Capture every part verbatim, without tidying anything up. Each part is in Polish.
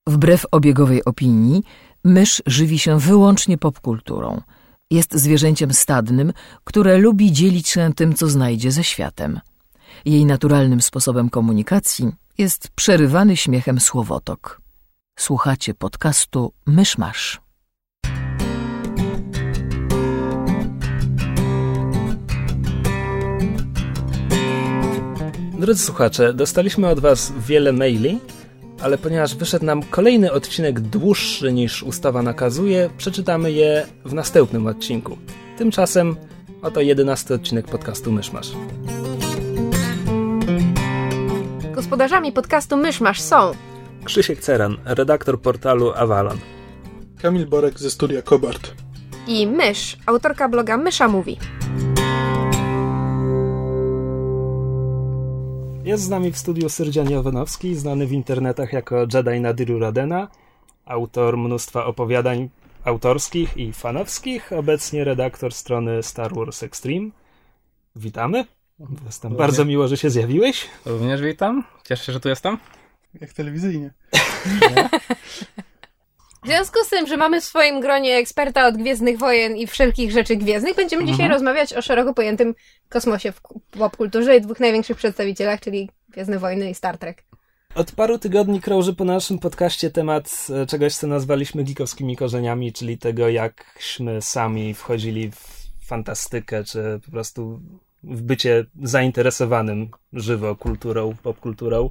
Wbrew obiegowej opinii, mysz żywi się wyłącznie popkulturą. Jest zwierzęciem stadnym, które lubi dzielić się tym, co znajdzie ze światem. Jej naturalnym sposobem komunikacji jest przerywany śmiechem słowotok. Słuchacie podcastu Mysz Masz. Drodzy słuchacze, dostaliśmy od was wiele maili, ale ponieważ wyszedł nam kolejny odcinek dłuższy niż ustawa nakazuje, przeczytamy je w następnym odcinku. Tymczasem oto jedenasty odcinek podcastu Mysz Masz. Gospodarzami podcastu Mysz Masz są Krzysiek Ceran, redaktor portalu Avalon. Kamil Borek ze studia Kobart. I Mysz, autorka bloga Mysza Mówi. Jest z nami w studiu Syrdzian Jovanovski, znany w internetach jako Jedi Nadiru Radena, autor mnóstwa opowiadań autorskich i fanowskich, obecnie redaktor strony Star Wars Extreme. Witamy. Jestem bardzo miło, że się zjawiłeś. Również witam. Cieszę się, że tu jestem. Jak telewizyjnie. W związku z tym, że mamy w swoim gronie eksperta od Gwiezdnych Wojen i wszelkich rzeczy gwiezdnych, będziemy dzisiaj mhm. rozmawiać o szeroko pojętym kosmosie w popkulturze i dwóch największych przedstawicielach, czyli Gwiezdne Wojny i Star Trek. Od paru tygodni krąży po naszym podcaście temat czegoś, co nazwaliśmy geekowskimi korzeniami, czyli tego, jakśmy sami wchodzili w fantastykę, czy po prostu w bycie zainteresowanym żywo kulturą, popkulturą.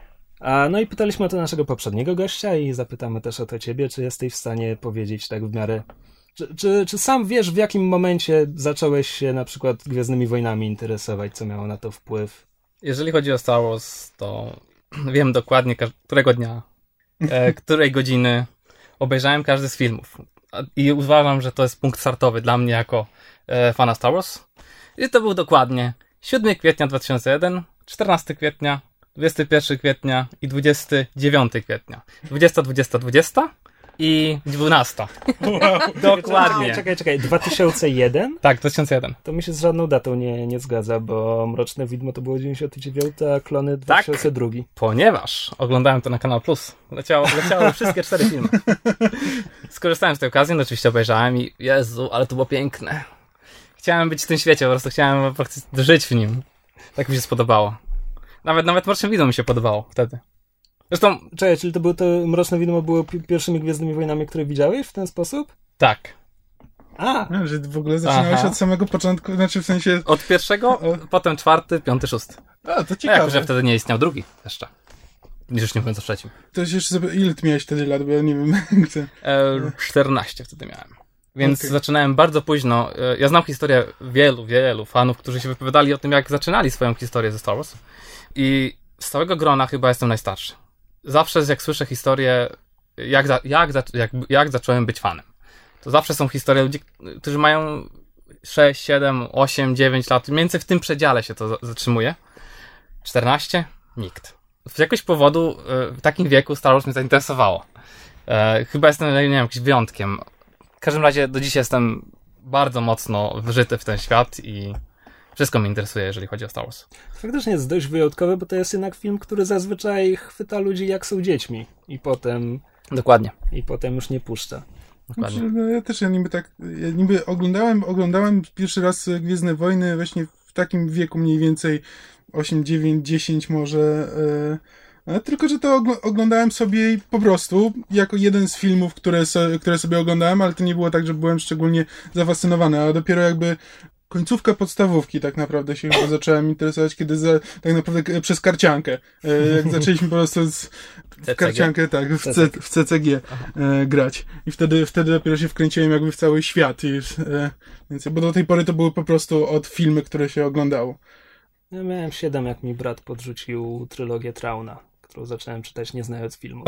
A, no i pytaliśmy o to naszego poprzedniego gościa i zapytamy też o to ciebie, czy jesteś w stanie powiedzieć tak w miarę... Czy, czy, czy sam wiesz, w jakim momencie zacząłeś się na przykład Gwiezdnymi Wojnami interesować, co miało na to wpływ? Jeżeli chodzi o Star Wars, to wiem dokładnie, którego dnia, e, której godziny obejrzałem każdy z filmów. I uważam, że to jest punkt startowy dla mnie jako e, fana Star Wars. I to był dokładnie siódmego kwietnia dwa tysiące pierwszego, czternastego kwietnia, dwudziestego pierwszego kwietnia i dwudziestego dziewiątego kwietnia. dwudziestego, dwudziestego, dwudziestego i dwunastego. Wow. Dokładnie. Czekaj, czekaj, dwa tysiące jeden? Tak, dwa tysiące jeden. To mi się z żadną datą nie, nie zgadza, bo Mroczne Widmo to było dziewięćdziesiąty dziewiąty, a Klony dwa tysiące drugi. Tak, ponieważ oglądałem to na Kanal Plus. Leciało, leciały wszystkie cztery filmy. Skorzystałem z tej okazji, no oczywiście obejrzałem i Jezu, ale to było piękne. Chciałem być w tym świecie, po prostu chciałem praktycznie żyć w nim. Tak mi się spodobało. Nawet, nawet Mroczne Widmo mi się podobało wtedy. Zresztą... Czekaj, czyli to było to Mroczne Widmo było pi- pierwszymi Gwiezdnymi Wojnami, które widziałeś w ten sposób? Tak. A! No, że w ogóle zaczynałeś Aha. od samego początku, znaczy w sensie... Od pierwszego, o... potem czwarty, piąty, szósty. A, to ciekawe. A jako, że wtedy nie istniał drugi jeszcze. Już nie mówiąc o trzecim. To jeszcze sobie... Ile ty miałeś wtedy lat, bo ja nie wiem... e, czternaście wtedy miałem. Więc okay. zaczynałem bardzo późno. Ja znam historię wielu, wielu fanów, którzy się wypowiadali o tym, jak zaczynali swoją historię ze Star Wars. I z całego grona chyba jestem najstarszy. Zawsze jak słyszę historię, jak, za, jak, za, jak, jak zacząłem być fanem, to zawsze są historie ludzi, którzy mają sześć, siedem, osiem, dziewięć lat. Mniej więcej w tym przedziale się to zatrzymuje. czternaście? Nikt. Z jakiegoś powodu w takim wieku Star Wars mnie zainteresowało. Chyba jestem, nie wiem, jakimś wyjątkiem. W każdym razie do dziś jestem bardzo mocno wżyty w ten świat i wszystko mnie interesuje, jeżeli chodzi o Star Wars. Faktycznie jest dość wyjątkowy, bo to jest jednak film, który zazwyczaj chwyta ludzi jak są dziećmi i potem... Dokładnie. I potem już nie puszcza. Dokładnie. Znaczy, no ja też ja niby tak, ja niby oglądałem, oglądałem pierwszy raz Gwiezdne Wojny właśnie w takim wieku mniej więcej osiem, dziewięć, dziesięć może... Yy... Tylko, że to oglądałem sobie po prostu jako jeden z filmów, które, so, które sobie oglądałem, ale to nie było tak, że byłem szczególnie zafascynowany, a dopiero jakby końcówka podstawówki tak naprawdę się chyba zacząłem interesować, kiedy za, tak naprawdę przez karciankę. Jak zaczęliśmy po prostu z, w karciankę, tak, w, C, w C C G e, grać. I wtedy, wtedy dopiero się wkręciłem jakby w cały świat. I, e, więc, bo do tej pory to były po prostu od filmy, które się oglądało. Ja miałem siedem, jak mi brat podrzucił trylogię Trauna, którą zacząłem czytać nie znając filmu.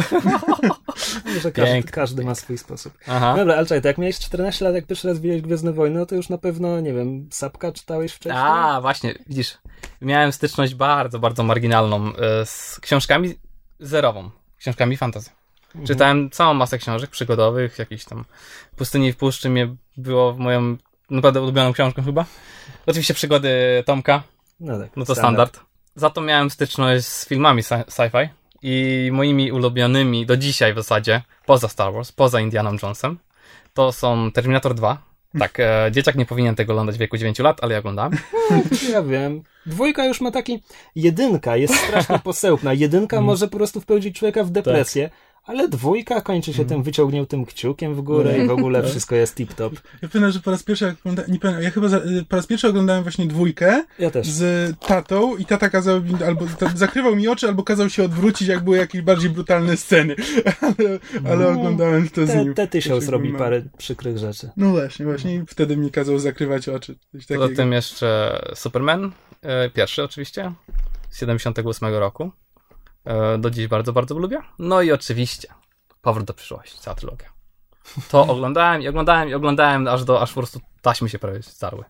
Że każdy, każdy ma swój sposób. Aha. Dobra, ale czekaj, to jak miałeś czternaście lat, jak pierwszy raz widziałeś Gwiezdne Wojny, no to już na pewno, nie wiem, Sapka czytałeś wcześniej? A, właśnie, widzisz, miałem styczność bardzo, bardzo marginalną z książkami zerową, książkami fantasy. Mhm. Czytałem całą masę książek przygodowych, jakichś tam Pustyni w puszczy mnie było moją naprawdę ulubioną książką chyba. Oczywiście Przygody Tomka, no, tak, no to standard. standard. Za to miałem styczność z filmami sci- sci-fi. i moimi ulubionymi do dzisiaj w zasadzie, poza Star Wars, poza Indianą Jonesem, to są Terminator dwa. Tak, e, dzieciak nie powinien tego oglądać w wieku dziewięciu lat, ale ja oglądałem. Ja wiem. Dwójka już ma taki... Jedynka jest strasznie posełpna. Jedynka mm. może po prostu wpędzić człowieka w depresję, tak. Ale dwójka kończy się mm. tym wyciągniętym kciukiem w górę mm. i w ogóle wszystko jest tip-top. Ja pamiętam, że po raz pierwszy, jak ogląda... nie pamiętam, ja chyba za... po raz pierwszy oglądałem właśnie dwójkę ja też. z tatą i tata kazał mi, albo ta, zakrywał mi oczy, albo kazał się odwrócić, jak były jakieś bardziej brutalne sceny. ale, ale no, oglądałem to z nim. Te tysiąc robi parę przykrych rzeczy. No właśnie, właśnie i wtedy mi kazał zakrywać oczy. Poza tym jeszcze Superman, e, pierwszy oczywiście, z siedemdziesiątego ósmego roku. Do dziś bardzo, bardzo lubię. No i oczywiście Powrót do przyszłości, cała trylogia. To oglądałem i oglądałem i oglądałem, aż do aż po prostu taśmy się prawie zdarły.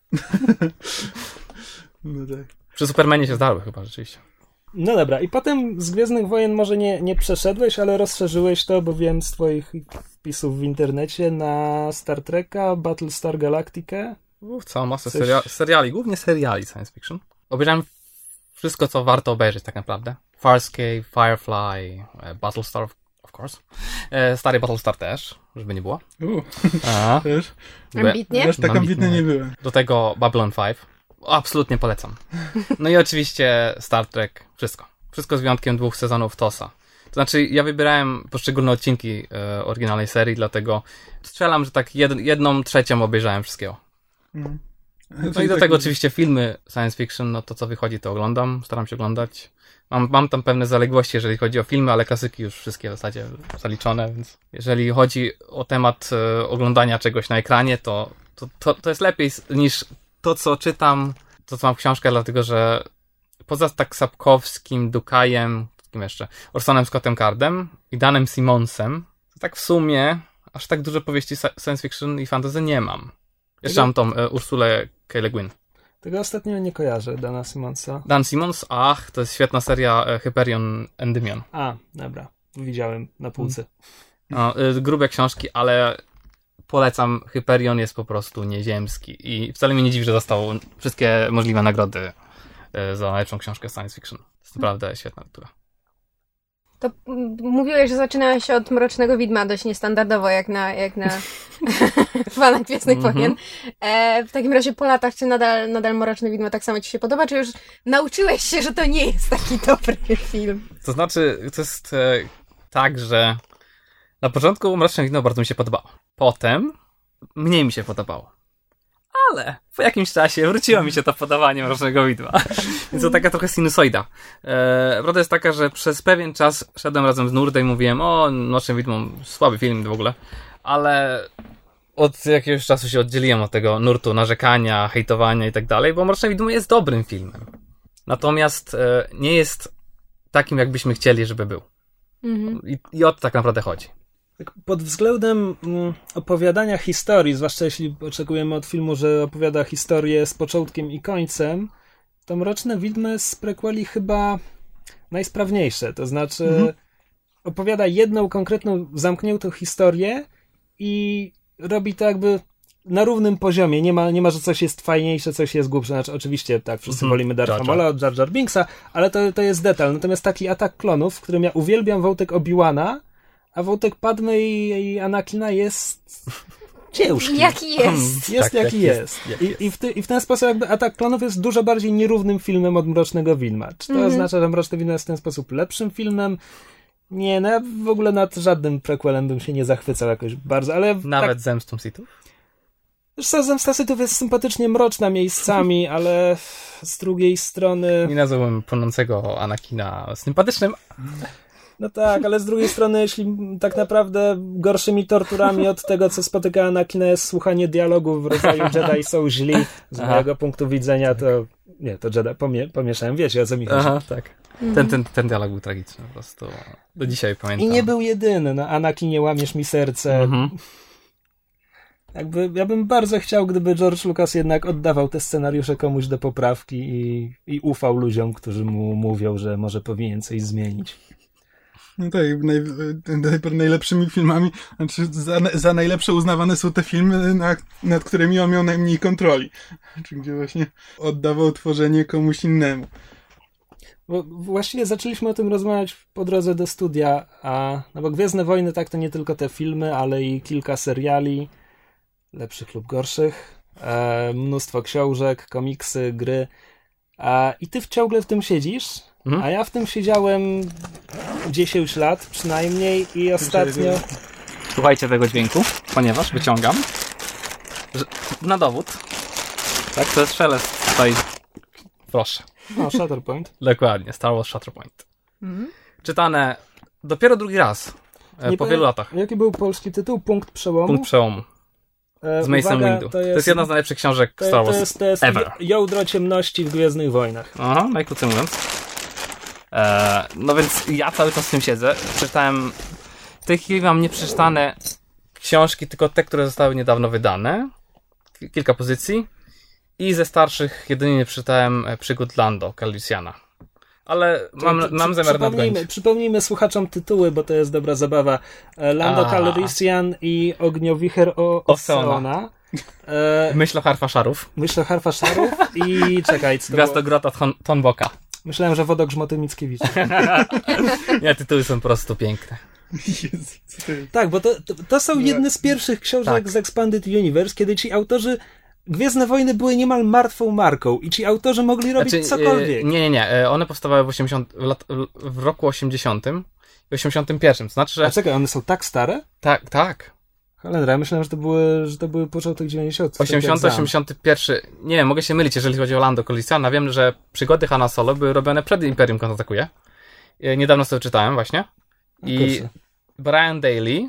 No tak. Przy Supermanie się zdarły chyba, rzeczywiście. No dobra, i potem z Gwiezdnych Wojen może nie, nie przeszedłeś, ale rozszerzyłeś to, bo wiem z twoich wpisów w internecie, na Star Treka, Battlestar Galactica. Uf, całą masę Coś... seria- seriali, głównie seriali science fiction. Obejrzałem wszystko, co warto obejrzeć tak naprawdę. Farscape, Firefly, Battlestar, of course. Stary Battlestar też, żeby nie było. Uh, Aha. Też. Ambitnie? Też tak ambitny nie byłem. Do tego Babylon pięć. Absolutnie polecam. No i oczywiście Star Trek, wszystko. Wszystko z wyjątkiem dwóch sezonów TOSa. To znaczy, ja wybierałem poszczególne odcinki e, oryginalnej serii, dlatego strzelam, że tak jed, jedną trzecią obejrzałem wszystkiego. Mm. No i do tego oczywiście filmy science fiction, no to co wychodzi, to oglądam, staram się oglądać. Mam, mam tam pewne zaległości, jeżeli chodzi o filmy, ale klasyki już wszystkie w zasadzie zaliczone, więc jeżeli chodzi o temat e, oglądania czegoś na ekranie, to, to, to, to jest lepiej niż to, co czytam, to, co mam w książkę, dlatego że poza tak Sapkowskim, Dukajem, kim jeszcze, Orsonem Scottem Cardem i Danem Simonsem, to tak w sumie aż tak dużo powieści science fiction i fantasy nie mam. Jeszcze Tego... mam tą e, Ursulę K. Le Guin. Tego ostatnio nie kojarzę, Dana Simonsa. Dan Simons, ach, to jest świetna seria e, Hyperion Endymion. A, dobra, widziałem na półce. No, e, grube książki, ale polecam, Hyperion jest po prostu nieziemski i wcale mnie nie dziwi, że dostał wszystkie możliwe nagrody e, za najlepszą książkę science fiction. To jest naprawdę świetna lektura. To m- mówiłeś, że zaczynałeś się od Mrocznego Widma dość niestandardowo, jak na, jak na fana Gwiezdnych mm-hmm. Wojen. E, w takim razie po latach, czy nadal, nadal Mroczne Widmo tak samo ci się podoba, czy już nauczyłeś się, że to nie jest taki dobry film? To znaczy, to jest e, tak, że na początku Mroczne Widmo bardzo mi się podobało. Potem mniej mi się podobało. Ale po jakimś czasie wróciło mi się to podawanie Mrocznego Widma. Więc to taka trochę sinusoida. E, prawda jest taka, że przez pewien czas szedłem razem z Nurdem i mówiłem, o, Mroczne Widmo, słaby film w ogóle. Ale od jakiegoś czasu się oddzieliłem od tego nurtu narzekania, hejtowania i tak dalej, bo Mroczne Widmo jest dobrym filmem. Natomiast e, nie jest takim, jakbyśmy chcieli, żeby był. Mhm. I, I o to tak naprawdę chodzi. Pod względem mm, opowiadania historii, zwłaszcza jeśli oczekujemy od filmu, że opowiada historię z początkiem i końcem, to Mroczne Widmy z prequeli chyba najsprawniejsze. To znaczy mhm. opowiada jedną konkretną, zamkniętą historię i robi to jakby na równym poziomie. Nie ma, nie ma, że coś jest fajniejsze, coś jest głupsze. Znaczy, oczywiście, tak, wszyscy mm-hmm. wolimy Darth Maula od Jar Jar Binksa, ale to, to jest detal. Natomiast taki Atak Klonów, w którym ja uwielbiam wątek Obi-Wana, a wątek Padmy i, i Anakina jest ciężki. Jaki jest. Jest tak, jaki jest. jest. Jak I, jest. I, w ty, I w ten sposób jakby Atak Klonów jest dużo bardziej nierównym filmem od Mrocznego Widma. Czy to mm-hmm. oznacza, że Mroczne Widmo jest w ten sposób lepszym filmem? Nie, no ja w ogóle nad żadnym prequelem bym się nie zachwycał jakoś bardzo, ale... Nawet tak, Zemstą Sithów? Zresztą Zemsta Sithów jest sympatycznie mroczna miejscami, ale z drugiej strony... Nie nazwałbym płonącego Anakina sympatycznym. No tak, ale z drugiej strony, jeśli tak naprawdę gorszymi torturami od tego, co spotyka Anakina, jest słuchanie dialogów w rodzaju Jedi są źli, z Aha. mojego punktu widzenia, to... Nie, to Jedi, pomie, pomieszałem, wiecie o co mi chodzi. Aha, tak. Mhm. Ten, ten, ten dialog był tragiczny, po prostu do dzisiaj pamiętam. I nie był jedyny, no Anakinie, łamiesz mi serce. Mhm. Jakby, ja bym bardzo chciał, gdyby George Lucas jednak oddawał te scenariusze komuś do poprawki i, i ufał ludziom, którzy mu mówią, że może powinien coś zmienić. No tak, naj, naj, najlepszymi filmami, znaczy za, za najlepsze uznawane są te filmy, nad, nad którymi on miał najmniej kontroli. Znaczy, gdzie właśnie oddawał tworzenie komuś innemu. Bo właściwie zaczęliśmy o tym rozmawiać po drodze do studia, a no bo Gwiezdne Wojny tak to nie tylko te filmy, ale i kilka seriali, lepszych lub gorszych, e, mnóstwo książek, komiksy, gry. A, I ty ciągle w tym siedzisz, mhm. a ja w tym siedziałem dziesięć lat przynajmniej i ostatnio... Słuchajcie tego dźwięku, ponieważ wyciągam że, na dowód. Tak, to jest szelest tutaj. Proszę. No, Shatterpoint. Dokładnie, Star Wars Shatterpoint. Mhm. Czytane dopiero drugi raz, Nie po wielu latach. Jaki był polski tytuł? Punkt przełomu? Punkt przełomu. Z Mason Windu. To, to jest jedna z najlepszych książek to, Star Wars to jest, to jest ever. Jądro ciemności w Gwiezdnych Wojnach. Aha, najkrócej mówiąc. E, no więc ja cały czas z tym siedzę. Czytałem... W tej chwili mam nieprzeczytane książki, tylko te, które zostały niedawno wydane. Kilka pozycji. I ze starszych jedynie nie przeczytałem Przygód Lando Calrissiana. Ale mam, to, to, mam zamiar nadgonić. Przypomnijmy słuchaczom tytuły, bo to jest dobra zabawa. Lando Calrissian i Ogniowicher o Oseona. E... Myśl o Harfaszarów. Myśl o Harfaszarów i czekaj. Gwiazdogrota Ton, Tonboka. Myślałem, że Wodogrzmoty Mickiewicza. Nie, tytuły są po prostu piękne. Jezu, tak, bo to, to, to są jedne z pierwszych książek tak. z Expanded Universe, kiedy ci autorzy Gwiezdne Wojny były niemal martwą marką i ci autorzy mogli robić znaczy, cokolwiek. Nie, nie, nie. One powstawały w, osiemdziesiątym, w, lat, w roku osiemdziesiątym i osiemdziesiątym pierwszym. To znaczy, że... A czekaj, one są tak stare? Tak, tak. Cholera, ja myślałem, że to były, że to były początek dziewięćdziesiątych. osiemdziesiąty, osiemdziesiąty pierwszy. Nie wiem, mogę się mylić, jeżeli chodzi o Lando Calrissiana. Wiem, że przygody Hanna Solo były robione przed Imperium kontratakuje. Niedawno sobie czytałem właśnie. I Brian Daley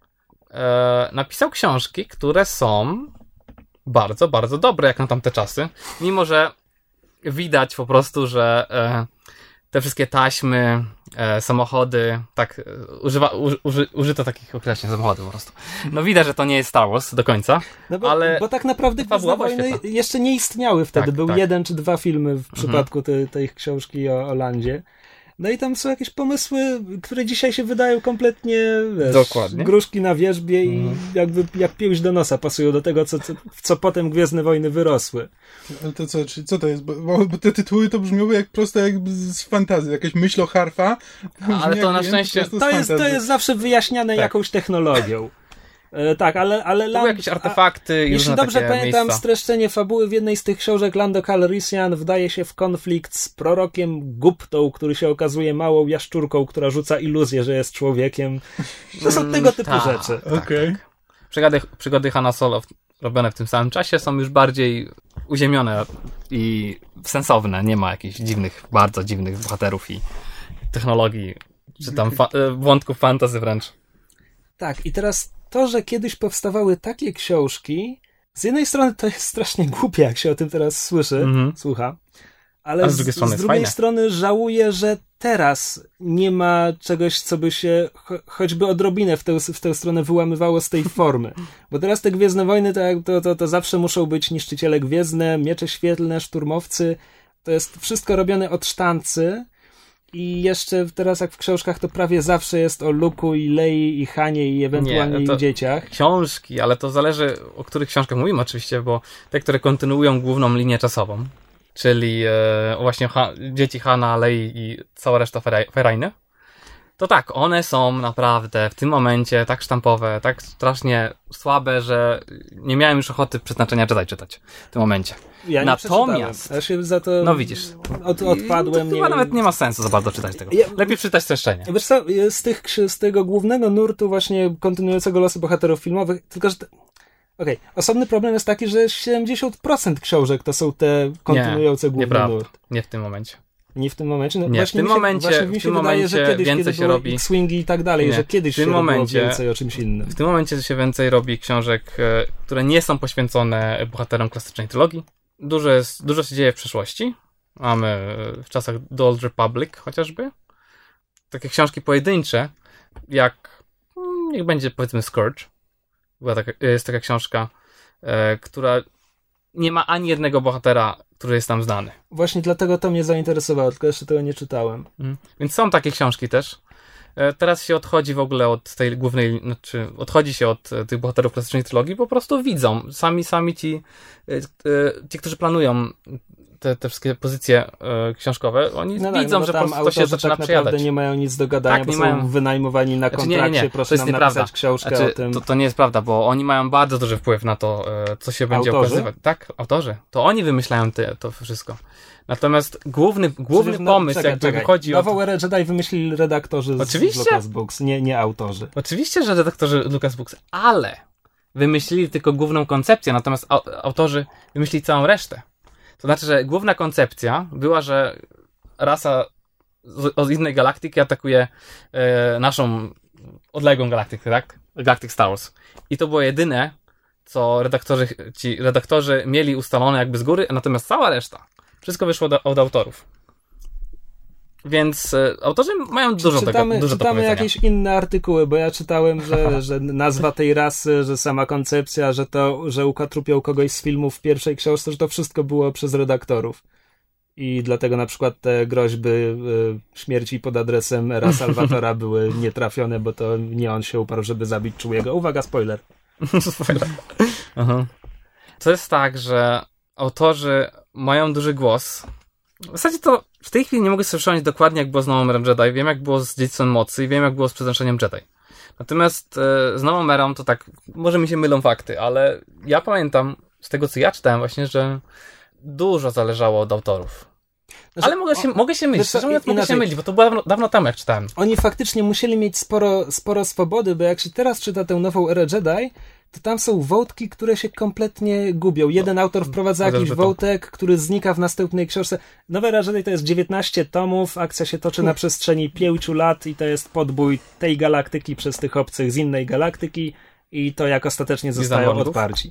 e, napisał książki, które są bardzo, bardzo dobre jak na tamte czasy. Mimo, że widać po prostu, że e, te wszystkie taśmy, e, samochody, tak, używa, u, uży, użyto takich określeń, samochody po prostu. No widać, że to nie jest Star Wars do końca, no bo, ale... Bo tak naprawdę Gwiezdne Wojny jeszcze nie istniały wtedy. Tak, Był tak. jeden czy dwa filmy w przypadku mhm. tej, tej książki o, o Landzie. No i tam są jakieś pomysły, które dzisiaj się wydają kompletnie, wiesz, Dokładnie. gruszki na wierzbie i mm. jakby jak pięść do nosa pasują do tego, co, co, w co potem Gwiezdne Wojny wyrosły. Ale to co, czy, co to jest? Bo, bo te tytuły to brzmiały jak prosto jakby z fantazji, jakaś myśl o harfa. Ale to na szczęście... To, to, jest, to jest zawsze wyjaśniane tak. jakąś technologią. E, tak, ale... ale to były jakieś artefakty i jeśli dobrze pamiętam, miejsca. streszczenie fabuły w jednej z tych książek Lando Calrissian wdaje się w konflikt z prorokiem Guptą, który się okazuje małą jaszczurką, która rzuca iluzję, że jest człowiekiem. To są tego typu ta, rzeczy. Tak, okay. tak. Przygody, przygody Hanna Solo robione w tym samym czasie są już bardziej uziemione i sensowne. Nie ma jakichś dziwnych, bardzo dziwnych bohaterów i technologii, czy tam fa- wątków fantasy wręcz. Tak, i teraz to, że kiedyś powstawały takie książki, z jednej strony to jest strasznie głupie, jak się o tym teraz słyszy, mm-hmm. słucha, ale A z drugiej, strony, z drugiej strony żałuję, że teraz nie ma czegoś, co by się cho- choćby odrobinę w tę, w tę stronę wyłamywało z tej formy. Bo teraz te Gwiezdne Wojny to, to, to, to zawsze muszą być niszczyciele gwiezdne, miecze świetlne, szturmowcy. To jest wszystko robione od sztancy. I jeszcze teraz jak w książkach to prawie zawsze jest o Luke'u i Lei i Hanie i ewentualnie ich dzieciach. Książki, ale to zależy o których książkach mówimy oczywiście, bo te, które kontynuują główną linię czasową, czyli e, właśnie ha- dzieci Hana, Lei i cała reszta Ferajny, to tak, one są naprawdę w tym momencie tak sztampowe, tak strasznie słabe, że nie miałem już ochoty Przeznaczenia Jedi czytać w tym momencie. Ja Natomiast... Ja się za to no widzisz. Od, odpadłem. To chyba nie... nawet nie ma sensu za bardzo czytać tego. Ja... Lepiej przeczytać streszczenie. Wiesz co, z, tych, z tego głównego nurtu właśnie kontynuującego losy bohaterów filmowych, tylko że... Te... Okej, okay. Osobny problem jest taki, że siedemdziesiąt procent książek to są te kontynuujące nie, główny nieprawda. nurt. Nie w tym momencie. Nie w tym momencie? No nie, właśnie w tym się, momencie, właśnie mi się w tym wydaje, momencie że kiedyś, więcej kiedy się robi... X-Wingi i tak dalej, nie, że kiedyś w tym się momencie, więcej o czymś innym. W tym momencie się więcej robi książek, które nie są poświęcone bohaterom klasycznej trylogii. Dużo, jest, dużo się dzieje w przeszłości. Mamy w czasach The Old Republic chociażby. Takie książki pojedyncze, jak niech będzie powiedzmy Scourge. Była taka, jest taka książka, e, która nie ma ani jednego bohatera, który jest tam znany. Właśnie dlatego to mnie zainteresowało, tylko jeszcze tego nie czytałem. Mm. Więc są takie książki też. E, teraz się odchodzi w ogóle od tej głównej, znaczy odchodzi się od e, tych bohaterów klasycznej trylogii, po prostu widzą. Sami, sami ci, e, e, ci, którzy planują te, te wszystkie pozycje e, książkowe, oni no widzą, tak, no że po prostu to się zaczyna tak przejadać. naprawdę nie mają nic do gadania, tak, bo nie są mają... wynajmowani na kontrakcie, znaczy, nie, nie, nie. proszę to jest nam nieprawda. napisać książkę znaczy, o tym. To, to nie jest prawda, bo oni mają bardzo duży wpływ na to, e, co się będzie Autorzy? okazywać. Tak, autorzy. To oni wymyślają te, to wszystko. Natomiast główny, główny Przecież, no, pomysł, czekaj, jakby czekaj. wychodzi od... Nową erę Jedi wymyślili redaktorzy Oczywiście. z Lucas Books, nie, nie autorzy. Oczywiście, że redaktorzy Lucas Books, ale wymyślili tylko główną koncepcję, natomiast au- autorzy wymyślili całą resztę. To znaczy, że główna koncepcja była, że rasa z, z innej galaktyki atakuje e, naszą odległą galaktykę, tak? Galactic Star Wars. I to było jedyne, co redaktorzy, ci redaktorzy mieli ustalone jakby z góry, natomiast cała reszta, wszystko wyszło do, od autorów. Więc e, autorzy mają dużo czytamy, tego, dużo do czytamy powiedzenia. jakieś inne artykuły, bo ja czytałem, że, że nazwa tej rasy, że sama koncepcja, że to, że ukatrupią kogoś z filmów w pierwszej książce, że to wszystko było przez redaktorów. I dlatego na przykład te groźby y, śmierci pod adresem Era Salvatora były nietrafione, bo to nie on się uparł, żeby zabić Chewiego. Uwaga, spoiler. Spoiler. Aha. To jest tak, że autorzy mają duży głos. W zasadzie to w tej chwili nie mogę sobie przypomnieć dokładnie, jak było z Nową Erą Jedi. Wiem, jak było z Dziedzictwem Mocy i wiem, jak było z Przeznaczeniem Jedi. Natomiast e, z Nową Erą to tak, może mi się mylą fakty, ale ja pamiętam z tego, co ja czytałem właśnie, że dużo zależało od autorów. Znaczy, ale mogę się, o, mogę się mylić, co, mogę inaczej. się mylić, bo to było dawno, dawno temu, jak czytałem. Oni faktycznie musieli mieć sporo, sporo swobody, bo jak się teraz czyta tę Nową Erę Jedi, to tam są wątki, które się kompletnie gubią. Jeden no, autor wprowadza jakiś wątek, który znika w następnej książce. Nowa Era Jedi to jest dziewiętnaście tomów, akcja się toczy na przestrzeni pięciu lat i to jest podbój tej galaktyki przez tych obcych z innej galaktyki i to jak ostatecznie zostają odparci.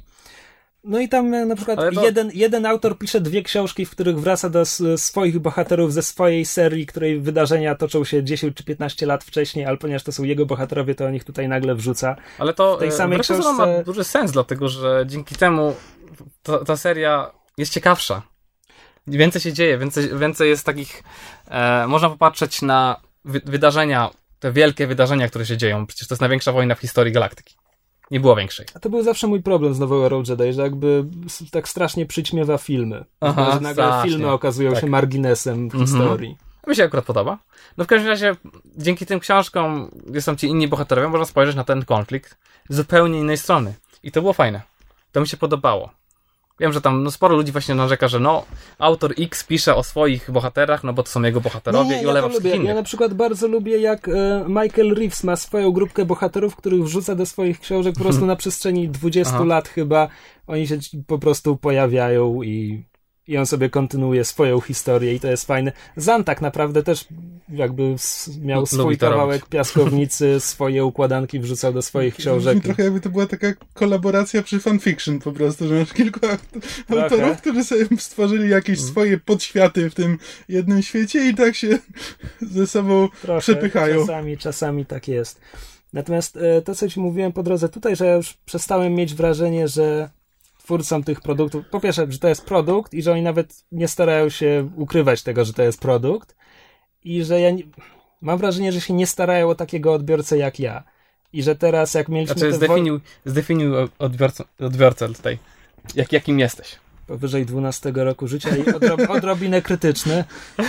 No i tam na przykład to... jeden, jeden autor pisze dwie książki, w których wraca do swoich bohaterów ze swojej serii, której wydarzenia toczą się dziesięć czy piętnaście lat wcześniej, ale ponieważ to są jego bohaterowie, to on ich tutaj nagle wrzuca. Ale to w tej samej książce ma duży sens, dlatego że dzięki temu ta, ta seria jest ciekawsza. Więcej się dzieje, więcej, więcej jest takich... E, można popatrzeć na wy, wydarzenia, te wielkie wydarzenia, które się dzieją. Przecież to jest największa wojna w historii galaktyki. Nie było większej. A to był zawsze mój problem z Nową Erą Jedi, że jakby tak strasznie przyćmiewa filmy. Aha, że nagle strasznie. Filmy okazują tak. się marginesem w mhm. historii. Mi się akurat podoba. No w każdym razie dzięki tym książkom są ci inni bohaterowie, można spojrzeć na ten konflikt z zupełnie innej strony. I to było fajne. To mi się podobało. Wiem, że tam no, sporo ludzi właśnie narzeka, że no, autor X pisze o swoich bohaterach, no bo to są jego bohaterowie nie, i olewa ja wszystkich innych. Ja na przykład bardzo lubię, jak e, Michael Reeves ma swoją grupkę bohaterów, których wrzuca do swoich książek po prostu na przestrzeni dwudziestu lat chyba. Oni się po prostu pojawiają i, i on sobie kontynuuje swoją historię i to jest fajne. Zan tak naprawdę też jakby miał L- swój kawałek robić. Piaskownicy, swoje układanki wrzucał do swoich książek. Trochę jakby to była taka kolaboracja przy fanfiction po prostu, że masz kilku aut- autorów, którzy sobie stworzyli jakieś hmm. swoje podświaty w tym jednym świecie i tak się ze sobą Trochę, przepychają. Czasami, czasami tak jest. Natomiast e, to, co ci mówiłem po drodze tutaj, że ja już przestałem mieć wrażenie, że twórcom tych produktów, po pierwsze, że to jest produkt i że oni nawet nie starają się ukrywać tego, że to jest produkt i że ja nie, mam wrażenie, że się nie starają o takiego odbiorcę jak ja. I że teraz jak mieliśmy... Znaczy zdefiniuj, wo- zdefiniuj odbiorcę, odbiorcę tutaj. Jak, jakim jesteś? Powyżej dwunastego roku życia i odrob- odrobinę krytyczny.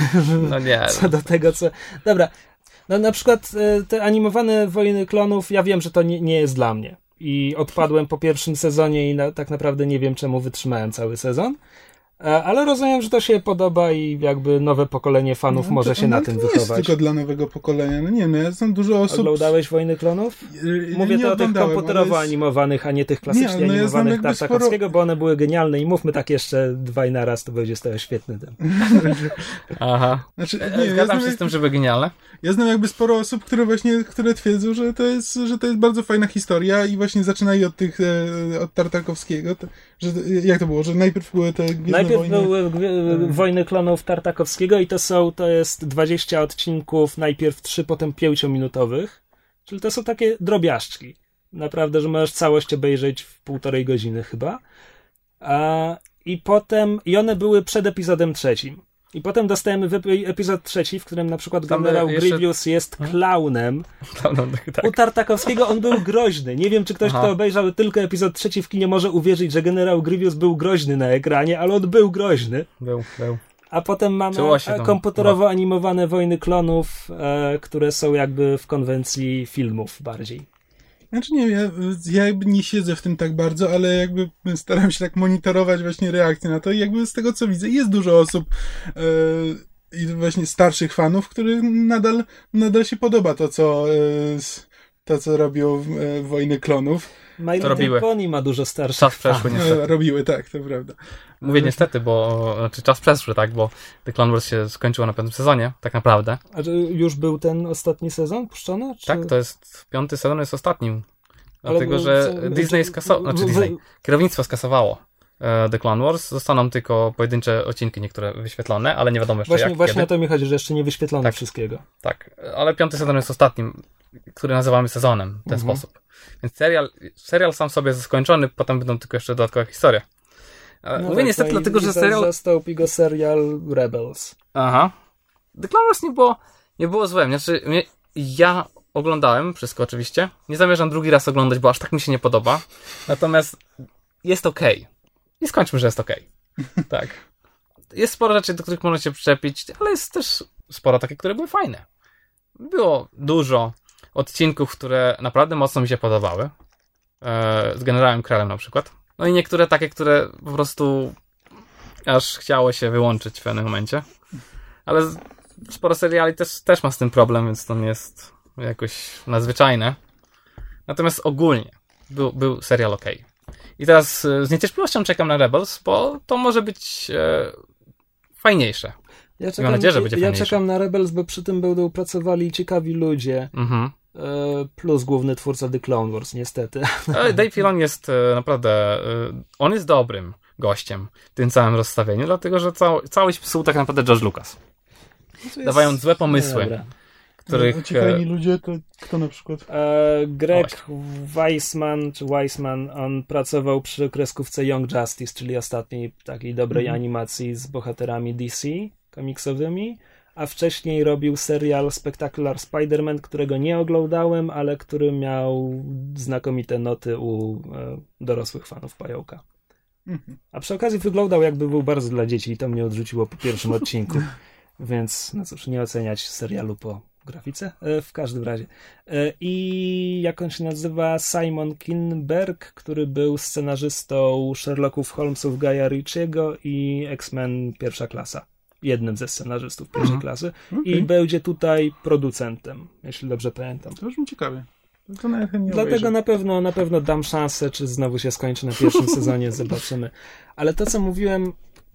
No nie. Co do tego, co... Dobra. No na przykład te animowane Wojny Klonów, ja wiem, że to nie, nie jest dla mnie. I odpadłem po pierwszym sezonie i na, tak naprawdę nie wiem, czemu wytrzymałem cały sezon. Ale rozumiem, że to się podoba i jakby nowe pokolenie fanów no, może się no, na tym to wychować. Nie jest tylko dla nowego pokolenia. No nie, no ja znam dużo osób... Oglądałeś Wojny Klonów? Mówię to o tych komputerowo jest... animowanych, a nie tych klasycznie nie, no animowanych ja Tartakowskiego, sporo... bo one były genialne i mówmy tak jeszcze dwaj naraz, to będzie z tego świetny ten. Aha. Znaczy, nie, Zgadzam ja się jak... z tym, że były genialne. Ja znam jakby sporo osób, które właśnie, które twierdzą, że to jest, że to jest bardzo fajna historia i właśnie zaczynali od tych, od Tartakowskiego, to, że jak to było, że najpierw były te Najpierw wojny... były hmm. Wojny Klonów Tartakowskiego i to są, to jest dwadzieścia odcinków, najpierw trzy, potem pięciominutowych, czyli to są takie drobiażdżki. Naprawdę, że możesz całość obejrzeć w półtorej godziny chyba. A, I potem, i one były przed epizodem trzecim. I potem dostajemy epizod trzeci, w którym na przykład Tam generał jeszcze... Grievous jest klaunem. Klaunem, tak. U Tartakowskiego on był groźny. Nie wiem, czy ktoś, Aha. kto obejrzał tylko epizod trzeci w kinie, może uwierzyć, że generał Grievous był groźny na ekranie, ale on był groźny. Był, był. A potem mamy komputerowo animowane Wojny Klonów, e, które są jakby w konwencji filmów bardziej. Znaczy nie, ja, ja jakby nie siedzę w tym tak bardzo, ale jakby staram się tak monitorować właśnie reakcje na to i jakby z tego co widzę jest dużo osób e, i właśnie starszych fanów, którym nadal, nadal się podoba to, co e, to, co robią e, Wojny Klonów. My Little Pony ma dużo starszych. Czas przeszły niestety. Robiły, tak, to prawda. Mówię niestety, bo znaczy czas przeszły, tak, bo The Clone Wars się skończyło na piątym sezonie, tak naprawdę. A czy już był ten ostatni sezon puszczony? Czy... Tak, to jest, piąty sezon jest ostatnim. Dlatego, Ale, że co, Disney skasowało, znaczy Disney, kierownictwo skasowało The Clone Wars, zostaną tylko pojedyncze odcinki, niektóre wyświetlone, ale nie wiadomo jeszcze właśnie, jak, Właśnie kiedy. o to mi chodzi, że jeszcze nie wyświetlono tak, wszystkiego. Tak, ale piąty sezon jest ostatnim, który nazywamy sezonem w ten mhm. sposób. Więc serial, serial sam sobie jest skończony, potem będą tylko jeszcze dodatkowe historie. No Mówię tak, niestety no dlatego, i, że i serial... zastąpi go serial Rebels. Aha. The Clone Wars nie było, nie było złe. Znaczy, mnie, ja oglądałem wszystko oczywiście. Nie zamierzam drugi raz oglądać, bo aż tak mi się nie podoba. Natomiast jest okej. Okay. I skończmy, że jest okej. Okay. Tak. Jest sporo rzeczy, do których można się przyczepić, ale jest też sporo takich, które były fajne. Było dużo odcinków, które naprawdę mocno mi się podobały. Z generałem Krellem na przykład. No i niektóre takie, które po prostu aż chciało się wyłączyć w pewnym momencie. Ale sporo seriali też, też ma z tym problem, więc to nie jest jakoś nadzwyczajne. Natomiast ogólnie był, był serial ok. I teraz z niecierpliwością czekam na Rebels, bo to może być e, fajniejsze. Ja czekam, Mam nadzieję, że będzie ja fajniejsze. Ja czekam na Rebels, bo przy tym będą pracowali ciekawi ludzie. Mhm. Plus główny twórca The Clone Wars, niestety. Dave Filoni jest naprawdę, on jest dobrym gościem w tym całym rozstawieniu, dlatego, że cały, całość psuł tak naprawdę George Lucas. No dawając złe pomysły. No których... No, ci fajni ludzie, to kto na przykład? E, Greg Weissman, czy Weissman, on pracował przy kreskówce Young Justice, czyli ostatniej takiej dobrej mm. animacji z bohaterami D C komiksowymi. A wcześniej robił serial Spectacular Spider-Man, którego nie oglądałem, ale który miał znakomite noty u e, dorosłych fanów Pająka. Mhm. A przy okazji wyglądał, jakby był bardzo dla dzieci i to mnie odrzuciło po pierwszym odcinku. Więc, no cóż, nie oceniać serialu po grafice. E, w każdym razie. E, I jak on się nazywa? Simon Kinberg, który był scenarzystą Sherlocków Holmesów Guy'a Ritchiego i X-Men Pierwsza Klasa. Jednym ze scenarzystów pierwszej mhm. klasy okay. i będzie tutaj producentem, jeśli dobrze pamiętam. To już mi ciekawie. To nie Dlatego na pewno, na pewno dam szansę, czy znowu się skończy na pierwszym sezonie, zobaczymy. Ale to, co mówiłem,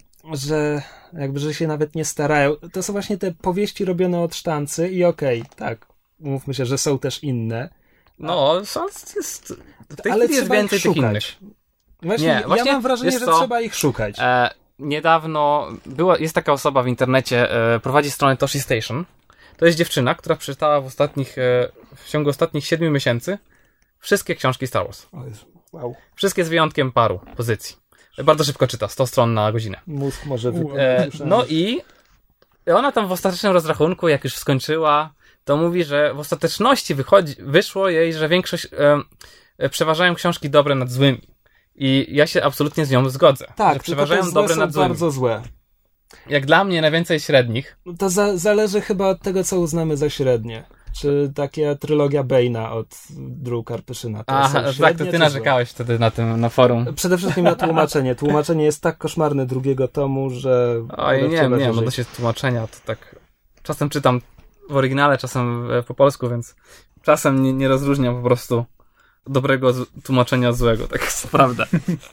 że jakby, że się nawet nie starają, to są właśnie te powieści robione od sztancy i okej, okay, tak, umówmy się, że są też inne. No, jest, w tej ale jest więcej tych innych. Właśnie, nie, właśnie, ja mam wrażenie, że co? trzeba ich szukać. E- Niedawno była, jest taka osoba w internecie, e, prowadzi stronę Toshi Station. To jest dziewczyna, która przeczytała w ostatnich, e, w ciągu ostatnich siedmiu miesięcy wszystkie książki Star Wars. Wow. Wszystkie z wyjątkiem paru pozycji. Bardzo szybko czyta, sto stron na godzinę. Mózg może wy... e, No i ona tam w ostatecznym rozrachunku, jak już skończyła, to mówi, że w ostateczności wychodzi, wyszło jej, że większość e, przeważają książki dobre nad złymi. I ja się absolutnie z nią zgodzę. Tak, że przeważają te dobre nad złymi. bardzo złe. Jak dla mnie najwięcej średnich. To za, zależy chyba od tego, co uznamy za średnie. Czy taka trylogia Bane'a od Drew Karpyszyna. To Aha, średnie, tak, to ty narzekałeś złe? Wtedy na tym, na forum. Przede wszystkim na tłumaczenie. Tłumaczenie jest tak koszmarne drugiego tomu, że... Oj, nie, nie, bo to się tłumaczenia to tak... Czasem czytam w oryginale, czasem po polsku, więc czasem nie, nie rozróżniam po prostu dobrego z- tłumaczenia złego, tak jest prawda.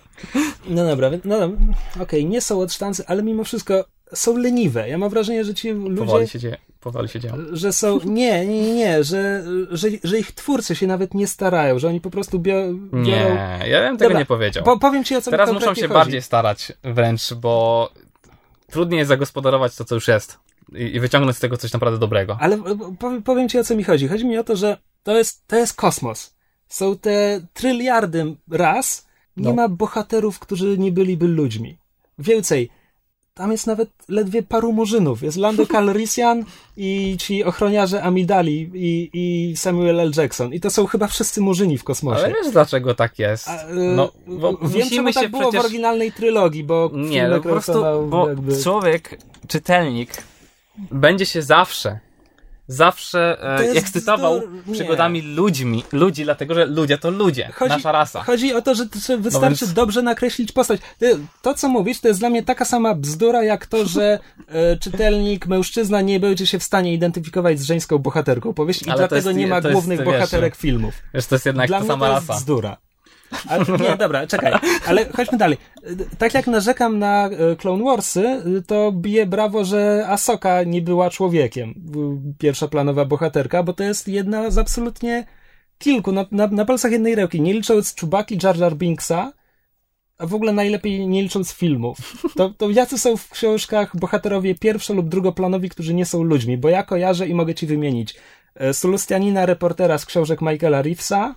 No dobra, no dobra, okej, okay, nie są od sztancy, ale mimo wszystko są leniwe. Ja mam wrażenie, że ci ludzie... Powoli się dzieje, powoli się dzieją. Że są... Nie, nie, nie, że, że, że ich twórcy się nawet nie starają, że oni po prostu biorą... Nie, ja bym tego dobra, nie powiedział. Po, powiem ci, o co Teraz muszą się chodzi. bardziej starać wręcz, bo trudniej jest zagospodarować to, co już jest i, i wyciągnąć z tego coś naprawdę dobrego. Ale powiem, powiem ci, o co mi chodzi. Chodzi mi o to, że to jest, to jest kosmos. Są te tryliardy raz, nie no. ma bohaterów, którzy nie byliby ludźmi. Więcej, tam jest nawet ledwie paru murzynów. Jest Lando Calrissian i ci ochroniarze Amidali i, i Samuel L. Jackson. I to są chyba wszyscy murzyni w kosmosie. Ale wiesz, dlaczego tak jest? A, no, bo wiem, czemu tak było przecież... w oryginalnej trylogii, bo... Nie, no, po prostu, bo jakby... człowiek, czytelnik będzie się zawsze zawsze e, ekscytował przygodami ludźmi, ludzi, dlatego, że ludzie to ludzie, chodzi, nasza rasa. Chodzi o to, że, że wystarczy no więc... dobrze nakreślić postać. To, co mówisz, to jest dla mnie taka sama bzdura, jak to, że e, czytelnik, mężczyzna nie będzie się w stanie identyfikować z żeńską bohaterką powieści i ale dlatego jest, nie ma głównych jest, bohaterek wiesz, filmów. Wiesz, to jest jednak dla ta mnie sama to rasa. Jest bzdura. Ale, nie, dobra, czekaj, ale chodźmy dalej. Tak jak narzekam na Clone Warsy, to biję brawo, że Ahsoka nie była człowiekiem. Pierwsza planowa bohaterka, bo to jest jedna z absolutnie kilku, na, na, na palcach jednej ręki. Nie licząc Chewbacki, Jar Jar Binksa, a w ogóle najlepiej nie licząc filmów. To, to jacy są w książkach bohaterowie pierwszo- lub drugoplanowi, którzy nie są ludźmi, bo ja kojarzę i mogę ci wymienić Sulustianina, reportera z książek Michaela Reevesa,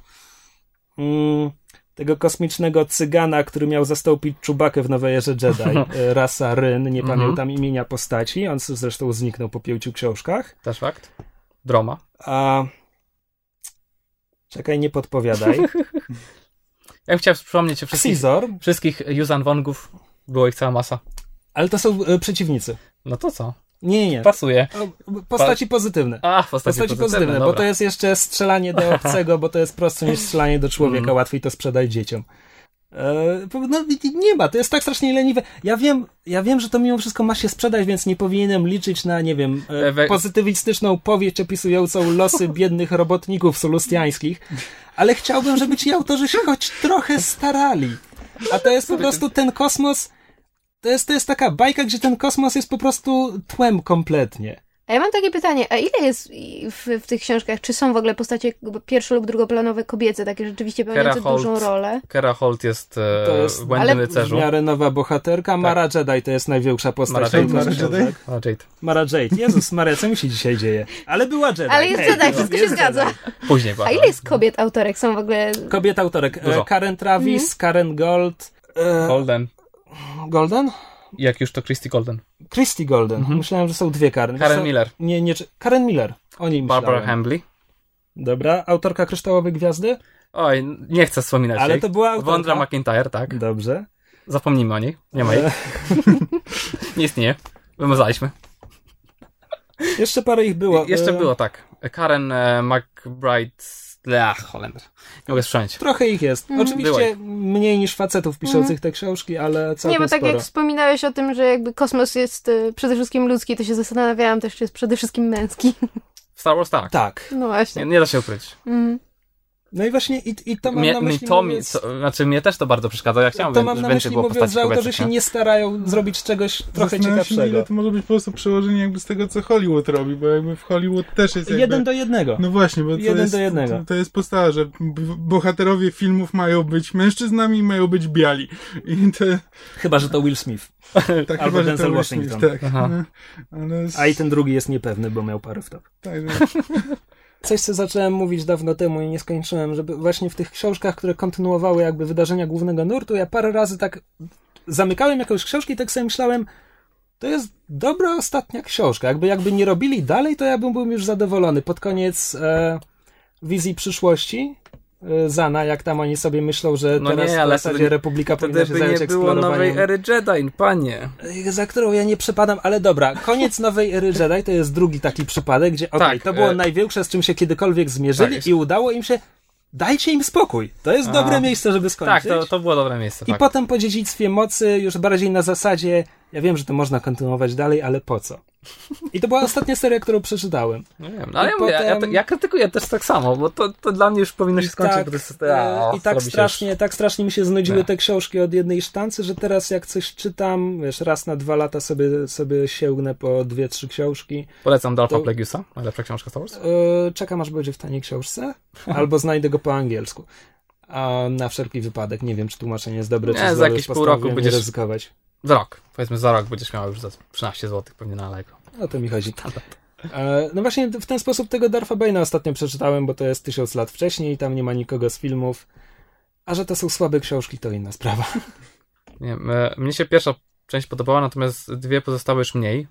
mm, tego kosmicznego cygana, który miał zastąpić Chewbackę w Nowej Erze Jedi. Rasa Ryn, nie pamiętam mm-hmm. imienia postaci. On zresztą zniknął po pięciu książkach. Też fakt. Droma. A... Czekaj, nie podpowiadaj. Ja bym chciał przypomnieć o wszystkich, wszystkich Yuuzhan Vongów. Było ich cała masa. Ale to są y, przeciwnicy. No to co? Nie, nie. Pasuje. Postaci pozytywne. A, postaci, postaci pozytywne, pozytywne bo to jest jeszcze strzelanie do obcego, bo to jest prostsze niż strzelanie do człowieka. Mm. Łatwiej to sprzedać dzieciom. E, no, nie ma, to jest tak strasznie leniwe. Ja wiem, ja wiem, że to mimo wszystko ma się sprzedać, więc nie powinienem liczyć na, nie wiem, e, pozytywistyczną powieść opisującą losy biednych robotników sulustiańskich, ale chciałbym, żeby ci autorzy się choć trochę starali. A to jest po prostu ten kosmos... To jest, to jest taka bajka, gdzie ten kosmos jest po prostu tłem kompletnie. A ja mam takie pytanie, a ile jest w, w tych książkach, czy są w ogóle postacie pierwszo- lub drugoplanowe kobiece, takie rzeczywiście pełniące dużą rolę? Kara Holt jest, e, to jest błędnym rycerzu. W miarę nowa bohaterka. Mara tak. Jedi to jest największa postać. Mara Jade. Mara Jade. Mara Jade. Mara Jade. Jezus Maria, co mi się dzisiaj dzieje? Ale była Jedi. Ale jest Jedi, hey, wszystko się zgadza. Jedi. Później bardzo. A ile jest kobiet autorek? Są w ogóle... Kobiet autorek. Dużo. Karen Travis, mm. Karen Gold. E... Golden. Golden? Jak już to Christy Golden. Christy Golden. Mm-hmm. Myślałem, że są dwie Karen. Karen są... Miller. Nie, nie, Karen Miller. O niej myślałem. Barbara Hambly. Dobra. Autorka Kryształowej Gwiazdy? Oj, nie chcę wspominać Ale jej. to była autorka. Wondra McIntyre, tak. Dobrze. Zapomnijmy o niej. Nie ma jej. Nie istnieje. Wymazaliśmy. Jeszcze parę ich było. Jeszcze było, tak. Karen e, McBride... Ach, Holender. Nie mogę strzelić. Trochę ich jest. Mm. Oczywiście mniej niż facetów piszących mm. te książki, ale całkiem Nie, bo tak sporo. jak wspominałeś o tym, że jakby kosmos jest y, przede wszystkim ludzki, to się zastanawiałam też, czy jest przede wszystkim męski. W Star Wars tak. Tak. No właśnie. Nie, nie da się ukryć. Mm. No i właśnie i, i to mam mnie, na myśli to mówiąc... Mi, to, znaczy mnie też to bardzo przeszkadza. Ja chciałbym, to mam na myśli mówiąc, że autorzy się nie starają zrobić czegoś trochę ciekawszego. Się, ile to może być po prostu przełożenie jakby z tego, co Hollywood robi, bo jakby w Hollywood też jest jakby... Jeden do jednego. No właśnie, bo to Jeden jest, do jednego. To, to jest postawa, że bohaterowie filmów mają być mężczyznami i mają być biali. I to... Chyba, że to Will Smith. Tak, albo chyba, Denzel Will Washington. Smith, tak. No, ale... A i ten drugi jest niepewny, bo miał parę wtop. Tak, Coś, co zacząłem mówić dawno temu i nie skończyłem, żeby właśnie w tych książkach, które kontynuowały jakby wydarzenia głównego nurtu, ja parę razy tak zamykałem jakąś książkę i tak sobie myślałem, to jest dobra ostatnia książka. Jakby, jakby nie robili dalej, to ja bym był już zadowolony. Pod koniec e, Wizji przyszłości e, Zana, jak tam oni sobie myślą, że no teraz nie, ale w zasadzie Republika powinna się zająć eksplorowaniem. nie było nowej ery Jedi, panie. Za którą ja nie przypadam, ale dobra, koniec nowej ery Jedi to jest drugi taki przypadek, gdzie okej, okay, tak, to było e... największe, z czym się kiedykolwiek zmierzyli tak i udało im się. Dajcie im spokój. To jest A. dobre miejsce, żeby skończyć. Tak, to, to było dobre miejsce. I tak. potem po dziedzictwie mocy już bardziej na zasadzie, ja wiem, że to można kontynuować dalej, ale po co? I to była ostatnia seria, którą przeczytałem. Nie wiem, no ale ja, potem... ja, ja, ja krytykuję też tak samo, bo to, to dla mnie już powinno się skończyć. Tak, bo to jest, a, I tak strasznie, się... tak strasznie mi się znudziły nie. te książki od jednej sztancy, że teraz jak coś czytam, wiesz, raz na dwa lata sobie, sobie sięgnę po dwie, trzy książki. Polecam Dartha to... Plagueisa, najlepsza książka Star Wars. Yy, czekam, aż będzie w taniej książce, albo znajdę go po angielsku. A na wszelki wypadek, nie wiem, czy tłumaczenie jest dobre, nie, czy za jakieś pół roku będziesz ryzykować. Za rok. Powiedzmy za rok będziesz miał już za trzynaście złotych pewnie na Allegro. O to mi chodzi. E, no właśnie w ten sposób tego Dartha Bane'a ostatnio przeczytałem, bo to jest tysiąc lat wcześniej, tam nie ma nikogo z filmów. A że to są słabe książki, to inna sprawa. Nie, mnie się pierwsza część podobała, natomiast dwie pozostałe już mniej.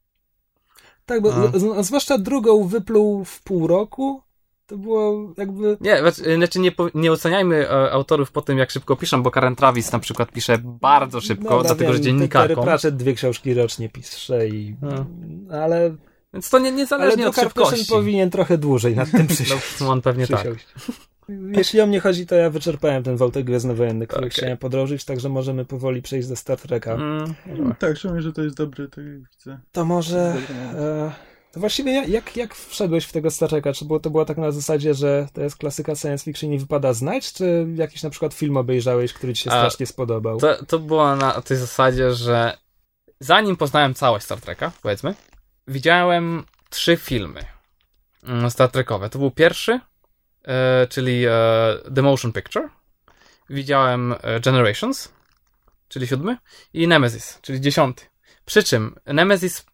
Tak, bo z, zwłaszcza drugą wypluł w pół roku. To było jakby... Nie, znaczy nie, nie oceniajmy e, autorów po tym, jak szybko piszą, bo Karen Travis na przykład pisze bardzo szybko, no, dlatego, wiem, że dziennikarką. Terry Pratchett dwie książki rocznie pisze i... No. Ale... Więc to nie, niezależnie ale od szybkości. Ale powinien trochę dłużej nad tym przysiąść. No, on pewnie przysiąść. tak. Jeśli o mnie chodzi, to ja wyczerpałem ten wątek gwiezdnowojenny, który okay. chciałem podrożyć, także możemy powoli przejść do Star Treka. Mm, no, tak, szczególnie, że to jest dobre, to widzę. To może... E, to właściwie jak, jak wszedłeś w tego Star Treka? Czy było, to było tak na zasadzie, że to jest klasyka science fiction i wypada znać, czy jakiś na przykład film obejrzałeś, który ci się A, strasznie spodobał? To, to było na tej zasadzie, że zanim poznałem całość Star Treka, powiedzmy, widziałem trzy filmy Star Trekowe. To był pierwszy, e, czyli e, The Motion Picture. Widziałem e, Generations, czyli siódmy, i Nemesis, czyli dziesiąty. Przy czym Nemesis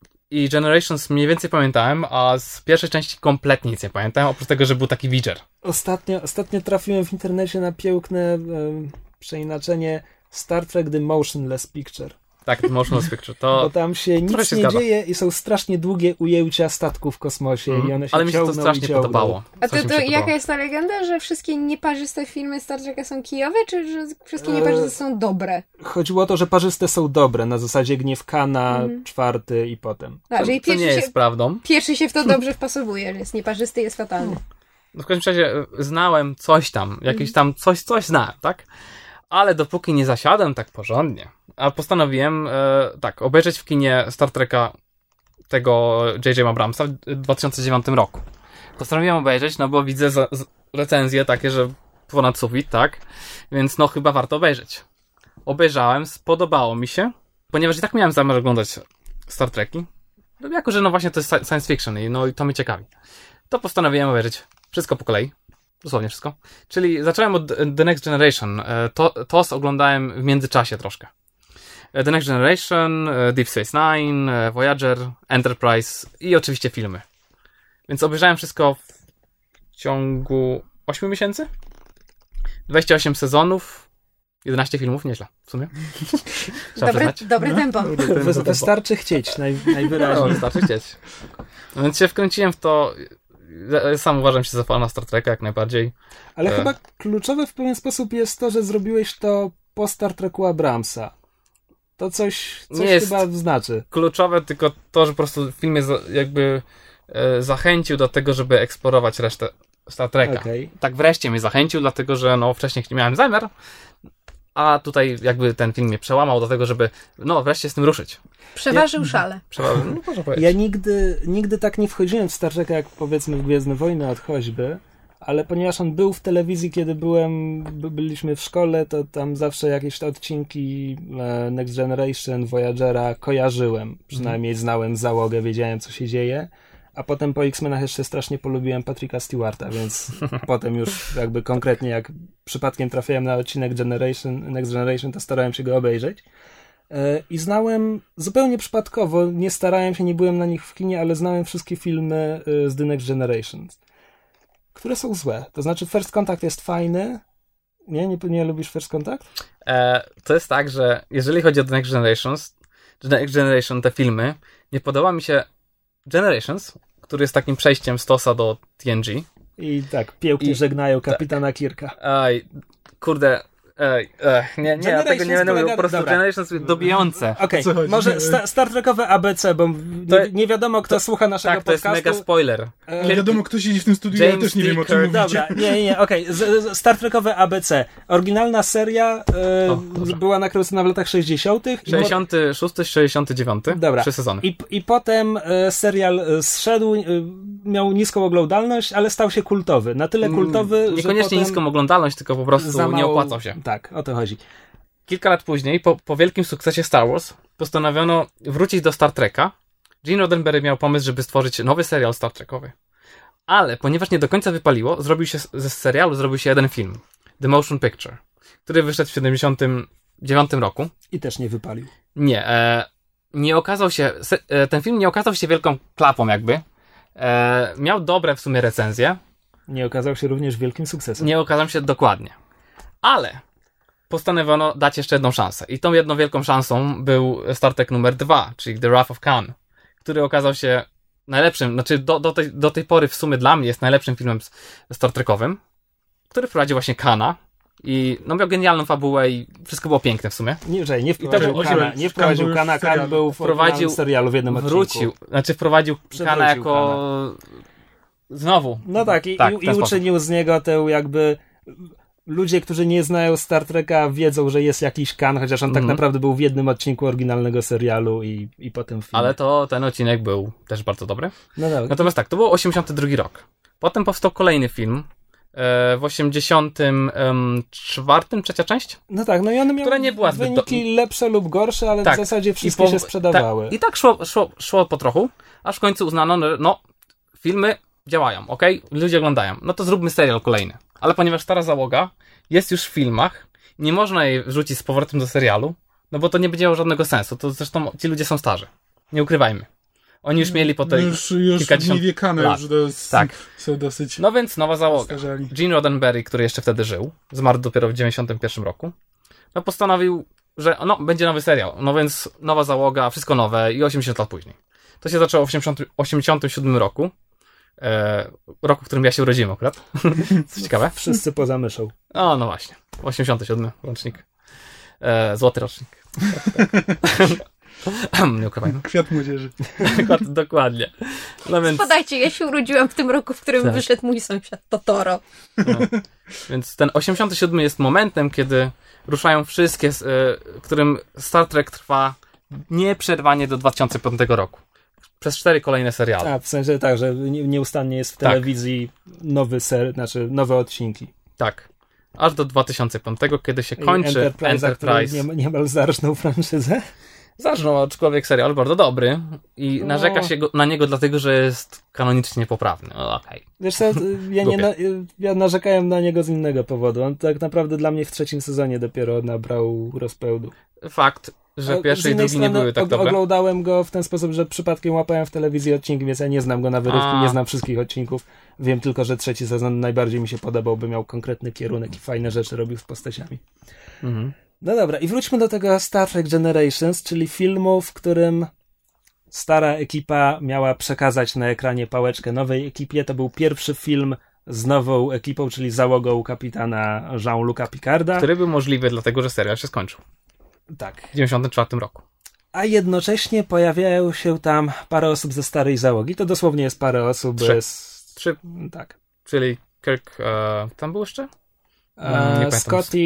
i Generations mniej więcej pamiętałem, a z pierwszej części kompletnie nic nie pamiętałem, oprócz tego, że był taki widger. Ostatnio, ostatnio trafiłem w internecie na piękne e, przeinaczenie Star Trek The Motionless Picture. Tak, The Motionless Picture. To bo tam się nic się nie zgadza. dzieje i są strasznie długie ujęcia statków w kosmosie mm. i one się Ale mi się to ciągną strasznie podobało. A to, to jaka jest ta legenda, że wszystkie nieparzyste filmy Star Treka są kijowe, czy że wszystkie nieparzyste są dobre? Chodziło o to, że parzyste są dobre, na zasadzie Gniew Kana, mm. czwarty i potem. A, to, czyli to nie się, jest prawdą. Pierwszy się w to dobrze wpasowuje, że jest nieparzysty i jest fatalny. No w każdym razie znałem coś tam, jakieś tam coś, coś znałem, tak? Ale dopóki nie zasiadłem tak porządnie, a postanowiłem e, tak, obejrzeć w kinie Star Treka tego J J Abramsa w dwa tysiące dziewiątym roku. Postanowiłem obejrzeć, no bo widzę za, z, recenzje takie, że ponad sufit, tak? Więc no chyba warto obejrzeć. Obejrzałem, spodobało mi się, ponieważ i tak miałem zamiar oglądać Star Treki. No, jako, że no właśnie to jest science fiction i no i to mnie ciekawi. To postanowiłem obejrzeć wszystko po kolei. Dosłownie wszystko. Czyli zacząłem od The Next Generation. To, to oglądałem w międzyczasie troszkę. The Next Generation, Deep Space Nine, Voyager, Enterprise i oczywiście filmy. Więc obejrzałem wszystko w ciągu ośmiu miesięcy. dwadzieścia osiem sezonów, jedenaście filmów, nieźle w sumie. Trzeba dobre, przyznać. dobre no. tempo. Wy, wystarczy chcieć, naj, najwyraźniej. No, wystarczy chcieć. Więc się wkręciłem w to. Ja sam uważam się za fana Star Treka jak najbardziej. Ale e... chyba kluczowe w pewien sposób jest to, że zrobiłeś to po Star Treku Abramsa. To coś, coś nie jest chyba znaczy. Kluczowe, tylko to, że po prostu film mnie jakby e, zachęcił do tego, żeby eksplorować resztę Star Treka. Okay. Tak wreszcie mnie zachęcił, dlatego że no wcześniej nie miałem zamiar, a tutaj jakby ten film mnie przełamał do tego, żeby no wreszcie z tym ruszyć. Przeważył ja, szale. Przeważył, no, można powiedzieć. Ja nigdy, nigdy tak nie wchodziłem w Star Treka, jak powiedzmy w Gwiezdne Wojny od choćby, ale ponieważ on był w telewizji, kiedy byłem, byliśmy w szkole, to tam zawsze jakieś odcinki Next Generation, Voyagera kojarzyłem. Przynajmniej znałem załogę, wiedziałem, co się dzieje. A potem po X-Menach jeszcze strasznie polubiłem Patricka Stewarta, więc potem już jakby konkretnie jak przypadkiem trafiałem na odcinek Generation, Next Generation, to starałem się go obejrzeć. I znałem zupełnie przypadkowo, nie starałem się, nie byłem na nich w kinie, ale znałem wszystkie filmy z The Next Generation, które są złe. To znaczy First Contact jest fajny. Nie? Nie, nie lubisz First Contact? E, to jest tak, że jeżeli chodzi o The Next Generations, The Next Generation, te filmy, nie podoba mi się Generations, który jest takim przejściem z TOSa do T N G. I tak, pięknie I, żegnają kapitana tak. Kirka. Aj, kurde, ej, ech, nie, nie, ja tego nie będę mówił, po prostu dobra. Generations dobijające. Okej, okay. Może sta- Star Trekowe A B C, bo nie, nie wiadomo, kto to, słucha naszego tak, podcastu. Tak, to jest mega spoiler. E... Wiadomo, kto siedzi w tym studiu, James ja też nie wiem, o czym mówicie. Dobra, nie, nie, nie, okej. Okay. Star Trekowe A B C. Oryginalna seria e, o, była nakręcona w latach sześćdziesiątych. sześćdziesiąty szósty, sześćdziesiąty dziewiąty. Dobra. Trzy sezony. I, i potem e, serial zszedł, e, miał niską oglądalność, ale stał się kultowy. Na tyle kultowy, Niekoniecznie że potem niską oglądalność, tylko po prostu mało, nie opłacał się. Tak, o to chodzi. Kilka lat później, po, po wielkim sukcesie Star Wars, postanowiono wrócić do Star Treka. Gene Roddenberry miał pomysł, żeby stworzyć nowy serial Star Trekowy. Ale ponieważ nie do końca wypaliło, zrobił się ze serialu zrobił się jeden film. The Motion Picture, który wyszedł w siedemdziesiątym dziewiątym roku. I też nie wypalił. Nie. E, nie okazał się... Se, e, ten film nie okazał się wielką klapą jakby. E, miał dobre w sumie recenzje. Nie okazał się również wielkim sukcesem. Nie okazał się dokładnie. Ale postanowiono dać jeszcze jedną szansę. I tą jedną wielką szansą był Star Trek numer dwa, czyli The Wrath of Khan, który okazał się najlepszym, znaczy do, do, tej, do tej pory w sumie dla mnie jest najlepszym filmem Star Trekowym, który wprowadził właśnie Khana. I no miał genialną fabułę i wszystko było piękne w sumie. Nie, że nie wprowadził był- Kana, nie wprowadził Kana, Kan był w Wprowadził- oryginalnym serialu w jednym Wrócił, odcinku. znaczy wprowadził Przywrócił Khana jako... Znowu. No tak, i, Tak, i, w i ten sposób. uczynił z niego tę jakby... Ludzie, którzy nie znają Star Treka, wiedzą, że jest jakiś Kan, chociaż on tak Mhm. naprawdę był w jednym odcinku oryginalnego serialu i, i potem w filmie. Ale to ten odcinek był też bardzo dobry. No dobra. Natomiast tak, to był osiemdziesiąty drugi rok. Potem powstał kolejny film e, w osiemdziesiątym czwartym, trzecia część? No tak, no i one miały Która nie była zbyt wyniki lepsze lub gorsze, ale Tak. w zasadzie wszystkie po- się sprzedawały. Tak, I tak szło, szło, szło po trochu, aż w końcu uznano, że no, filmy działają, okej? Ludzie oglądają. No to zróbmy serial kolejny. Ale ponieważ stara załoga jest już w filmach, nie można jej wrzucić z powrotem do serialu, no bo to nie będzie miało żadnego sensu. To zresztą ci ludzie są starzy. Nie ukrywajmy. Oni już mieli po tej Już, już kilkadziesiąt dni wiekane, lat. już dos, Tak. są dosyć No więc nowa załoga. starzali. Gene Roddenberry, który jeszcze wtedy żył, zmarł dopiero w dziewięćdziesiątym pierwszym roku, no postanowił, że no, będzie nowy serial. No więc nowa załoga, wszystko nowe i osiemdziesiąt lat później. To się zaczęło w osiemdziesiątym, osiemdziesiątym siódmym roku. E, roku, w którym ja się urodziłem akurat. Co ciekawe. Wszyscy poza myszą. O, no właśnie. osiemdziesiąty siódmy rocznik. E, złoty rocznik. Nie ukrywajmy. Kwiat młodzieży. Dokład- Dokładnie. No więc, Podajcie, ja się urodziłam w tym roku, w którym Tak. wyszedł mój sąsiad Totoro. no. Więc ten osiemdziesiąty siódmy jest momentem, kiedy ruszają wszystkie, e, którym Star Trek trwa nieprzerwanie do dwa tysiące piątego roku. Przez cztery kolejne seriale. A, w sensie tak, że nie- nieustannie jest w Tak. telewizji nowy ser, znaczy nowe odcinki. Tak. Aż do dwa tysiące piątego, kiedy się I kończy Enterprise, Enterprise. który nie, niemal zarżnął franczyzę. Zażnął, aczkolwiek serial bardzo dobry i No. narzeka się go, na niego dlatego, że jest kanonicznie niepoprawny. No, okej. Wiesz co, ja, nie na, ja narzekałem na niego z innego powodu. On tak naprawdę dla mnie w trzecim sezonie dopiero nabrał rozpełdu. Fakt, że A pierwszy z i innej drugi nie strony były tak og- dobre. Oglądałem go w ten sposób, że przypadkiem łapałem w telewizji odcinki, więc ja nie znam go na wyrywki, A. nie znam wszystkich odcinków. Wiem tylko, że trzeci sezon najbardziej mi się podobał, by miał konkretny kierunek i fajne rzeczy robił z postaciami. Mhm. No dobra, i wróćmy do tego Star Trek Generations, czyli filmu, w którym stara ekipa miała przekazać na ekranie pałeczkę nowej ekipie. To był pierwszy film z nową ekipą, czyli załogą kapitana Jean-Luc'a Picarda. Który był możliwy dlatego, że serial się skończył. Tak. W dziewięćdziesiątym czwartym roku. A jednocześnie pojawiają się tam parę osób ze starej załogi. To dosłownie jest parę osób Trzy. z... Trzy, Tak. czyli Kirk, e, tam był jeszcze? E, nie pamiętam. Scotty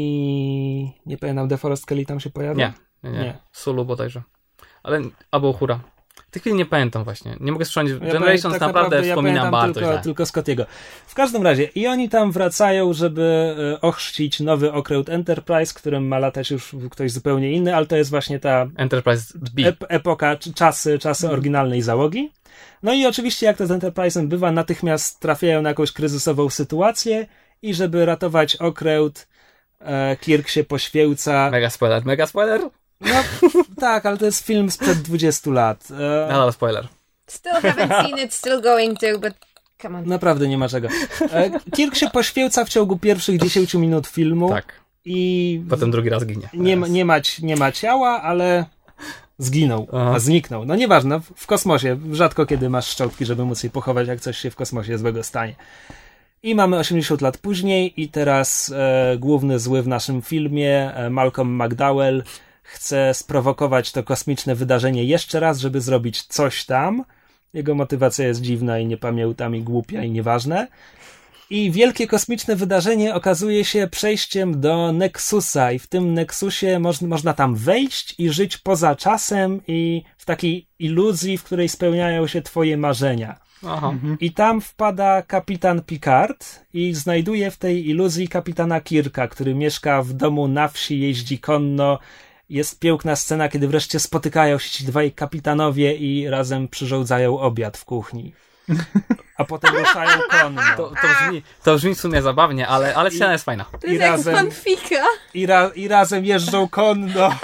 i... Nie pamiętam, DeForest Kelly tam się pojawia? Nie, nie, nie. Nie. Sulu bodajże. Ale, albo Uhura. W tej chwili nie pamiętam właśnie. Nie mogę strzelać. Ja Generations pamię- tak naprawdę ja wspominam pamiętam bardzo tylko, źle. tylko Scottiego. W każdym razie, i oni tam wracają, żeby e, ochrzcić nowy okręt Enterprise, którym ma latać już ktoś zupełnie inny, ale to jest właśnie ta Enterprise B. ep- epoka, czy czasy, czasy oryginalnej załogi. No i oczywiście, jak to z Enterprise'em bywa, natychmiast trafiają na jakąś kryzysową sytuację i żeby ratować okręt, e, Kirk się poświęca. Mega spoiler, mega spoiler? No tak, ale to jest film sprzed dwudziestu lat. E, Nadal spoiler. Still haven't seen it, still going to, but come on. Naprawdę nie ma czego. E, Kirk się poświęca w ciągu pierwszych dziesięciu minut filmu Tak. i Potem drugi raz ginie. nie, ma- nie, ma, nie ma ciała, ale zginął, Aha. a zniknął. No nieważne, w, w kosmosie. Rzadko kiedy masz szczątki, żeby móc je pochować, jak coś się w kosmosie złego stanie. I mamy osiemdziesiąt lat później i teraz e, główny zły w naszym filmie, e, Malcolm McDowell, chce sprowokować to kosmiczne wydarzenie jeszcze raz, żeby zrobić coś tam. Jego motywacja jest dziwna i niepamiętna i głupia i nieważne. I wielkie kosmiczne wydarzenie okazuje się przejściem do Nexusa i w tym Nexusie moż, można tam wejść i żyć poza czasem i w takiej iluzji, w której spełniają się twoje marzenia. Aha. I tam wpada kapitan Picard i znajduje w tej iluzji kapitana Kirka, który mieszka w domu na wsi, jeździ konno. Jest piękna scena, kiedy wreszcie spotykają się ci dwaj kapitanowie i razem przyrządzają obiad w kuchni. A potem ruszają konno. To, to, brzmi, to brzmi w sumie zabawnie, ale, ale scena jest fajna. To jest i jak razem- fanfika. I, ra, I razem jeżdżą konno.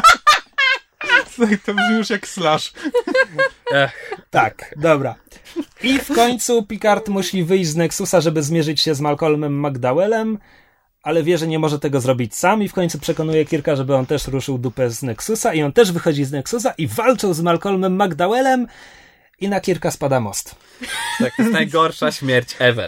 To brzmi już jak slash. Ech, Tak, dobra. I w końcu Picard musi wyjść z Nexusa, żeby zmierzyć się z Malcolmem McDowellem, ale wie, że nie może tego zrobić sam i w końcu przekonuje Kirka, żeby on też ruszył dupę z Nexusa i on też wychodzi z Nexusa i walczą z Malcolmem McDowellem i na Kirka spada most. Tak, to jest najgorsza śmierć ever.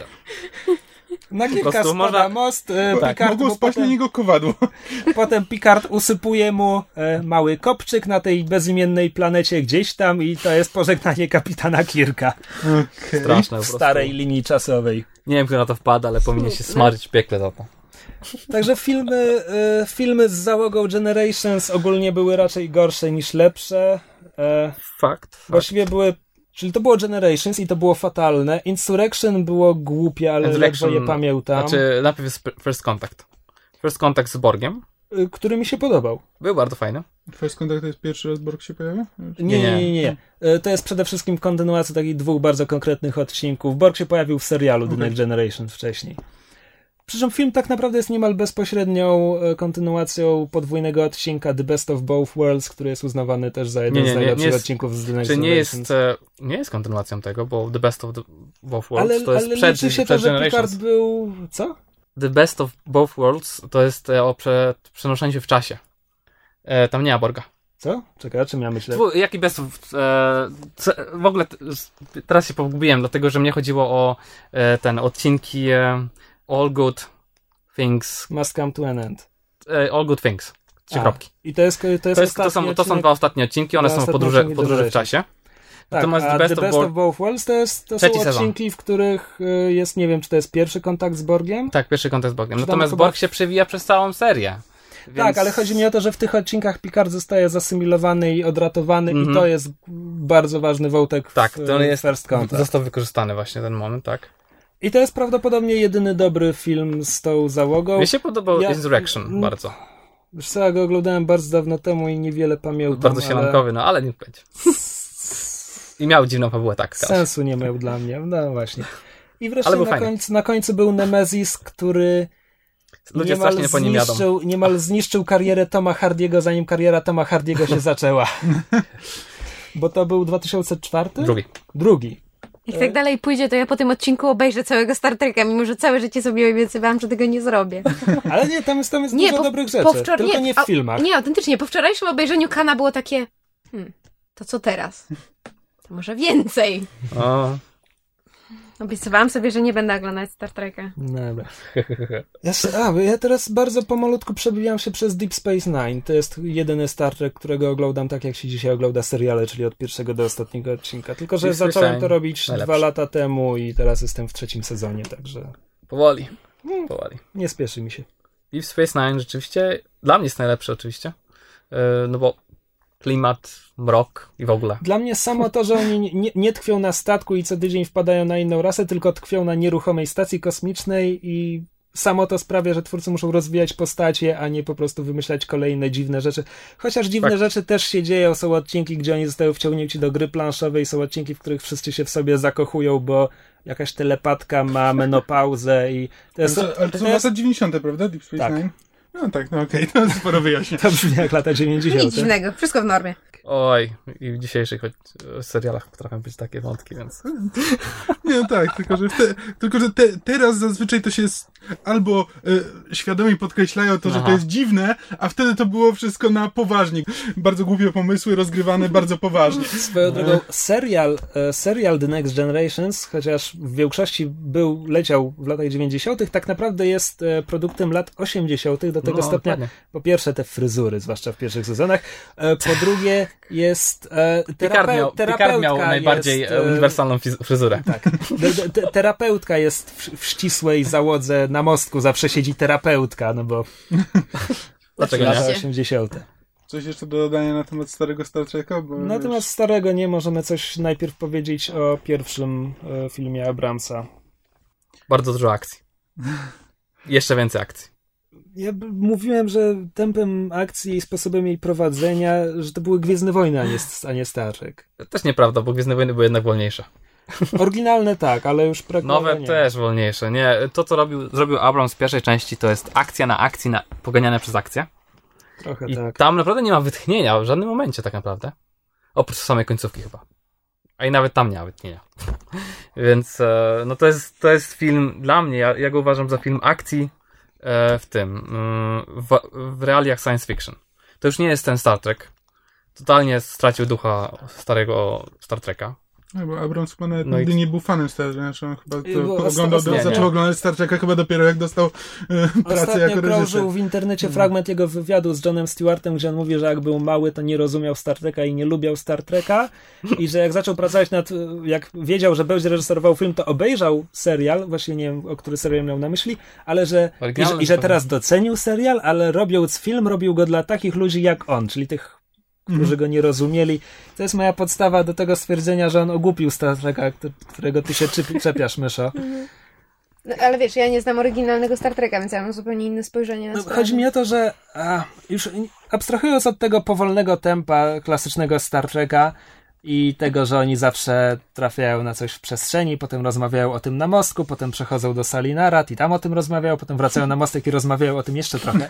Na Kirka spada można... most. E, tak, Picard, mogło spaść na niego kowadło. Potem Picard usypuje mu e, mały kopczyk na tej bezimiennej planecie gdzieś tam i to jest pożegnanie kapitana Kirka. Okay. Straszne. W starej linii czasowej. Nie wiem, kto na to wpada, ale powinien się smażyć w piekle za to. Także filmy, e, filmy z załogą Generations ogólnie były raczej gorsze niż lepsze. E, Fakt, fakt. Właściwie były, czyli to było Generations i to było fatalne. Insurrection było głupie, ale ledwo je pamiętam. Znaczy, najpierw jest First Contact. First Contact z Borgiem. E, który mi się podobał. Był bardzo fajny. First Contact to jest pierwszy raz Borg się pojawia? Nie, nie, nie, nie. E, to jest przede wszystkim kontynuacja takich dwóch bardzo konkretnych odcinków. Borg się pojawił w serialu The Okay. Next Generation wcześniej. Przy czym film tak naprawdę jest niemal bezpośrednią kontynuacją podwójnego odcinka The Best of Both Worlds, który jest uznawany też za jeden Nie, nie, z nie, najlepszych nie jest, odcinków z The Next czy nie Generation. jest, e, nie jest kontynuacją tego, bo The Best of the Both Worlds ale, to jest ale przed, liczy się przed to, że Generations. Picard był... Co? The Best of Both Worlds to jest e, o prze, przenoszeniu się w czasie. E, tam nie ma Borga. Co? Czekaj, o czym ja myślę? Dwu, jaki Best of... E, co, w ogóle t, teraz się pogubiłem, dlatego że mnie chodziło o e, ten odcinki e, All Good Things. Must Come to an End. E, All Good Things. Trzy A, kropki. I to jest, to jest, To, jest, to, są, to są dwa ostatnie odcinki, one dwa są w ostatnie podróży, odcinki podróży w Generations. czasie. Tak, Natomiast a The Best, The of, Best Bo- of Both Worlds to, jest, to są Trzeci sezon. odcinki, w których y, jest, nie wiem, czy to jest pierwszy kontakt z Borgiem? Tak, pierwszy kontakt z Borgiem. Czy tam Natomiast chyba- Borg się przewija przez całą serię. Więc... Tak, ale chodzi mi o to, że w tych odcinkach Picard zostaje zasymilowany i odratowany Mhm. i to jest bardzo ważny wątek Tak, w to jest, First Contact. został wykorzystany właśnie ten moment, tak. I to jest prawdopodobnie jedyny dobry film z tą załogą. Mnie się podobał Ja- Insurrection Mm. bardzo. Wiesz co, ja go oglądałem bardzo dawno temu i niewiele pamiętam. Bardzo ale sielankowy, no ale nie będzie. I miał dziwną fabułę, tak. Kasia. sensu nie miał dla mnie, no właśnie. I wreszcie Ale był na fajny. końcu, na końcu był Nemesis, który Ludzie niemal strasznie po nim jadą. zniszczył, niemal zniszczył karierę Toma Hardiego, zanim kariera Toma Hardiego się zaczęła. Bo to był dwa tysiące czwarty? Drugi. Drugi. Jak tak dalej pójdzie, to ja po tym odcinku obejrzę całego Star Treka, mimo że całe życie sobie obiecywałam, że tego nie zrobię. Ale nie, tam jest, tam jest Nie, dużo po- dobrych rzeczy, po wczor- tylko nie w a- filmach. Nie, autentycznie, po wczorajszym obejrzeniu Kana było takie, hmm, to co teraz? To może więcej. O. Obiecywałam sobie, że nie będę oglądać Star Treka. Dobra. Ja, s- a, bo ja teraz bardzo pomalutku przebijam się przez Deep Space Nine. To jest jedyny Star Trek, którego oglądam tak, jak się dzisiaj ogląda seriale, czyli od pierwszego do ostatniego odcinka. Tylko, że Deep Space zacząłem Nine to robić najlepszy. dwa lata temu i teraz jestem w trzecim sezonie, także Powoli. Powoli. nie spieszy mi się. Deep Space Nine rzeczywiście, dla mnie jest najlepszy oczywiście. Yy, no bo klimat, mrok i w ogóle. Dla mnie samo to, że oni nie, nie, nie tkwią na statku i co tydzień wpadają na inną rasę, tylko tkwią na nieruchomej stacji kosmicznej i samo to sprawia, że twórcy muszą rozwijać postacie, a nie po prostu wymyślać kolejne dziwne rzeczy. Chociaż dziwne Tak. rzeczy też się dzieją. Są odcinki, gdzie oni zostają wciągnięci do gry planszowej, są odcinki, w których wszyscy się w sobie zakochują, bo jakaś telepatka ma menopauzę i to jest... Ale to, ale to są to jest lata dziewięćdziesiąte, prawda? Deep Space Tak. Nine? No tak, no okej, to sporo wyjaśnia. to brzmi jak lata Nic dziewięćdziesiąte. dziwnego, wszystko w normie. Oj, i w dzisiejszych choć, e, serialach potrafią być takie wątki, więc... Nie, no tak, tylko że, te, tylko, że te, teraz zazwyczaj to się s- albo y, świadomie podkreślają to, że Aha. to jest dziwne, a wtedy to było wszystko na poważnie. Bardzo głupie pomysły rozgrywane bardzo poważnie. Swoją drogą, serial, e, serial The Next Generations, chociaż w większości był, leciał w latach dziewięćdziesiątych, tak naprawdę jest e, produktem lat osiemdziesiątych, do tego No, stopnia, dokładnie. po pierwsze te fryzury, zwłaszcza w pierwszych sezonach, e, po drugie jest e, Picard miał, Picard miał najbardziej jest, e, uniwersalną fiz- fryzurę. Tak. De, de, te, terapeutka jest w, w ścisłej załodze na mostku, zawsze siedzi terapeutka, no bo Dlaczego nie? lata osiemdziesiąte. Coś jeszcze do dodania na temat starego Star Treka? Bo Natomiast starego nie, możemy coś najpierw powiedzieć o pierwszym e, filmie Abramsa. Bardzo dużo akcji. Jeszcze więcej akcji. Ja b- mówiłem, że tempem akcji i sposobem jej prowadzenia, że to były Gwiezdne Wojny, a nie, a nie Star Trek. To też nieprawda, bo Gwiezdne Wojny były jednak wolniejsze. Oryginalne tak, ale już prequele Nowe nie. też wolniejsze. Nie, to co robił, zrobił Abrams w pierwszej części to jest akcja na akcji, na, poganiane przez akcję. Trochę I tak. tam naprawdę nie ma wytchnienia w żadnym momencie tak naprawdę. Oprócz samej końcówki chyba. A i nawet tam nie ma wytchnienia. Więc e, no to jest, to jest film dla mnie, ja, ja go uważam za film akcji w tym, w, w realiach science fiction. To już nie jest ten Star Trek. Totalnie stracił ducha starego Star Treka. No, bo Abrams chyba nawet No nigdy i... nie był fanem Star Treka, znaczy on chyba to Bo oglądał, osta- do, nie, zaczął nie. oglądać Star Treka chyba dopiero jak dostał e, pracę Ostatnio jako reżyser. krążył w internecie fragment jego wywiadu z Johnem Stewartem, gdzie on mówi, że jak był mały, to nie rozumiał Star Treka i nie lubiał Star Treka i że jak zaczął pracować nad, jak wiedział, że będzie reżyserował film, to obejrzał serial, właśnie nie wiem, o który serial miał na myśli, ale że i, że, i że teraz docenił serial, ale robiąc film, robił go dla takich ludzi jak on, czyli tych, którzy go nie rozumieli. To jest moja podstawa do tego stwierdzenia, że on ogłupił Star Treka, którego ty się czepiasz, Myszo. No, ale wiesz, ja nie znam oryginalnego Star Treka, więc ja mam zupełnie inne spojrzenie na No, sprawę. chodzi mi o to, że a, już abstrahując od tego powolnego tempa klasycznego Star Treka i tego, że oni zawsze trafiają na coś w przestrzeni, potem rozmawiają o tym na mostku, potem przechodzą do sali narad i tam o tym rozmawiają, potem wracają na mostek i rozmawiają o tym jeszcze trochę.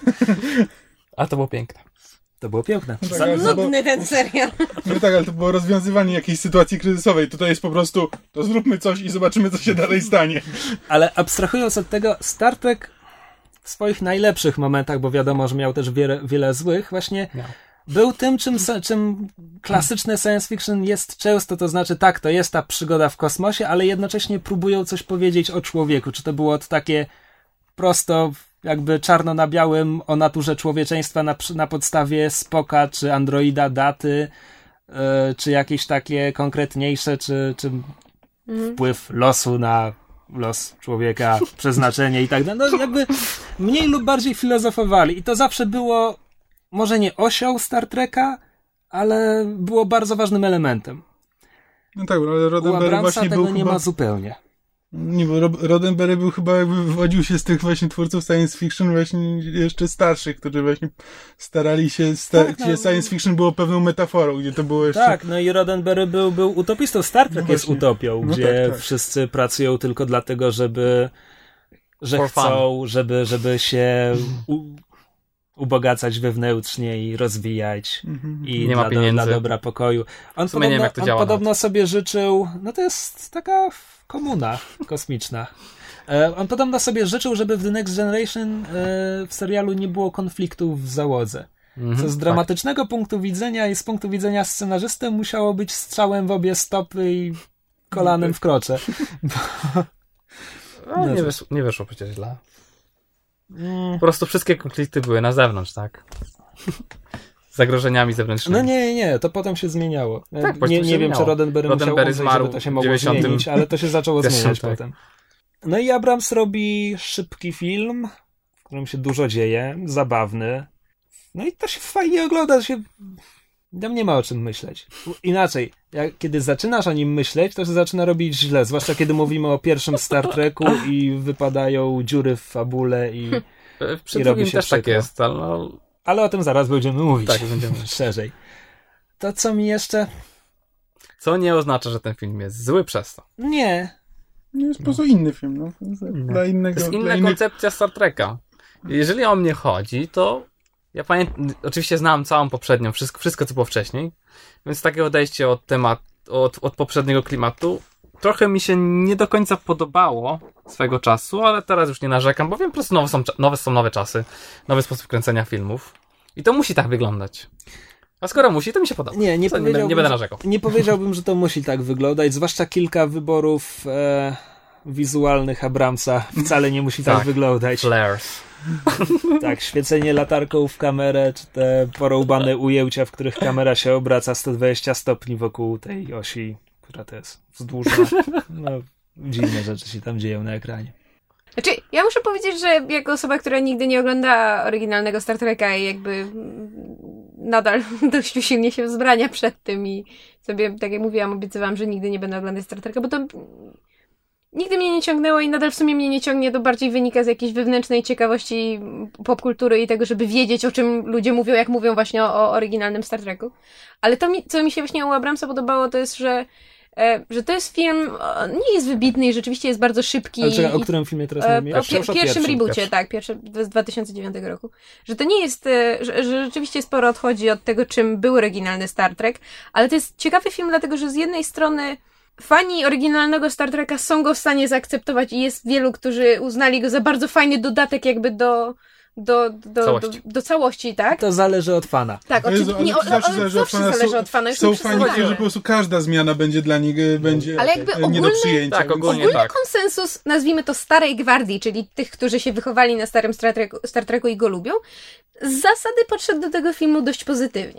A to było piękne. To było piękne. No tak, Za ale to było- nudny ten serial. No tak, ale to było rozwiązywanie jakiejś sytuacji kryzysowej. Tutaj jest po prostu, to zróbmy coś i zobaczymy, co się dalej stanie. Ale abstrahując od tego, Star Trek w swoich najlepszych momentach, bo wiadomo, że miał też wiele, wiele złych, właśnie Miał. był tym, czym, czym klasyczne science fiction jest często, to znaczy tak, to jest ta przygoda w kosmosie, ale jednocześnie próbują coś powiedzieć o człowieku. Czy to było to takie prosto, jakby czarno na białym o naturze człowieczeństwa na, na podstawie Spocka, czy androida Daty, yy, czy jakieś takie konkretniejsze, czy, czy Mhm. wpływ losu na los człowieka, przeznaczenie i tak dalej. No jakby mniej lub bardziej filozofowali. I to zawsze było może nie osią Star Treka, ale było bardzo ważnym elementem. No tak, ale U Roddenberry Abramsa właśnie tego był nie chyba... ma zupełnie. Nie, bo Rob- Roddenberry był chyba jakby wywodził się z tych właśnie twórców science fiction właśnie jeszcze starszych, którzy właśnie starali się, sta- Tak, no. gdzie science fiction było pewną metaforą, gdzie to było jeszcze... Tak, no i Roddenberry był, był utopistą. Star Trek No jest właśnie. utopią, No gdzie tak, tak. wszyscy pracują tylko dlatego, żeby że For chcą, żeby, żeby się u, ubogacać wewnętrznie i rozwijać Mhm. i Nie ma dla, do, pieniędzy. dla dobra pokoju. On W sumie nie podobno, wiem, jak to on działa podobno sobie życzył, no to jest taka komuna kosmiczna. E, on podobno sobie życzył, żeby w The Next Generation e, w serialu nie było konfliktów w załodze. Mhm, Co z dramatycznego punktu widzenia i z punktu widzenia scenarzysty musiało być strzałem w obie stopy i kolanem w krocze. Tak. No, nie, wyszło, nie wyszło przecież źle. Mm. Po prostu wszystkie konflikty były na zewnątrz, tak? Z zagrożeniami zewnętrznymi. No nie, nie, nie, to potem się zmieniało. Tak, po nie prostu nie się wiem, czy zmieniało. Roddenberry, Roddenberry musiał umrzeć, zmarł żeby to się w mogło dziewięćdziesiątym zmienić, ale to się zaczęło pierwszym, zmieniać tak. potem. No i Abrams robi szybki film, w którym się dużo dzieje, zabawny. No i to się fajnie ogląda, to się... Tam nie ma o czym myśleć. Inaczej, jak, kiedy zaczynasz o nim myśleć, to się zaczyna robić źle, zwłaszcza kiedy mówimy o pierwszym Star Treku i wypadają dziury w fabule i... Przy i drugim robi się też tak przykro. jest, ale no, Ale o tym zaraz będziemy mówić. tak będziemy. Szerzej. To co mi jeszcze... Co nie oznacza, że ten film jest zły przez to. Nie. No jest po prostu inny film, no. Dla innego... To jest dla inna innych... koncepcja Star Treka. Jeżeli o mnie chodzi, to ja pamiętam, oczywiście znam całą poprzednią, wszystko, wszystko co było wcześniej, więc takie odejście od temat, od, od poprzedniego klimatu trochę mi się nie do końca podobało swego czasu, ale teraz już nie narzekam, bo wiem, po prostu nowe są, nowe są nowe czasy, nowy sposób kręcenia filmów i to musi tak wyglądać. A skoro musi, to mi się podoba. Nie, nie, Co, nie, powiedziałbym, nie będę że- narzekał. Nie powiedziałbym, że to musi tak wyglądać, zwłaszcza kilka wyborów e, wizualnych Abramsa wcale nie musi tak, Tak. wyglądać. Flares. Tak, świecenie latarką w kamerę, czy te porąbane ujęcia, w których kamera się obraca sto dwadzieścia stopni wokół tej osi, która to jest wzdłużna. No, dziwne rzeczy się tam dzieją na ekranie. Znaczy, ja muszę powiedzieć, że jako osoba, która nigdy nie ogląda oryginalnego Star Treka i jakby mm, nadal dość usilnie się wzbrania przed tym i sobie, tak jak mówiłam, obiecywałam, że nigdy nie będę oglądać Star Treka, bo to nigdy mnie nie ciągnęło i nadal w sumie mnie nie ciągnie, to bardziej wynika z jakiejś wewnętrznej ciekawości popkultury i tego, żeby wiedzieć, o czym ludzie mówią, jak mówią właśnie o, o oryginalnym Star Treku. Ale to, mi, co mi się właśnie u Abramsa podobało, to jest, że E, że to jest film, o, nie jest wybitny i rzeczywiście jest bardzo szybki. Ale czekaj, o i- którym filmie teraz e, mówimy? o pie- pierwszym reboocie, Pierwszy. tak, pierwszy, z dwa tysiące dziewiątego roku. Że to nie jest, e, że, że rzeczywiście sporo odchodzi od tego, czym był oryginalny Star Trek, ale to jest ciekawy film, dlatego że z jednej strony fani oryginalnego Star Treka są go w stanie zaakceptować i jest wielu, którzy uznali go za bardzo fajny dodatek jakby do Do, do, całości. do, do całości, tak? To zależy od fana. Tak, Jezu, oczywiście. Nie, o, zawsze o, zależy od zawsze fana. zależy Są- od fana. Już Są nie fani, przesadzają. którzy po prostu każda zmiana będzie dla nich będzie Ale jakby e, nie ogólny- do przyjęcia. Tak, więc- ogólnie Ogólny tak. konsensus, nazwijmy to starej gwardii, czyli tych, którzy się wychowali na starym Star Treku, Star Treku i go lubią, z zasady podszedł do tego filmu dość pozytywnie.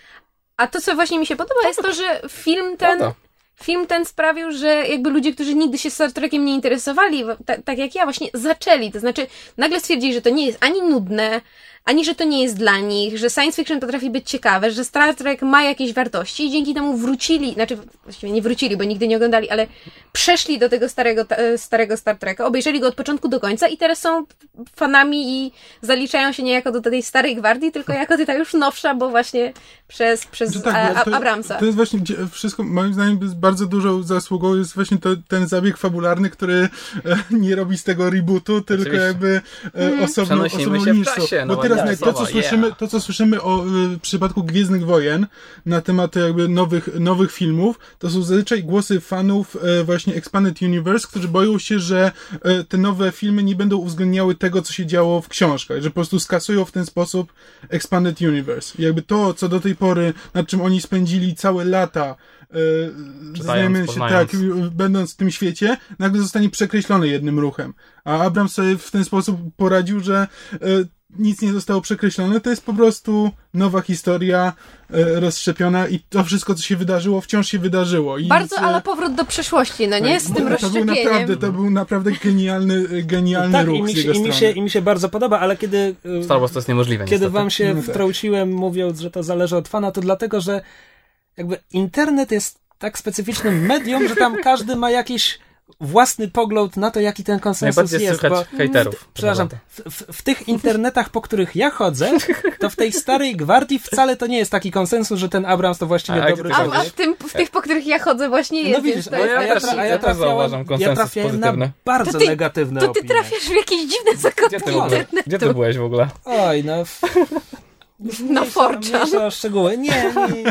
A to, co właśnie mi się podoba, jest to, że film ten... Prawda. Film ten sprawił, że jakby ludzie, którzy nigdy się Star Trekiem nie interesowali, ta, tak jak ja, właśnie zaczęli. To znaczy, nagle stwierdzili, że to nie jest ani nudne, ani że to nie jest dla nich, że science fiction potrafi być ciekawe, że Star Trek ma jakieś wartości i dzięki temu wrócili, znaczy właściwie nie wrócili, bo nigdy nie oglądali, ale przeszli do tego starego, ta, starego Star Treka, obejrzeli go od początku do końca i teraz są fanami i zaliczają się nie jako do tej starej gwardii, tylko jako ta już nowsza, bo właśnie przez, przez Że tak, a, bo to, a, Abramsa. To jest właśnie gdzie wszystko, moim zdaniem, jest bardzo dużą zasługą jest właśnie to, ten zabieg fabularny, który e, nie robi z tego rebootu, tylko Oczywiście. jakby e, osobną, Przenosimy osobną się w niszą. czasie, no Bo teraz ładnie, naj- to, co słowa, słyszymy, yeah. to, co słyszymy o w przypadku Gwiezdnych Wojen na temat jakby nowych, nowych filmów, to są zazwyczaj głosy fanów e, właśnie Expanded Universe, którzy boją się, że e, te nowe filmy nie będą uwzględniały tego, co się działo w książkach, że po prostu skasują w ten sposób Expanded Universe. I jakby to, co do tej pory, nad czym oni spędzili całe lata, e, znajomyśmy się, poznając. tak, będąc w tym świecie, nagle zostanie przekreślone jednym ruchem. A Abrams sobie w ten sposób poradził, że e, nic nie zostało przekreślone, to jest po prostu nowa historia e, rozszczepiona i to wszystko, co się wydarzyło, wciąż się wydarzyło. I Bardzo, nic, e, ale powrót do przeszłości, no nie? Z tym to był rozszczepieniem. naprawdę, to był naprawdę genialny, genialny Tak, ruch i mi, z się, jego i, mi strony. się, i mi się bardzo podoba, ale kiedy, y, Star Wars to jest niemożliwe kiedy niestety. wam się No tak. wtrąciłem, mówiąc, że to zależy od fana, to dlatego, że jakby internet jest tak specyficznym medium, że tam każdy ma jakiś własny pogląd na to, jaki ten konsensus Najbardziej jest. słychać Bo, hejterów. przepraszam, w, w, w tych internetach, po których ja chodzę, to w tej starej gwardii wcale to nie jest taki konsensus, że ten Abrams to właściwie A jak dobry ty A, człowiek. a w, tym, w tych, po których ja chodzę, właśnie jest. No widzisz, wiesz, to a jest ja, ja ja, też- tra- a ja ja też trafiałem, zauważam ja konsensus trafiałem na pozytywny. bardzo To ty- negatywne To ty opinie. trafiasz w jakieś dziwne zakątki Gdzie ty, w ogóle? internetu. Gdzie ty byłeś w ogóle? Oj, no... w- Na mniejsza- Forchan. mniejsza o szczegóły. Nie, nie,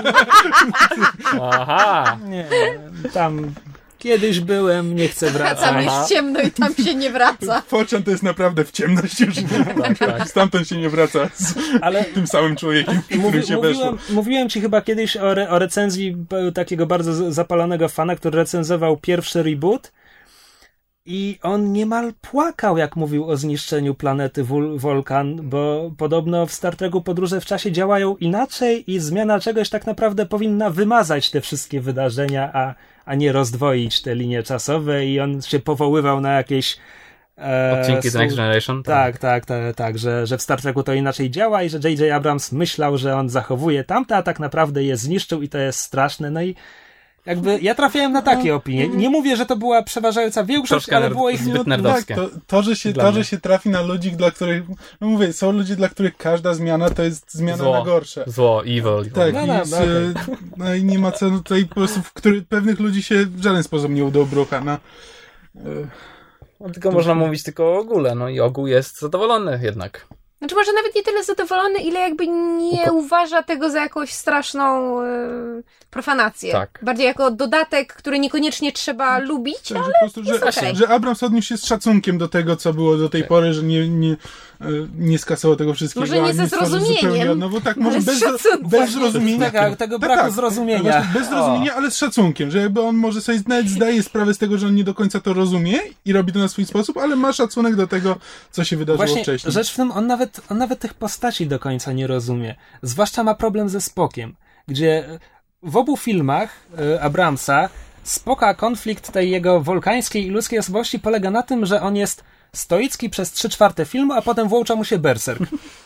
Aha! nie, tam kiedyś byłem, nie chcę Tam wracać. jest ciemno i tam się nie wraca. Forchan to jest naprawdę w ciemność już. Tak, tak. Stamtąd się nie wraca z Ale tym samym człowiekiem, w mówi, którym się weszło. mówiłem, mówiłem ci chyba kiedyś o, re, o recenzji p- takiego bardzo z- zapalonego fana, który recenzował pierwszy reboot i on niemal płakał, jak mówił o zniszczeniu planety Wul- Vulcan, bo podobno w Star Treku podróże w czasie działają inaczej i zmiana czegoś tak naprawdę powinna wymazać te wszystkie wydarzenia, a, a nie rozdwoić te linie czasowe i on się powoływał na jakieś e, Odcinki The są- Next Generation? Tak, tak, tak, tak, że, że w Star Treku to inaczej działa i że J J. Abrams myślał, że on zachowuje tamte, a tak naprawdę je zniszczył i to jest straszne. No i jakby ja trafiałem na takie opinie. Nie mówię, że to była przeważająca większość, Troszkę ale nerd- było ich... zbyt tak, nerdowskie. to, to, że się, Dla to, mnie. że się trafi na ludzi, dla których, no mówię, są ludzie, dla których każda zmiana to jest zmiana Zło. na gorsze. Zło, evil. Tak, No, i, no, z, okej. no i nie ma co tutaj po prostu, w który, pewnych ludzi się w żaden sposób nie udobrucha. No. E, No, tylko można mówić tylko o ogóle, no i ogół jest zadowolony jednak. Znaczy może nawet nie tyle zadowolony, ile jakby nie Uko- uważa tego za jakąś straszną e, profanację. Tak. Bardziej jako dodatek, który niekoniecznie trzeba lubić. Tak, że, po prostu, że, jest okej. że Abrams odniósł się z szacunkiem do tego, co było do tej Tak. pory, że nie, nie, e, nie skasował tego wszystkiego. Może nie ani ze stworzył zrozumieniem, zupełnie- No bo tak, może ale z bez, szacunkiem. bez zrozumienia. Tego, tego Tak, braku tak. zrozumienia. Właśnie bez zrozumienia, ale z szacunkiem, że jakby on może sobie nawet zdaje sprawę z tego, że on nie do końca to rozumie i robi to na swój sposób, ale ma szacunek do tego, co się wydarzyło Właśnie wcześniej. rzecz w tym, on nawet, on nawet tych postaci do końca nie rozumie. Zwłaszcza ma problem ze Spokiem, gdzie w obu filmach y, Abramsa Spoka konflikt tej jego wolkańskiej i ludzkiej osobowości polega na tym, że on jest stoicki przez trzy czwarte filmu, a potem włącza mu się berserk.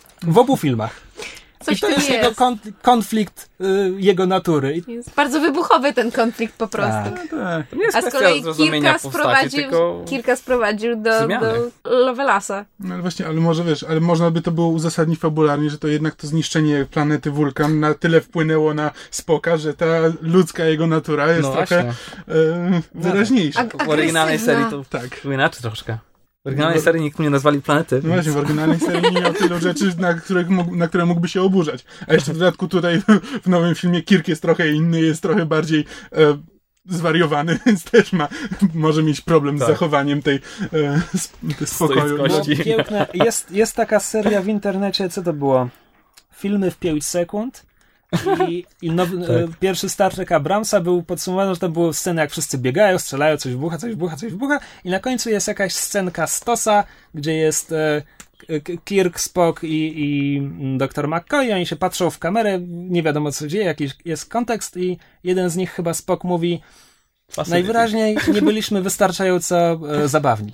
W obu filmach. Coś I to tu jest, jest. jego kon- konflikt y, jego natury. I Jest bardzo wybuchowy ten konflikt po prostu. Tak. Tak. To nie jest A z kwestia kolei zrozumienia Kirka postaci, sprowadził, tylko Kirka sprowadził do, zmiany. do Lovelasa. No ale właśnie, ale może wiesz, ale można by to było uzasadnić fabularnie, że to jednak to zniszczenie planety Vulkan na tyle wpłynęło na Spoka, że ta ludzka jego natura jest No trochę właśnie. e, wyraźniejsza. Ag- w oryginalnej serii agresywna. to Tak. było inaczej troszkę. W oryginalnej serii nikt mu nie nazwali planety. No właśnie, w oryginalnej serii nie miał tylu rzeczy, na, których mógł, na które mógłby się oburzać. A jeszcze w dodatku tutaj w nowym filmie Kirk jest trochę inny, jest trochę bardziej e, zwariowany, więc też ma, może mieć problem tak. z zachowaniem tej e, spokoju. No, piękne. Jest, jest taka seria w internecie, co to było? Filmy w pięć sekund. I, i nowy, tak. pierwszy Star Trek Abramsa był podsumowany, że to było sceny, jak wszyscy biegają, strzelają, coś wybucha, coś wybucha, coś wybucha i na końcu jest jakaś scenka z Tosa, gdzie jest e, Kirk, Spock i, i doktor McCoy, oni się patrzą w kamerę, nie wiadomo co się dzieje, jakiś jest kontekst i jeden z nich, chyba Spock, mówi Facility. Najwyraźniej nie byliśmy wystarczająco e, zabawni.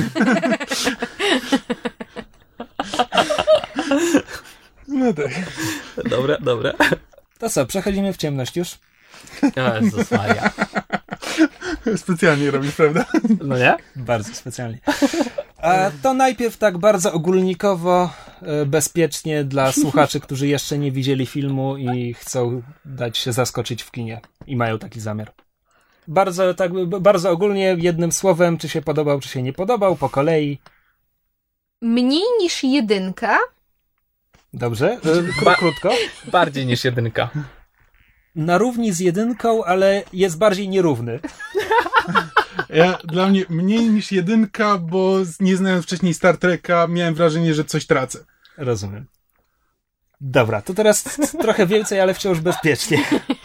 No tak. Dobre, dobre. To co, przechodzimy w ciemność już? Jezus Maria. Specjalnie robisz, prawda? No nie? Bardzo specjalnie. A to najpierw tak bardzo ogólnikowo, bezpiecznie dla słuchaczy, którzy jeszcze nie widzieli filmu i chcą dać się zaskoczyć w kinie i mają taki zamiar. Bardzo, tak, bardzo ogólnie, jednym słowem, czy się podobał, czy się nie podobał, po kolei. Mniej niż jedynka. Dobrze, Ba- krótko. Bardziej niż jedynka. Na równi z jedynką, ale jest bardziej nierówny. Ja, dla mnie mniej niż jedynka, bo nie znając wcześniej Star Treka, miałem wrażenie, że coś tracę. Rozumiem. Dobra, to teraz trochę więcej, ale wciąż bezpiecznie.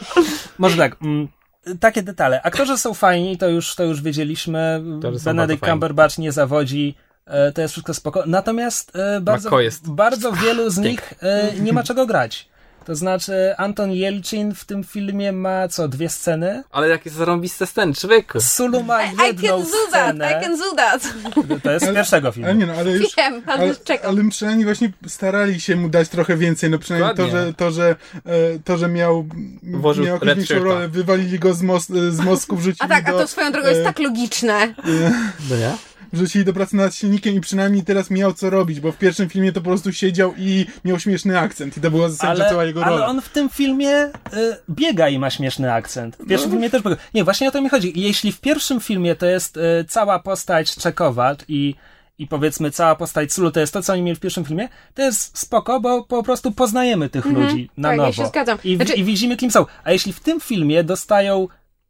Może tak, m, takie detale. Aktorzy są fajni, to już, to już wiedzieliśmy. Benedict Cumberbatch nie zawodzi. To jest wszystko spoko. Natomiast e, bardzo, bardzo wielu z nich e, nie ma czego grać. To znaczy Anton Jelcin w tym filmie ma co, dwie sceny? Ale jakie zarąbiste sceny, człowieku. Sulu ma jedną I can do scenę. that, I can do that. To jest z pierwszego filmu. Ale nie no, ale już, Wiem, ale, ale, już czekam. ale przynajmniej właśnie starali się mu dać trochę więcej. No przynajmniej to że, to, że to, że miał, Włożył miał jakąś większą rolę, wywalili go z, mos, z mostku, wrzucili A tak, do, a to swoją drogą jest e, tak logiczne. No nie? Wrzucili do pracy nad silnikiem i przynajmniej teraz miał co robić, bo w pierwszym filmie to po prostu siedział i miał śmieszny akcent i to była zasadniczo cała jego rola. Ale on w tym filmie y, biega i ma śmieszny akcent. W pierwszym no. filmie też biega. Nie, właśnie o to mi chodzi. Jeśli w pierwszym filmie to jest y, cała postać Czekowa i, i powiedzmy cała postać Sulu, to jest to, co oni mieli w pierwszym filmie, to jest spoko, bo po prostu poznajemy tych mm-hmm. ludzi na tak, nowo. Ja się zgadzam. I, znaczy... I widzimy, kim są. A jeśli w tym filmie dostają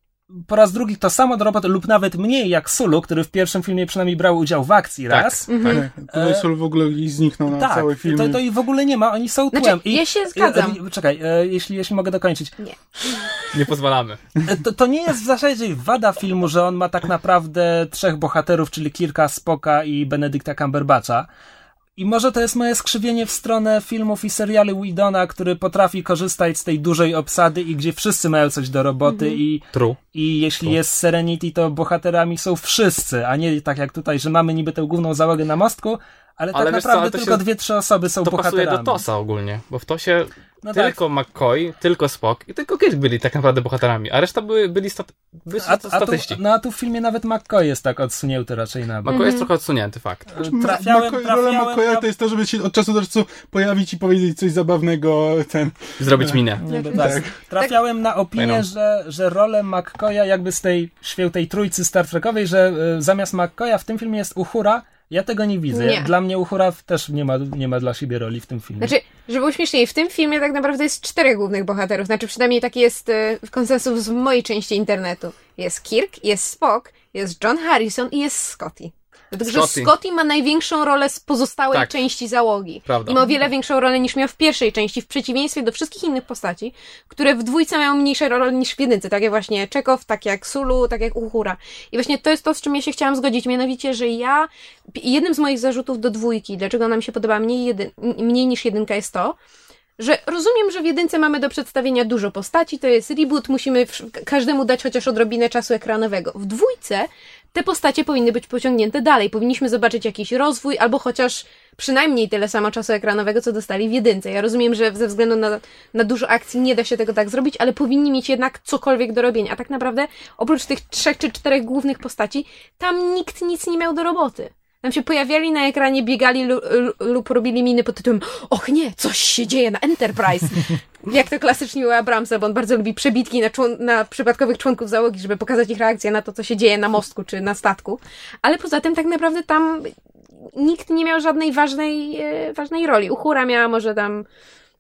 po raz drugi to samo do roboty lub nawet mniej jak Sulu, który w pierwszym filmie przynajmniej brał udział w akcji tak, raz. Mhm. Tak, tutaj Sulu w ogóle zniknął na tak, cały film. To, to ich w ogóle nie ma, oni są tłem. Znaczy, I, ja się zgadzam. I, czekaj, e, jeśli, jeśli mogę dokończyć. Nie. Nie pozwalamy. To, to nie jest w zasadzie wada filmu, że on ma tak naprawdę trzech bohaterów, czyli Kirka, Spocka i Benedicta Cumberbatcha. I może to jest moje skrzywienie w stronę filmów i seriali Whedona, który potrafi korzystać z tej dużej obsady i gdzie wszyscy mają coś do roboty mm-hmm. i, True. i jeśli True. jest Serenity, to bohaterami są wszyscy, a nie tak jak tutaj, że mamy niby tę główną załogę na mostku, ale, ale tak naprawdę co, tylko się, dwie, trzy osoby są to bohaterami. To pasuje do Tosa ogólnie, bo w Tosie no tylko tak. McCoy, tylko Spock i tylko Kirk byli tak naprawdę bohaterami, a reszta były, byli, stat, byli a, statyści. A tu, no a tu w filmie nawet McCoy jest tak odsunięty raczej na bok. McCoy jest trochę odsunięty, fakt. Trafiałem, McCoy, trafiałem, rola McCoya na... to jest to, żeby się od czasu do czasu pojawić i powiedzieć coś zabawnego. Ten... Zrobić minę. Nie, tak. Trafiałem na opinię, że, że rolę McCoya jakby z tej świętej trójcy Star Trekowej, że y, zamiast McCoya w tym filmie jest Uhura. Ja tego nie widzę. Nie. Dla mnie Uhura też nie ma, nie ma dla siebie roli w tym filmie. Znaczy, żeby było śmieszniej, w tym filmie tak naprawdę jest czterech głównych bohaterów. Znaczy, przynajmniej taki jest y, konsensus w mojej części internetu. Jest Kirk, jest Spock, jest John Harrison i jest Scotty. Dlatego, że Scotty ma największą rolę z pozostałej tak. części załogi. Prawda. I ma o wiele większą rolę niż miał w pierwszej części, w przeciwieństwie do wszystkich innych postaci, które w dwójce mają mniejsze role niż w jedynce. Tak jak właśnie Czekow, tak jak Sulu, tak jak Uhura. I właśnie to jest to, z czym ja się chciałam zgodzić. Mianowicie, że ja... Jednym z moich zarzutów do dwójki, dlaczego ona mi się podoba mniej, jedyn, mniej niż jedynka, jest to, że rozumiem, że w jedynce mamy do przedstawienia dużo postaci, to jest reboot, musimy każdemu dać chociaż odrobinę czasu ekranowego. W dwójce te postacie powinny być pociągnięte dalej. Powinniśmy zobaczyć jakiś rozwój, albo chociaż przynajmniej tyle samo czasu ekranowego, co dostali w jedynce. Ja rozumiem, że ze względu na, na dużo akcji nie da się tego tak zrobić, ale powinni mieć jednak cokolwiek do robienia. A tak naprawdę, oprócz tych trzech czy czterech głównych postaci, tam nikt nic nie miał do roboty. Tam się pojawiali na ekranie, biegali lub, lub robili miny pod tytułem och nie, coś się dzieje na Enterprise. Jak to klasycznie u Abramsa, bo on bardzo lubi przebitki na, człon- na przypadkowych członków załogi, żeby pokazać ich reakcję na to, co się dzieje na mostku czy na statku. Ale poza tym tak naprawdę tam nikt nie miał żadnej ważnej, e, ważnej roli. Uhura miała może tam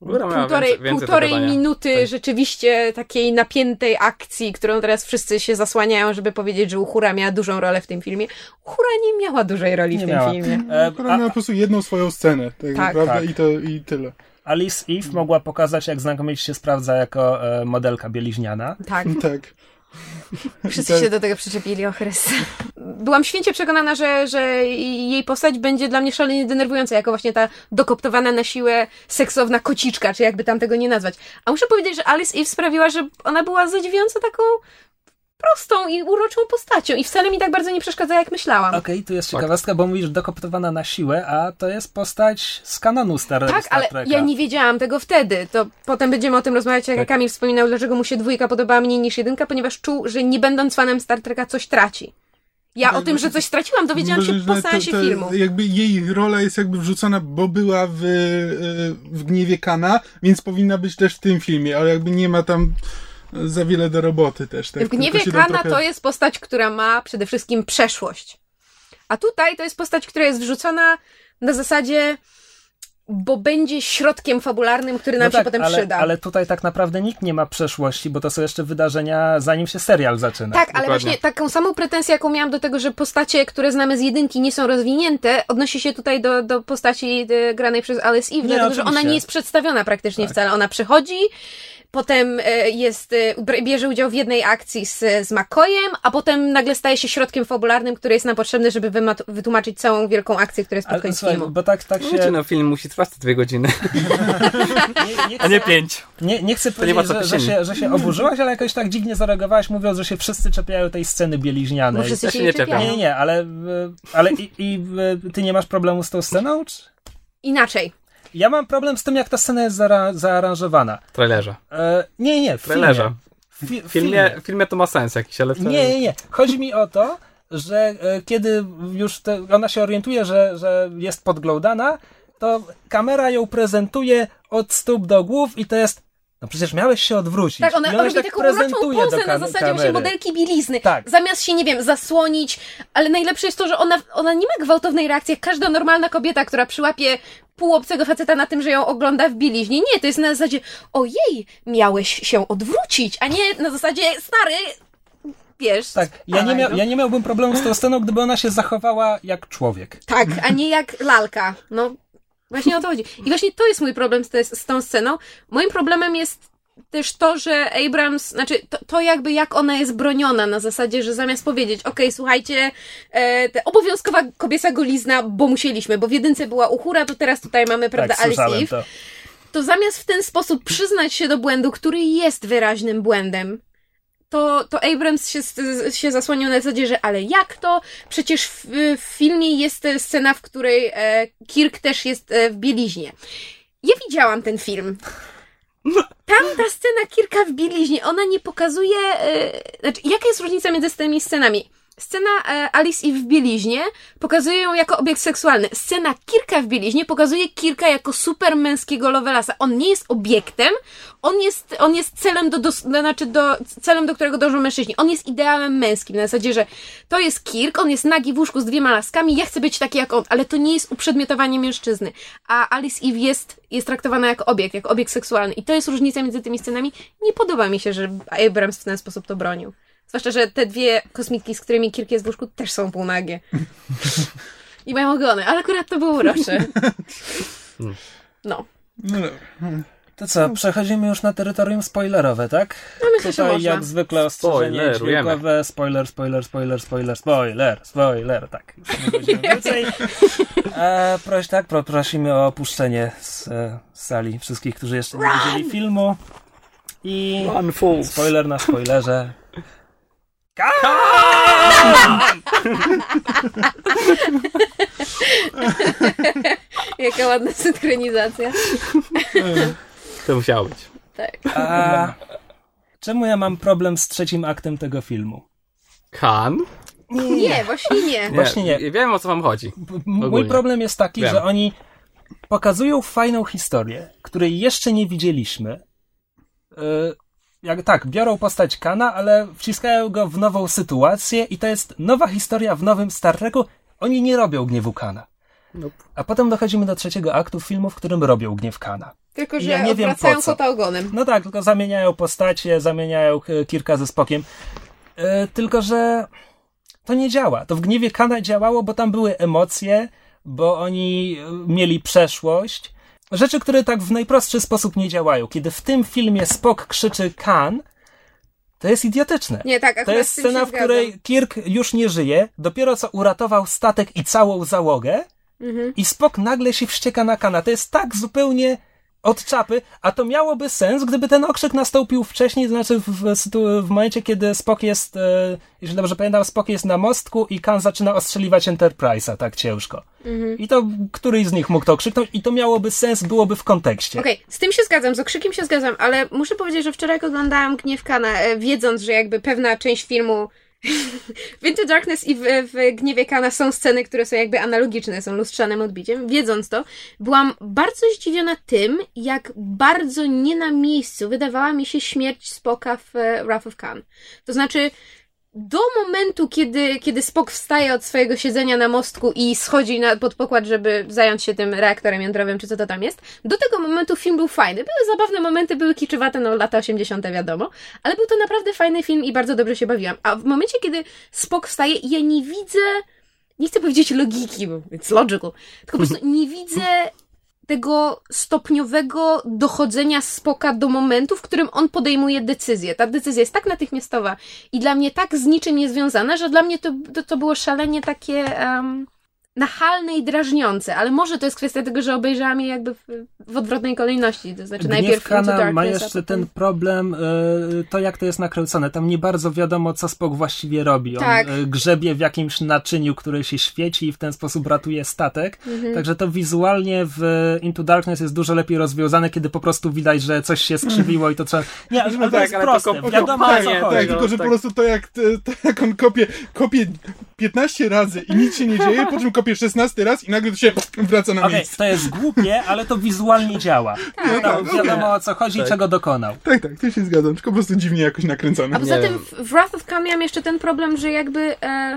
półtorej, więcej, więcej półtorej minuty tak. rzeczywiście takiej napiętej akcji, którą teraz wszyscy się zasłaniają, żeby powiedzieć, że Uhura miała dużą rolę w tym filmie. Uhura nie miała dużej roli nie w tym miała. filmie. E, Która miała po prostu jedną swoją scenę, tak, Tak. naprawdę, Tak. I, to, i tyle. Alice Eve mogła pokazać, jak znakomicie się sprawdza jako e, modelka bieliźniana. Tak. Tak. Wszyscy się do tego przyczepili, o Chryste. Byłam święcie przekonana, że, że jej postać będzie dla mnie szalenie denerwująca, jako właśnie ta dokoptowana na siłę seksowna kociczka, czy jakby tam tego nie nazwać. A muszę powiedzieć, że Alice Eve sprawiła, że ona była zadziwiająco taką prostą i uroczą postacią i wcale mi tak bardzo nie przeszkadza, jak myślałam. Okej, okay, tu jest ciekawostka, bo mówisz dokoptowana na siłę, a to jest postać z kanonu Star, Tak, Star ale Treka. ja nie wiedziałam tego wtedy. To potem będziemy o tym rozmawiać, jak Tak. Kamil wspominał, dlaczego mu się dwójka podobała mniej niż jedynka, ponieważ czuł, że nie będąc fanem Star Treka coś traci. Ja Tak, o tym, że coś straciłam, dowiedziałam się Może, po że seansie to, to filmu. Jakby jej rola jest jakby wrzucona, bo była w, w Gniewie Kana, więc powinna być też w tym filmie, ale jakby nie ma tam za wiele do roboty też. Tak? W Gniewie Tylko się tam Kana trochę... to jest postać, która ma przede wszystkim przeszłość. A tutaj to jest postać, która jest wrzucona na zasadzie, bo będzie środkiem fabularnym, który nam No tak, się potem ale, przyda. ale tutaj tak naprawdę nikt nie ma przeszłości, bo to są jeszcze wydarzenia, zanim się serial zaczyna. Tak, ale Dokładnie. właśnie taką samą pretensję, jaką miałam do tego, że postacie, które znamy z jedynki, nie są rozwinięte, odnosi się tutaj do, do postaci e, granej przez Alice Eve, Nie, dlatego, że ona oczywiście. nie jest przedstawiona praktycznie Tak. wcale. Ona przychodzi, potem e, jest, e, bierze udział w jednej akcji z, z McCoyem, a potem nagle staje się środkiem fabularnym, który jest nam potrzebny, żeby wymat- wytłumaczyć całą wielką akcję, która jest pod Ale koniec słuchaj, filmu. bo tak, tak Wiecie, się... no film musi trwać te dwie godziny, Nie, nie a nie chcę, pięć. nie, nie chcę nie ma powiedzieć, co że, że, pieścieni. się, że się oburzyłaś, ale jakoś tak dziwnie zareagowałaś, mówiąc, że się wszyscy czepiają tej sceny bieliźnianej. Bo wszyscy Ja się się nie nie czepiam. czepiają. Nie, nie, nie, ale, e, ale i, i e, ty nie masz problemu z tą sceną? Czy? Inaczej. Ja mam problem z tym, jak ta scena jest zara- zaaranżowana. W trailerze. E, nie, nie, w W trailerze. filmie. W, W filmie, w filmie to ma sens jakiś, ale... To... Nie, nie, nie. Chodzi mi o to, że e, kiedy już te, ona się orientuje, że, że jest podglądana, to kamera ją prezentuje od stóp do głów i to jest, no przecież miałeś się odwrócić. Tak, ona I ona robi się taką uroczą prezentuje do pozę na kam- zasadzie kamery. właśnie modelki bielizny. Tak. Zamiast się, nie wiem, zasłonić, ale najlepsze jest to, że ona, ona nie ma gwałtownej reakcji, jak każda normalna kobieta, która przyłapie półobcego faceta na tym, że ją ogląda w bieliźnie. Nie, to jest na zasadzie, ojej, miałeś się odwrócić, a nie na zasadzie, stary, wiesz. Tak, ja nie, spalaj, mia- no. ja nie miałbym problemu z tą sceną, gdyby ona się zachowała jak człowiek. Tak, a nie jak lalka. No, właśnie o to chodzi. I właśnie to jest mój problem z, te, z tą sceną. Moim problemem jest też to, że Abrams, znaczy to, to jakby jak ona jest broniona na zasadzie, że zamiast powiedzieć, okej, słuchajcie, e, te obowiązkowa kobieca golizna, bo musieliśmy, bo w jedynce była Uhura, to teraz tutaj mamy, prawda, Tak, Alice słyszałem Eve, to. to zamiast w ten sposób przyznać się do błędu, który jest wyraźnym błędem, to, to Abrams się, się zasłonił na zasadzie, że ale jak to? Przecież w, w filmie jest scena, w której e, Kirk też jest e, w bieliźnie. Ja widziałam ten film. Tam ta scena Kirka w bieliźnie, ona nie pokazuje... E, znaczy, jaka jest różnica między tymi scenami? Scena e, Alice Eve w bieliźnie pokazuje ją jako obiekt seksualny. Scena Kirka w bieliźnie pokazuje Kirka jako super męskiego Lovelasa. On nie jest obiektem, on jest, on jest celem, do, do, znaczy do, celem, do którego dążą mężczyźni. On jest ideałem męskim, na zasadzie, że to jest Kirk, on jest nagi w łóżku z dwiema laskami, ja chcę być taki jak on, ale to nie jest uprzedmiotowanie mężczyzny. A Alice Eve jest, jest traktowana jako obiekt, jako obiekt seksualny. I to jest różnica między tymi scenami. Nie podoba mi się, że Abrams w ten sposób to bronił. Zwłaszcza, że te dwie kosmitki, z którymi Kirk jest w łóżku, też są półnagie. I mają ogony, ale akurat to było urocze. No. No dobra. To co, przechodzimy już na terytorium spoilerowe, tak? No myślę, że Tutaj można. jak zwykle ostrzeżenie Spoilerujemy. dźwiękowe, spoiler, spoiler, spoiler, spoiler, spoiler, spoiler, tak. Już nie będziemy więcej. E, proś, tak, pro, prosimy o opuszczenie z, e, z sali wszystkich, którzy jeszcze nie widzieli filmu. I spoiler na spoilerze. Jaka ładna synchronizacja. To musiało być. Tak. A czemu ja mam problem z trzecim aktem tego filmu? Han? Nie, właśnie nie. Właśnie nie. Ja wiem, o co wam chodzi. Mój Ogólnie. problem jest taki, Wiem. że oni pokazują fajną historię, której jeszcze nie widzieliśmy. Yy, jak tak, biorą postać Kana, ale wciskają go w nową sytuację i to jest nowa historia w nowym Star Treku. Oni nie robią gniewu Kana. Nope. A potem dochodzimy do trzeciego aktu filmu, w którym robią gniew Kana. Tylko, że ja nie wiem odwracają po co. kota ogonem. No tak, tylko zamieniają postacie, zamieniają Kirka ze Spokiem. Yy, tylko, że to nie działa. To w Gniewie Kana działało, bo tam były emocje, bo oni mieli przeszłość. Rzeczy, które tak w najprostszy sposób nie działają. Kiedy w tym filmie Spock krzyczy Khan, to jest idiotyczne. Nie, tak, to jest scena, w której Kirk już nie żyje, dopiero co uratował statek i całą załogę mhm. i Spock nagle się wścieka na Kana. To jest tak zupełnie od czapy, a to miałoby sens, gdyby ten okrzyk nastąpił wcześniej, to znaczy w, w, w momencie, kiedy Spock jest, e, jeśli dobrze pamiętam, Spock jest na mostku i Khan zaczyna ostrzeliwać Enterprise'a tak ciężko. Mhm. I to któryś z nich mógł to krzyknąć i to miałoby sens, byłoby w kontekście. Okej, okay, z tym się zgadzam, z okrzykiem się zgadzam, ale muszę powiedzieć, że wczoraj jak oglądałam Gniew Kana, e, wiedząc, że jakby pewna część filmu w Into Darkness i w, w Gniewie Kana są sceny, które są jakby analogiczne, są lustrzanym odbiciem. Wiedząc to, byłam bardzo zdziwiona tym, jak bardzo nie na miejscu wydawała mi się śmierć Spocka w Wrath of Khan. To znaczy, do momentu, kiedy, kiedy Spock wstaje od swojego siedzenia na mostku i schodzi na, pod pokład, żeby zająć się tym reaktorem jądrowym, czy co to tam jest, do tego momentu film był fajny. Były zabawne momenty, były kiczowate, no lata osiemdziesiąte wiadomo, ale był to naprawdę fajny film i bardzo dobrze się bawiłam. A w momencie, kiedy Spock wstaje, ja nie widzę, nie chcę powiedzieć logiki, bo it's logical, tylko po prostu nie widzę tego stopniowego dochodzenia Spocka do momentu, w którym on podejmuje decyzję. Ta decyzja jest tak natychmiastowa i dla mnie tak z niczym niezwiązana, że dla mnie to, to, to było szalenie takie um, nachalne i drażniące, ale może to jest kwestia tego, że obejrzałam je jakby w, w odwrotnej kolejności, to znaczy Gniew najpierw Kana Into Darkness, ma jeszcze ten problem, y, to jak to jest nakręcone. Tam nie bardzo wiadomo, co Spock właściwie robi. On tak. y, grzebie w jakimś naczyniu, które się świeci i w ten sposób ratuje statek. Mhm. Także to wizualnie w Into Darkness jest dużo lepiej rozwiązane, kiedy po prostu widać, że coś się skrzywiło i to trzeba... Nie, ale, ale to jest ale proste. To wiadomo, tak, o co tak, chodzi. tylko, że tak. po prostu to jak, to jak on kopie, kopie piętnaście razy i nic się nie dzieje, po czym kopie szesnasty raz i nagle to się wraca na okay, miejsce. To jest głupie, ale to wizualnie działa. Tak. No, tak, wiadomo okay. o co chodzi tak. i czego dokonał. Tak, tak, to się zgadzam, tylko po prostu dziwnie jakoś nakręcone. A poza tym w Wrath of Khan miałam jeszcze ten problem, że jakby e,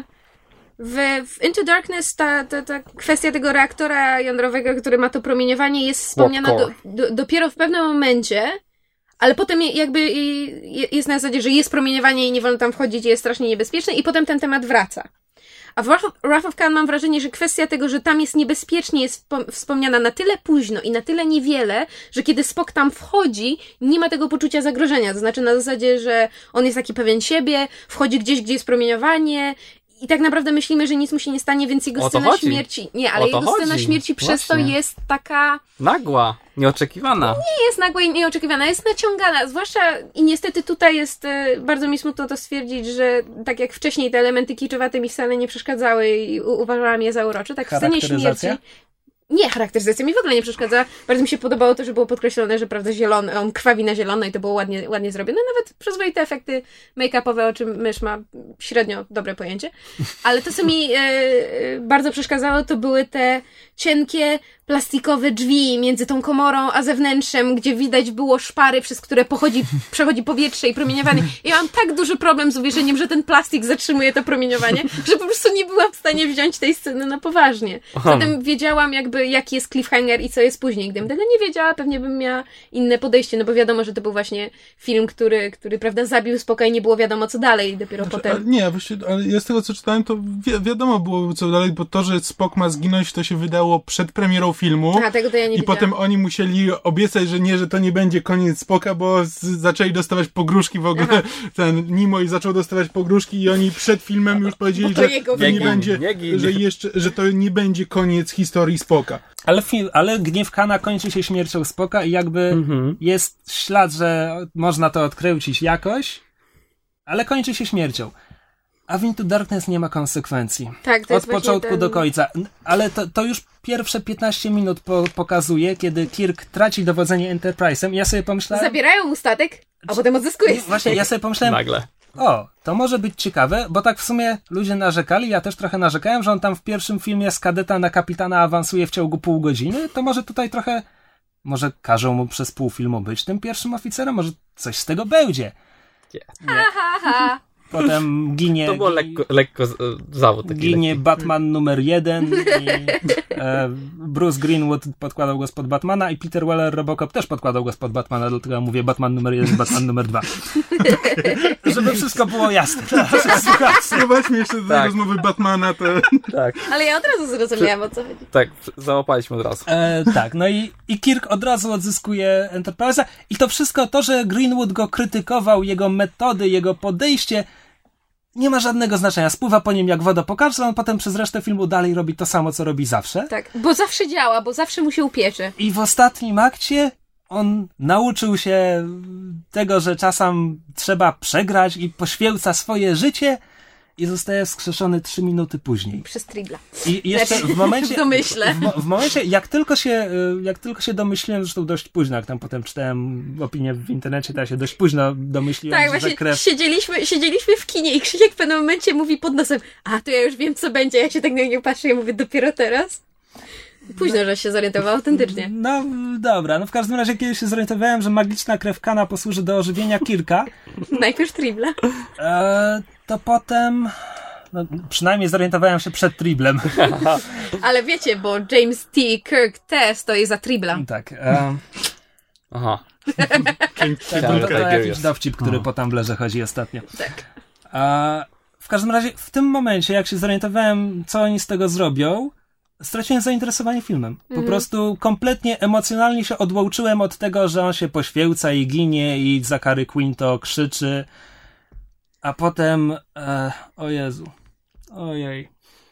w, w Into Darkness ta, ta, ta kwestia tego reaktora jądrowego, który ma to promieniowanie, jest wspomniana do, do, dopiero w pewnym momencie, ale potem jakby jest na zasadzie, że jest promieniowanie i nie wolno tam wchodzić i jest strasznie niebezpieczne i potem ten temat wraca. A w Wrath of Khan mam wrażenie, że kwestia tego, że tam jest niebezpiecznie, jest wspomniana na tyle późno i na tyle niewiele, że kiedy Spock tam wchodzi, nie ma tego poczucia zagrożenia. To znaczy na zasadzie, że on jest taki pewien siebie, wchodzi gdzieś, gdzie jest promieniowanie i tak naprawdę myślimy, że nic mu się nie stanie, więc jego scena chodzi. śmierci... Nie, ale jego chodzi. scena śmierci przez Właśnie. to jest taka... Nagła, nieoczekiwana. Nie jest nagła i nieoczekiwana, jest naciągana. Zwłaszcza i niestety tutaj jest y, bardzo mi smutno to stwierdzić, że tak jak wcześniej te elementy kiczowate mi wcale nie przeszkadzały i u- uważałam je za urocze, tak w scenie śmierci... Nie, charakteryzacja mi w ogóle nie przeszkadza. Bardzo mi się podobało to, że było podkreślone, że prawda zielony, on krwawi na zielono i to było ładnie, ładnie zrobione. Nawet przyzwoite efekty make-upowe, o czym mysz ma średnio dobre pojęcie. Ale to, co mi e, bardzo przeszkadzało, to były te cienkie, plastikowe drzwi między tą komorą a zewnętrzem, gdzie widać było szpary, przez które pochodzi, przechodzi powietrze i promieniowanie. I ja mam tak duży problem z uwierzeniem, że ten plastik zatrzymuje to promieniowanie, że po prostu nie byłam w stanie wziąć tej sceny na poważnie. Zatem wiedziałam jakby, jaki jest cliffhanger i co jest później. Gdybym tego nie wiedziała, pewnie bym miała inne podejście, no bo wiadomo, że to był właśnie film, który, który prawda, zabił Spocka i nie było wiadomo, co dalej. I dopiero znaczy, potem... Ale nie, właściwie, ale ja z tego, co czytałem, to wi- wiadomo było, co dalej, bo to, że Spock ma zginąć, to się wydało przed premierą filmu. A, tego to ja nie I widziałam. potem oni musieli obiecać, że nie, że to nie będzie koniec Spocka, bo z- zaczęli dostawać pogróżki w ogóle. Aha. Ten Nimoy zaczął dostawać pogróżki i oni przed filmem już powiedzieli, że, że nie będzie, że jeszcze, że to nie będzie koniec historii Spocka. Ale, film, ale Gniew Kana kończy się śmiercią Spocka i jakby mhm. jest ślad, że można to odkręcić jakoś, ale kończy się śmiercią. A w Into Darkness nie ma konsekwencji. Tak, to Od jest początku ten... do końca. Ale to, to już pierwsze piętnaście minut po, pokazuje, kiedy Kirk traci dowodzenie Enterprise'em. Ja sobie pomyślałem... Zabierają mu statek, a potem odzyskuje statek. Właśnie, ja sobie pomyślałem... Nagle. O, to może być ciekawe, bo tak w sumie ludzie narzekali, ja też trochę narzekałem, że on tam w pierwszym filmie z kadeta na kapitana awansuje w ciągu pół godziny, to może tutaj trochę... Może każą mu przez pół filmu być tym pierwszym oficerem? Może coś z tego będzie? Yeah. Ha, ha, ha. potem ginie... To było lekko, lekko z- zawód. Taki Ginie lekki. Batman numer jeden i e, Bruce Greenwood podkładał go spod Batmana i Peter Weller Robocop też podkładał go spod Batmana, dlatego mówię Batman numer jeden, Batman numer dwa. Żeby wszystko było jasne. Zobaczmy jeszcze do tej Tak. rozmowy Batmana, to... Tak, Ale ja od razu zrozumiałam, o co chodzi. tak, załapaliśmy od razu. E, tak, no i, i Kirk od razu odzyskuje Enterprise'a i to wszystko to, że Greenwood go krytykował, jego metody, jego podejście nie ma żadnego znaczenia. Spływa po nim jak woda po karce, on potem przez resztę filmu dalej robi to samo, co robi zawsze. Tak, bo zawsze działa, bo zawsze mu się upiecze. I w ostatnim akcie on nauczył się tego, że czasem trzeba przegrać i poświęca swoje życie i zostaje wskrzeszony trzy minuty później. Przez Tribla. I jeszcze w momencie, W domyśle. w, w momencie, jak tylko się, jak tylko się domyśliłem, zresztą dość późno, jak tam potem czytałem opinię w internecie, to ja się dość późno domyśliłem, Tak, że właśnie ta krew... siedzieliśmy, siedzieliśmy w kinie i Krzysiek w pewnym momencie mówi pod nosem, a to ja już wiem, co będzie. Ja się tak na niego patrzę i mówię, dopiero teraz? Późno, że się zorientował autentycznie. No dobra, no w każdym razie kiedyś się zorientowałem, że magiczna krew Kana posłuży do ożywienia Kirka. Najpierw Tribla. E, to potem... No, przynajmniej zorientowałem się przed Triblem. Ale wiecie, bo James T. Kirk T. stoi za Tribla. Tak. E, Aha. tak to, to, to Tiberius. jakiś dowcip, który po Tumblerze chodzi ostatnio. Tak. A w każdym razie w tym momencie, jak się zorientowałem, co oni z tego zrobią, straciłem zainteresowanie filmem. Po Mhm. prostu kompletnie emocjonalnie się odłączyłem od tego, że on się poświęca i ginie i Zachary Quinto krzyczy. A potem... E, o Jezu. Ojej.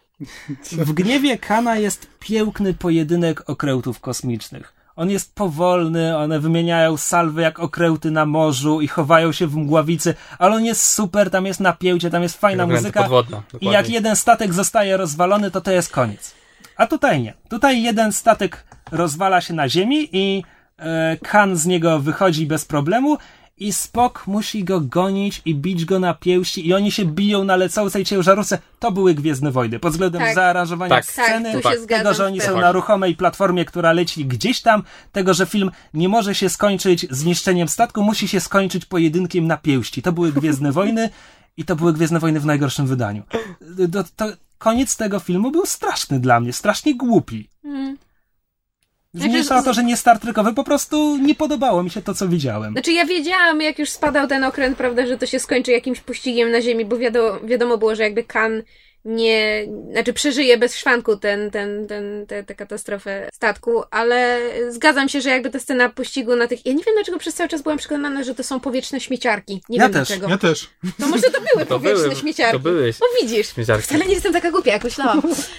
W gniewie Kana jest piękny pojedynek okrętów kosmicznych. On jest powolny, one wymieniają salwy jak okręty na morzu i chowają się w mgławicy, ale on jest super, tam jest napięcie, tam jest fajna Okręty muzyka. podwodne, I dokładnie. jak jeden statek zostaje rozwalony, to to jest koniec. A tutaj nie. Tutaj jeden statek rozwala się na ziemi i e, Khan z niego wychodzi bez problemu i Spock musi go gonić i bić go na pięści i oni się biją na lecącej ciężarówce. To były Gwiezdne Wojny. Pod względem Tak. zaaranżowania Tak. sceny, Tak, tu się tego, zgadzam że oni w są pełni. na ruchomej platformie, która leci gdzieś tam, tego, że film nie może się skończyć zniszczeniem statku, musi się skończyć pojedynkiem na pięści. To były Gwiezdne Wojny i to były Gwiezdne Wojny w najgorszym wydaniu. To, to koniec tego filmu był straszny dla mnie, strasznie głupi. Mm. Zmniejsza z- to, że nie Star Trekowy, po prostu nie podobało mi się to, co widziałem. Znaczy ja wiedziałam, jak już spadał ten okręt, prawda, że to się skończy jakimś pościgiem na ziemi, bo wiadomo, wiadomo było, że jakby Khan nie, znaczy przeżyje bez szwanku ten, ten, ten, tę te, katastrofę statku, ale zgadzam się, że jakby ta scena pościgu na tych, ja nie wiem dlaczego przez cały czas byłam przekonana, że to są powietrzne śmieciarki. Nie Ja wiem też, dlaczego. Ja też. To może to były To powietrzne były, śmieciarki. to były No widzisz. śmieciarki. Wcale nie jestem taka głupia, jak myślałam.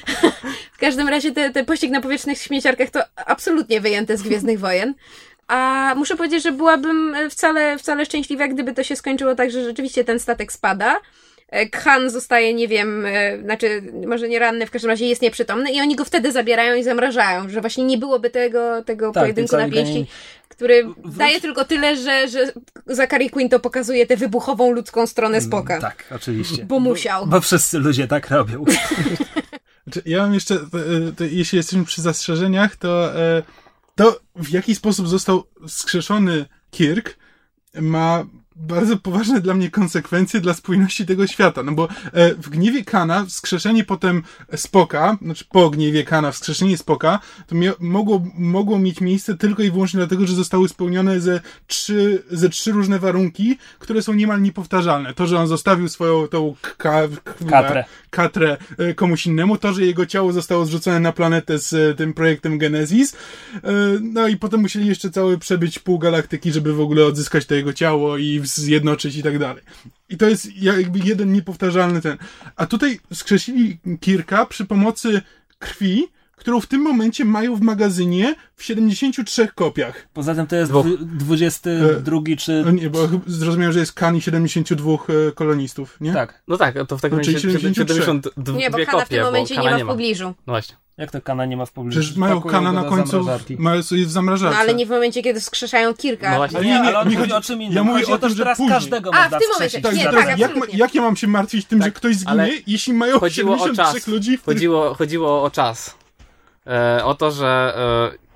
W każdym razie te, te pościg na powietrznych śmieciarkach to absolutnie wyjęte z Gwiezdnych Wojen. A muszę powiedzieć, że byłabym wcale, wcale szczęśliwa, gdyby to się skończyło tak, że rzeczywiście ten statek spada. Khan zostaje, nie wiem, e, znaczy może nie ranny, w każdym razie jest nieprzytomny i oni go wtedy zabierają i zamrażają, że właśnie nie byłoby tego, tego Tak, pojedynku tej na całej pięści, gani- który Wróć- daje tylko tyle, że, że Zachary Quinto pokazuje tę wybuchową ludzką stronę Spoka. Tak, oczywiście. Bo musiał. Bo wszyscy ludzie tak robią. Znaczy, ja mam jeszcze, to, to, jeśli jesteśmy przy zastrzeżeniach, to, e, to w jaki sposób został wskrzeszony Kirk ma bardzo poważne dla mnie konsekwencje dla spójności tego świata, no bo e, w gniewie Kana wskrzeszenie potem Spoka, znaczy po gniewie Kana wskrzeszenie Spoka, to mia- mogło, mogło mieć miejsce tylko i wyłącznie dlatego, że zostały spełnione ze trzy, ze trzy różne warunki, które są niemal niepowtarzalne. To, że on zostawił swoją tą ka, k- Katrę. katrę e, komuś innemu, to, że jego ciało zostało zrzucone na planetę z e, tym projektem Genesis, e, no i potem musieli jeszcze cały przebyć pół galaktyki, żeby w ogóle odzyskać to jego ciało i zjednoczyć i tak dalej. I to jest jakby jeden niepowtarzalny ten. A tutaj skrzesili Kirka przy pomocy krwi, którą w tym momencie mają w magazynie w siedemdziesięciu trzech kopiach. Poza tym to jest Dwóch. dwudziesty drugi czy... No nie, bo zrozumiałem, że jest Kan i siedemdziesięciu dwóch e, kolonistów, nie? Tak. No tak, to w takim No, czyli razie siedemdziesiąt trzy. siedemdziesiąt dwie Nie, bo kopie, Kana w tym momencie bo nie Kana ma w pobliżu. No właśnie. Jak to Kana nie ma w pobliżu? Przecież mają Pakują Kana go na do końcu, zamrażarki. mają sobie w zamrażarce. No ale nie w momencie, kiedy skrzeszają Kirka. No właśnie. Ale Nie, nie, nie, ale on nie mówi chodzi- o czym innym. ja mówię Chodzi o o to, tym, że że teraz później. każdego A, w można tym momencie. wskrzesić. Tak, Nie, że tak, teraz, jak, ma, absolutnie. jak ja mam się martwić tym, Tak, że ktoś zginie, ale jeśli mają Chodziło o siedemdziesiąt czas. trzech ludzi, w których... Chodziło, chodziło o czas. E, o to, że e,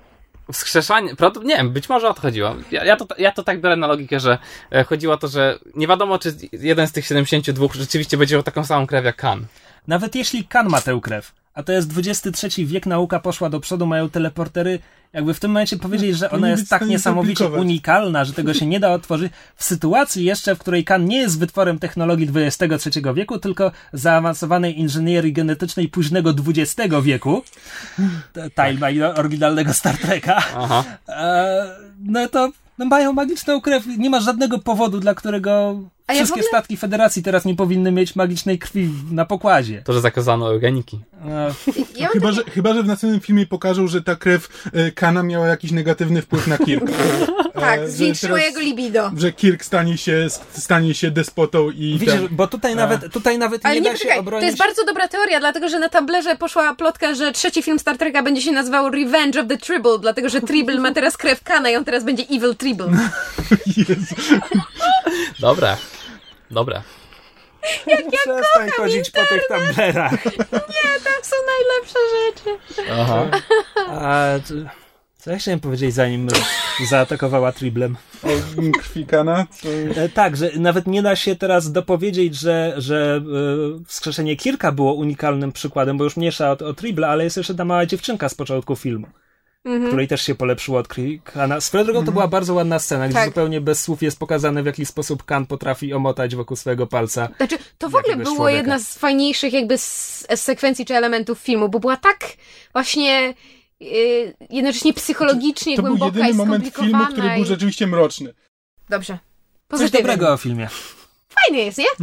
wskrzeszanie, nie wiem, być może o to chodziło. Ja, ja, to, ja to tak biorę na logikę, że chodziło o to, że nie wiadomo, czy jeden z tych siedemdziesięciu dwóch rzeczywiście będzie miał taką samą krew jak Khan. Nawet jeśli Khan ma tę krew, a to jest dwudziesty trzeci wiek, nauka poszła do przodu, mają teleportery, jakby w tym momencie powiedzieć, że ona jest tak niesamowicie unikalna, że tego się nie da otworzyć, w sytuacji jeszcze, w której Khan nie jest wytworem technologii dwudziestego trzeciego wieku, tylko zaawansowanej inżynierii genetycznej późnego dwudziestego wieku, timeline oryginalnego Star Treka, Aha. E, no to no mają magiczną krew, nie ma żadnego powodu, dla którego A wszystkie ja ogóle... statki Federacji teraz nie powinny mieć magicznej krwi na pokładzie. To, że zakazano eugeniki. No. Ja chyba, takie... że, chyba, że w następnym filmie pokażą, że ta krew e, Khana miała jakiś negatywny wpływ na Kirka. Tak, e, zwiększyło jego libido. Że Kirk stanie się, stanie się despotą i... Widzisz, ten, bo tutaj nawet, tutaj nawet Ale nie, nie da czekaj, się obronić... To jest bardzo dobra teoria, dlatego że na Tumblrze poszła plotka, że trzeci film Star Treka będzie się nazywał Revenge of the Tribble, dlatego że Tribble ma teraz krew Khana i on teraz będzie Evil Tribble. Jezu. Dobra. Dobra. Jak ja Przestań chodzić internet. po tych Tumblrach. Nie, tam są najlepsze rzeczy. Aha. A, co, co ja chciałem powiedzieć, zanim zaatakowała Triblem? O krwi Khana? Co... E, tak, że nawet nie da się teraz dopowiedzieć, że, że e, wskrzeszenie Kirka było unikalnym przykładem, bo już mniejsza o, o Tribble, ale jest jeszcze ta mała dziewczynka z początku filmu. Mm-hmm. Której też się polepszyło od Khana. Swoją drogą to była bardzo ładna scena, gdzie tak. zupełnie bez słów jest pokazane, w jaki sposób Khan potrafi omotać wokół swojego palca. Znaczy, to w ogóle było człowieka. Jedna z fajniejszych jakby s- sekwencji czy elementów filmu, bo była tak właśnie yy, jednocześnie psychologicznie to głęboka i skomplikowana. To był jedyny moment filmu, który i... był rzeczywiście mroczny. Dobrze. Coś dobrego o filmie. Fajny jest, nie?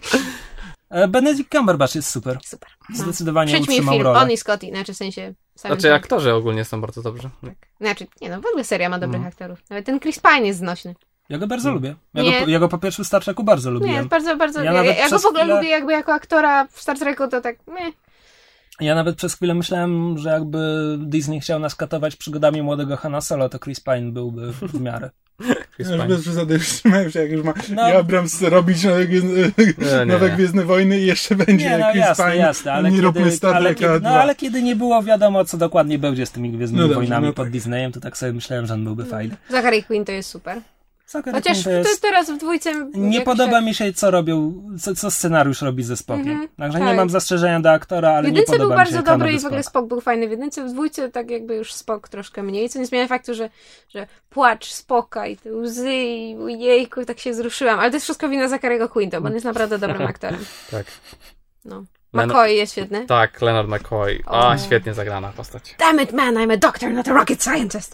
Benedict Cumberbatch jest super. Super. Zdecydowanie Przejdźmy utrzymał film. rolę. On i Scotty, znaczy w sensie... Znaczy tak. Aktorzy ogólnie są bardzo dobrzy. Tak. Znaczy, nie no, w ogóle seria ma dobrych mm. aktorów. Nawet ten Chris Pine jest znośny. Ja go bardzo mm. lubię. Ja go, ja go po pierwszym Star Treku bardzo lubiłem. Nie, bardzo, bardzo... Ja, ja, ja go w ogóle chwilę... lubię jakby jako aktora w Star Treku, to tak... Nie. Ja nawet przez chwilę myślałem, że jakby Disney chciał nas katować przygodami młodego Hanna Solo, to Chris Pine byłby w miarę. Ja już bez przesady już trzymałem się, jak już ma no. Abrams robić nowe, nie, nowe nie. Gwiezdne Wojny i jeszcze będzie nie, no, Chris jasne, Pine. Jasne, ale, nie kiedy, Star ale, kiedy, no, ale kiedy nie było wiadomo, co dokładnie będzie z tymi Gwiezdnymi no dobrze, Wojnami no pod tak. Disneyem, to tak sobie myślałem, że on byłby fajny. Zachary Quinn to jest super. Zachary Chociaż to jest... teraz w dwójce... Nie podoba tak... mi się, co robią, co, co scenariusz robi ze Spockiem. Mm-hmm, Także tak. nie mam zastrzeżenia do aktora, ale nie podoba mi się. W jedynce był bardzo dobry i w ogóle Spock był fajny w jedynce. W dwójce tak jakby już Spock troszkę mniej, co nie zmienia faktu, że, że płacz Spocka i te łzy i jejku, tak się wzruszyłam. Ale to jest wszystko wina Zachary'ego Quinto, bo on jest naprawdę dobrym aktorem. Tak. No. McCoy jest świetny. Tak, Leonard McCoy. A, oh. świetnie zagrana postać. Damn it, man, I'm a doctor, not a rocket scientist.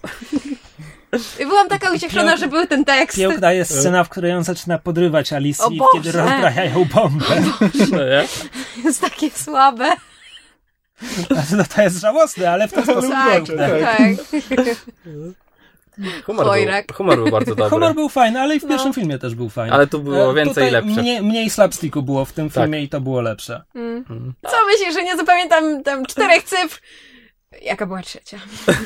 I byłam taka ucieszona, Pięk... że był ten tekst. Piękna jest scena, w której on zaczyna podrywać Alicji, kiedy rozbrajają bombę. Jest takie słabe. Znaczy, no to jest żałosne, ale w ten sposób piękne. Tak, tak. Humor był, humor był bardzo dobry. Humor był fajny, ale i w no. pierwszym filmie też był fajny. Ale tu było więcej Tutaj lepsze. Mniej, mniej slapsticku było w tym tak. filmie i to było lepsze. Mm. Mm. Co myślisz, że nie zapamiętam tam czterech cyfr? Jaka była trzecia?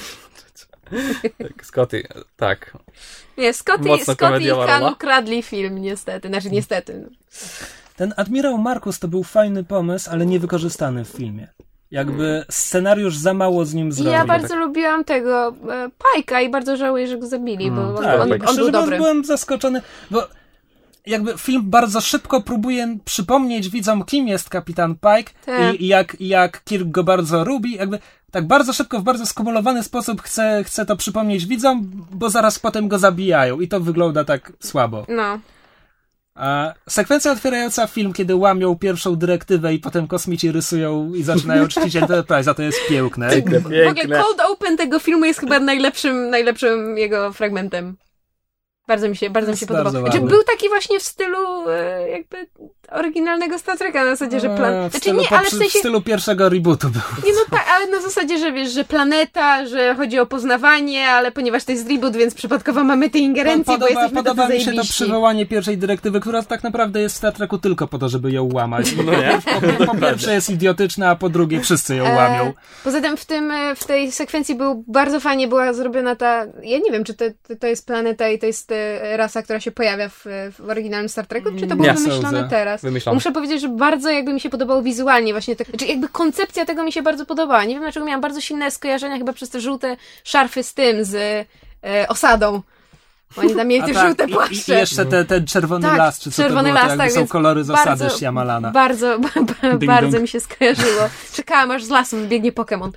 Scotty, tak. Nie, Scotty, Scotty i Khan ukradli film, niestety. Znaczy, niestety. Ten Admirał Markus to był fajny pomysł, ale niewykorzystany w filmie. Jakby scenariusz za mało z nim zrobił. Ja bardzo tak. lubiłam tego e, Pike'a i bardzo żałuję, że go zabili, bo mm, tak, on, on, on był dobry. Byłem zaskoczony, bo jakby film bardzo szybko próbuje przypomnieć widzom, kim jest kapitan Pike tak. i, i jak, jak Kirk go bardzo lubi. Jakby tak bardzo szybko, w bardzo skumulowany sposób chce, chce to przypomnieć widzom, bo zaraz potem go zabijają i to wygląda tak słabo. No. A sekwencja otwierająca film, kiedy łamią pierwszą dyrektywę i potem kosmici rysują i zaczynają czcić Enterprise'a, to jest piękne. piękne. W ogóle cold open tego filmu jest chyba najlepszym, najlepszym jego fragmentem. Bardzo mi się, bardzo mi się podoba. Znaczy, był taki właśnie w stylu e, jakby oryginalnego Star Treka, na zasadzie, że plan... W stylu, znaczy, nie, ale w, sensie... w stylu pierwszego rebootu był. Nie, no tak, ale na zasadzie, że wiesz, że planeta, że chodzi o poznawanie, ale ponieważ to jest reboot, więc przypadkowo mamy te ingerencje, podoba, bo jesteśmy Podoba mi się zajebiści. to przywołanie pierwszej dyrektywy, która tak naprawdę jest w Star Treku tylko po to, żeby ją łamać. No nie? Po, po pierwsze jest idiotyczna, a po drugie wszyscy ją łamią. E, poza tym w tym, w tej sekwencji był bardzo fajnie była zrobiona ta, ja nie wiem, czy to, to jest planeta i to jest rasa, która się pojawia w, w oryginalnym Star Treku, czy to było Nie, wymyślone sądzę. teraz? Wymyślone. Muszę powiedzieć, że bardzo jakby mi się podobało wizualnie właśnie, tak, znaczy jakby koncepcja tego mi się bardzo podobała. Nie wiem dlaczego miałam bardzo silne skojarzenia chyba przez te żółte szarfy z tym, z e, osadą. Bo oni tam mieli te tak, żółte i, płaszcze. I jeszcze ten, ten czerwony Tak, las, czy co czerwony to było, las, to jakby tak, są więc kolory z osady bardzo, Shyamalana. Bardzo, ba, ba, Ding bardzo dong. mi się skojarzyło. Czekałam aż z lasu wybiegnie Pokémon.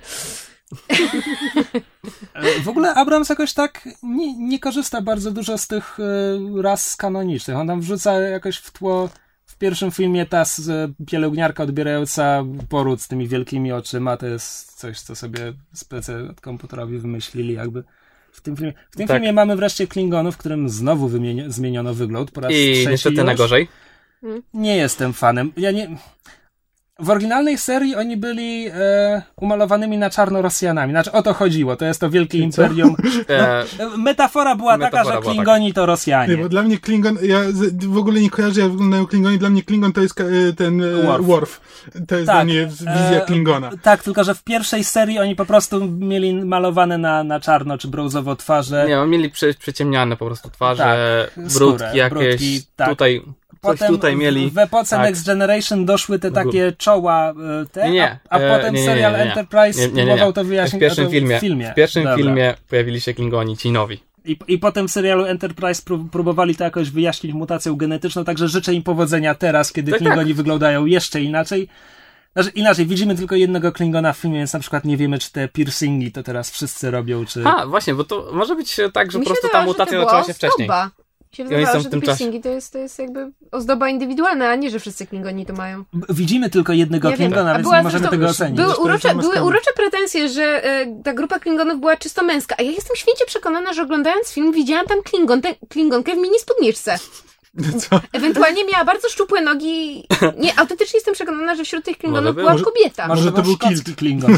W ogóle Abrams jakoś tak nie, nie korzysta bardzo dużo z tych e, ras kanonicznych. On tam wrzuca jakoś w tło w pierwszym filmie ta z, pielęgniarka odbierająca poród z tymi wielkimi oczyma, to jest coś, co sobie spece od komputerowi wymyślili jakby. W tym filmie, w tym Tak. filmie mamy wreszcie Klingonów, w którym znowu wymienio, zmieniono wygląd po raz I trzeci niestety już. na gorzej. Nie jestem fanem. Ja nie... W oryginalnej serii oni byli e, umalowanymi na czarno Rosjanami. Znaczy o to chodziło. To jest to wielkie imperium. E, No, metafora była Metafora taka, że była Klingoni to Rosjanie. Nie, bo dla mnie Klingon, ja z- w ogóle nie kojarzę, jak wyglądają Klingoni. Dla mnie Klingon to jest ka- ten e, Worf. Worf. To jest Tak, dla mnie wizja e, Klingona. Tak, tylko że w pierwszej serii oni po prostu mieli malowane na, na czarno czy brązowo twarze. nie, mieli przy, przyciemniane po prostu twarze, Tak, brudki skórę, jakieś, brudki, tak. tutaj, coś Potem tutaj mieli. w epoce tak. Next Generation doszły te takie czoła e, te, Nie, nie, a, a e, potem nie, nie, serial nie, nie. Enterprise Nie, nie, nie, nie. próbował to wyjaśnić W pierwszym a to filmie, w filmie. w pierwszym Dobra. filmie pojawili się Klingoni, ci nowi. I, I potem w serialu Enterprise prób- próbowali to jakoś wyjaśnić mutacją genetyczną, także życzę im powodzenia teraz, kiedy Tak, Klingoni tak. wyglądają jeszcze inaczej. Znaczy, inaczej, widzimy tylko jednego Klingona w filmie, więc na przykład nie wiemy, czy te piercingi to teraz wszyscy robią, czy... A, właśnie, bo to może być tak, że Mi po prostu się ta wydawało, że mutacja to zaczęła była się wcześniej. ozdoba. Mi się I oni są wydawało, w że te tym czasie. piercingi to jest, to jest jakby ozdoba indywidualna, a nie, że wszyscy Klingoni to mają. B- Widzimy tylko jednego Nie wiem. Klingona, A więc była nie możemy zresztą- tego ocenić. Były Zresztą urocze, jest były maskami. urocze pretensje, że e, ta grupa Klingonów była czysto męska, a ja jestem święcie przekonana, że oglądając film widziałam tam Klingon, te, Klingonkę w mini spódniczce. Co? Ewentualnie miała bardzo szczupłe nogi. Nie, autentycznie jestem przekonana, że wśród tych Klingonów Może była było. kobieta. Może, Może to to był był szkocki Kilt. Klingon.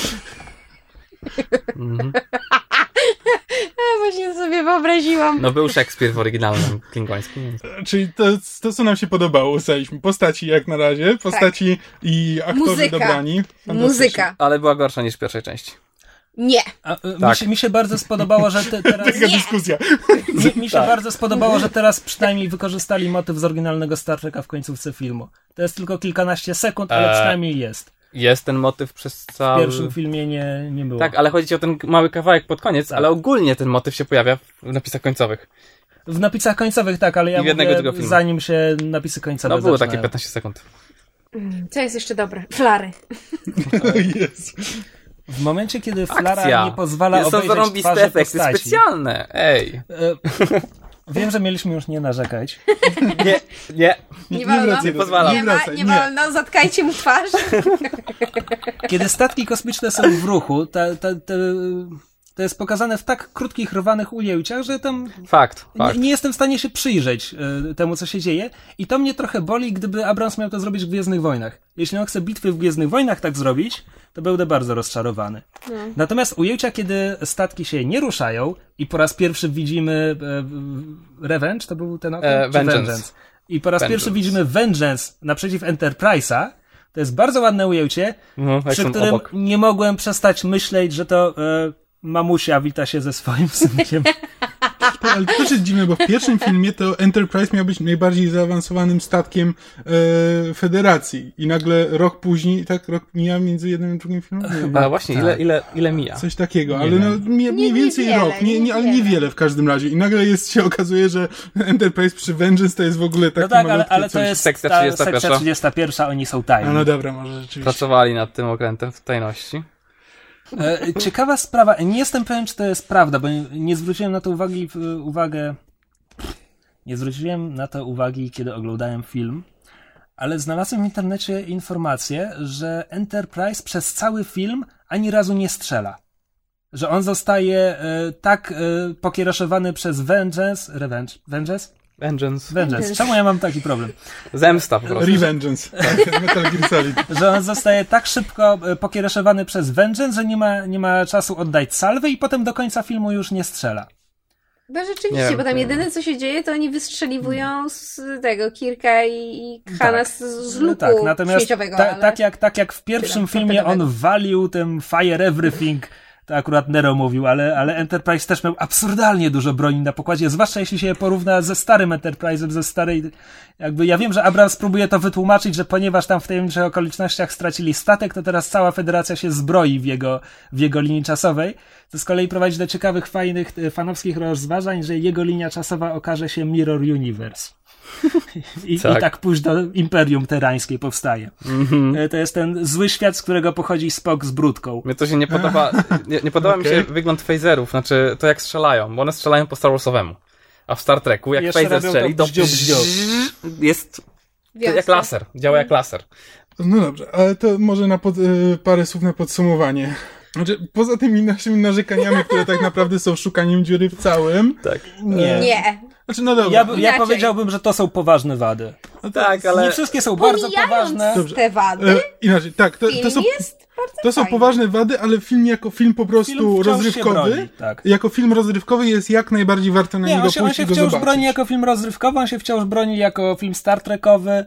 Mhm. Ja właśnie sobie wyobraziłam. No był Szekspir w oryginalnym klingońskim. Więc... Czyli to, to, co nam się podobało, ustaliliśmy. Postaci jak na razie, postaci i aktorzy Muzyka. dobrani. Fantastycznie. Muzyka. Ale była gorsza niż w pierwszej części. Nie. A, y, mi, Tak. się, mi się bardzo spodobało, że te, teraz... Taka dyskusja. Mi, mi się bardzo spodobało, że teraz przynajmniej wykorzystali motyw z oryginalnego Star Treka w końcówce filmu. To jest tylko kilkanaście sekund, ale Eee. przynajmniej jest. Jest ten motyw przez W cały... pierwszym filmie nie, nie było. Tak, ale chodzi ci o ten mały kawałek pod koniec, Tak. ale ogólnie ten motyw się pojawia w napisach końcowych. W napisach końcowych tak, ale ja I w jednego mówię, tego filmu. zanim się napisy końcowe No było zaczynają. takie piętnaście sekund. Co jest jeszcze dobre? Flary. Jest. W momencie, kiedy Flara Akcja. nie pozwala Są obejrzeć zarąbiste twarzy efekty postaci. specjalne. Ej. E, Wiem, że mieliśmy już nie narzekać. Nie, nie. Nie wolno. wracaj do pozwalam. Nie, Nie ma, wracaj, nie nie. wolno, zatkajcie mu twarz. Kiedy statki kosmiczne są w ruchu, ta, ta, ta, to jest pokazane w tak krótkich, rwanych ujęciach, że tam Fakt, nie, fakt. nie jestem w stanie się przyjrzeć e, temu, co się dzieje. I to mnie trochę boli, gdyby Abrams miał to zrobić w Gwiezdnych Wojnach. Jeśli on chce bitwy w Gwiezdnych Wojnach tak zrobić, to będę bardzo rozczarowany. No. Natomiast ujęcia, kiedy statki się nie ruszają i po raz pierwszy widzimy e, Revenge, to był ten okres? E, Czy Vengeance. I po raz Vengeance. pierwszy widzimy Vengeance naprzeciw Enterprise'a. To jest bardzo ładne ujęcie, Mhm, jak przy są którym obok. nie mogłem przestać myśleć, że to e, mamusia wita się ze swoim synkiem. Ale to też jest dziwne, bo w pierwszym filmie to Enterprise miał być najbardziej zaawansowanym statkiem e, Federacji. I nagle rok później, tak rok mija między jednym i drugim filmem? Nie wiem. A właśnie, ile, ile, ile mija? Coś takiego, Nie ale wiem. no mniej, mniej Nie- więcej niewiele, rok, nie, nie, ale niewiele. niewiele w każdym razie. I nagle jest, się okazuje, że Enterprise przy Vengeance to jest w ogóle taki No tak, ale, malutki ale to coś. jest Sekcja ta trzydziesta pierwsza. sekcja trzydziesta pierwsza, oni są tajni. A no dobra, może rzeczywiście. Pracowali nad tym okrętem w tajności. E, Ciekawa sprawa, nie jestem pewien, czy to jest prawda, bo nie- nie zwróciłem na to uwagi, w- uwagę, nie zwróciłem na to uwagi, kiedy oglądałem film, ale znalazłem w internecie informację, że Enterprise przez cały film ani razu nie strzela. Że on zostaje e, tak e, pokiereszowany przez Vengeance, Revenge, Vengeance? Vengeance. Vengeance. Czemu ja mam taki problem? Zemsta po prostu. Revengeance. Tak, Metal Gear Solid. Że on zostaje tak szybko e, pokiereszowany przez Vengeance, że nie ma, nie ma czasu oddać salwy i potem do końca filmu już nie strzela. No rzeczywiście, Nie wiem, bo tam nie jedyne co się dzieje, to oni wystrzeliwują z tego Kirka i, i Hana Tak. z, z luku tak, natomiast śmieciowego. ta, ale... tak, jak, tak jak w pierwszym tam filmie on torpedowego. walił tym Fire Everything, to akurat Nero mówił, ale, ale Enterprise też miał absurdalnie dużo broni na pokładzie, zwłaszcza jeśli się je porówna ze starym Enterprise'em, ze starej, jakby ja wiem, że Abrams próbuje to wytłumaczyć, że ponieważ tam w tajemniczych okolicznościach stracili statek, to teraz cała Federacja się zbroi w jego, w jego linii czasowej, co z kolei prowadzi do ciekawych, fajnych, fanowskich rozważań, że jego linia czasowa okaże się Mirror Universe. I tak. I tak pójść do Imperium Terańskiej powstaje. Mm-hmm. To jest ten zły świat, z którego pochodzi Spock z brudką. Mnie to się nie podoba, nie, nie podoba okay. mi się wygląd phaserów, znaczy to jak strzelają, bo one strzelają po Star Warsowemu. A w Star Treku, jak phaser strzeli, to bździu, bździu. jest to jak laser, działa jak laser. No dobrze, ale to może na pod, y, parę słów na podsumowanie. Znaczy, poza tymi naszymi narzekaniami, które tak naprawdę są szukaniem dziury w całym. Tak. Nie. Nie. Znaczy, no dobra. Ja, ja powiedziałbym, że to są poważne wady. No tak, ale... Nie wszystkie są bardzo poważne. Dobrze. Te wady. E, inaczej, tak. To, to są, to są poważne wady, ale film jako film po prostu film rozrywkowy. Tak. Jako film rozrywkowy jest jak najbardziej warto na Nie, niego on się, pójść on się i go wciąż zobaczyć. broni jako film rozrywkowy, on się wciąż broni jako film Star Trekowy.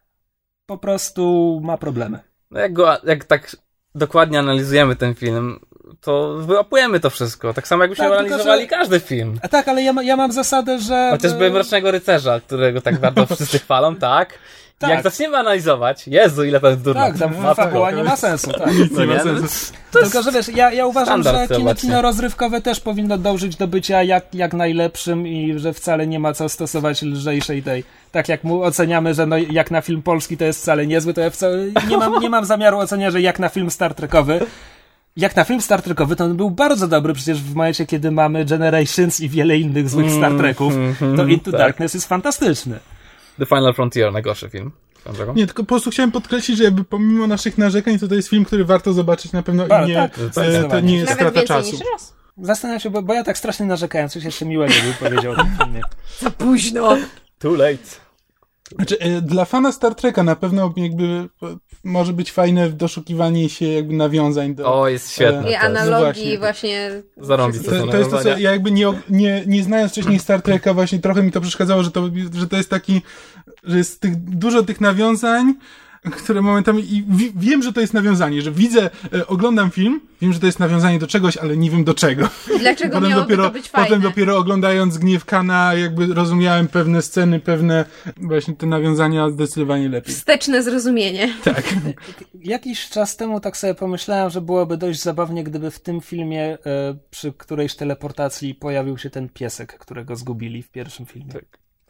Po prostu ma problemy. No jak, go, jak tak dokładnie analizujemy ten film, to wyłapujemy to wszystko. Tak samo jakbyśmy tak, analizowali że... każdy film. A tak, ale ja, ma, ja mam zasadę, że... Chociażby Mrocznego Rycerza, którego tak bardzo wszyscy chwalą, tak? Tak. Jak zaczniemy analizować, Jezu, ile to jest durno. Tak, tam no, fabuła nie ma sensu. Tak. Nic nie ma sensu. To Tylko, że wiesz, ja, ja uważam, że kino, kino rozrywkowe też powinno dążyć do bycia jak, jak najlepszym i że wcale nie ma co stosować lżejszej tej. Tak jak mu oceniamy, że no, jak na film polski to jest wcale niezły, to ja wcale nie mam, nie mam zamiaru oceniać, że jak na film Star Trekowy. Jak na film Star Trekowy, to on był bardzo dobry, przecież w momencie, kiedy mamy Generations i wiele innych złych Star Treków, to Into tak. Darkness jest fantastyczny. The Final Frontier, najgorszy film. Nie, tylko po prostu chciałem podkreślić, że jakby pomimo naszych narzekań, to to jest film, który warto zobaczyć na pewno i nie, tak, e, to nie jest strata czasu. Zastanawiam się, bo, bo ja tak strasznie narzekałem, coś jeszcze miłego bym powiedział o tym filmie. Za późno. Too late. Znaczy, dla fana Star Treka na pewno jakby może być fajne doszukiwanie się jakby nawiązań do... O, jest świetne. I analogii właśnie... Zarąbić to, to, to jest to, co ja jakby nie, nie, nie znając wcześniej Star Treka właśnie trochę mi to przeszkadzało, że to, że to jest taki, że jest tych, dużo tych nawiązań, które momentami... I w, wiem, że to jest nawiązanie, że widzę, e, oglądam film, wiem, że to jest nawiązanie do czegoś, ale nie wiem do czego. I dlaczego potem miałoby dopiero, to być fajne? Potem dopiero oglądając Gniew Kana jakby rozumiałem pewne sceny, pewne właśnie te nawiązania zdecydowanie lepiej. Wsteczne zrozumienie. Tak. Jakiś czas temu tak sobie pomyślałem, że byłoby dość zabawnie, gdyby w tym filmie e, przy którejś teleportacji pojawił się ten piesek, którego zgubili w pierwszym filmie. Tak.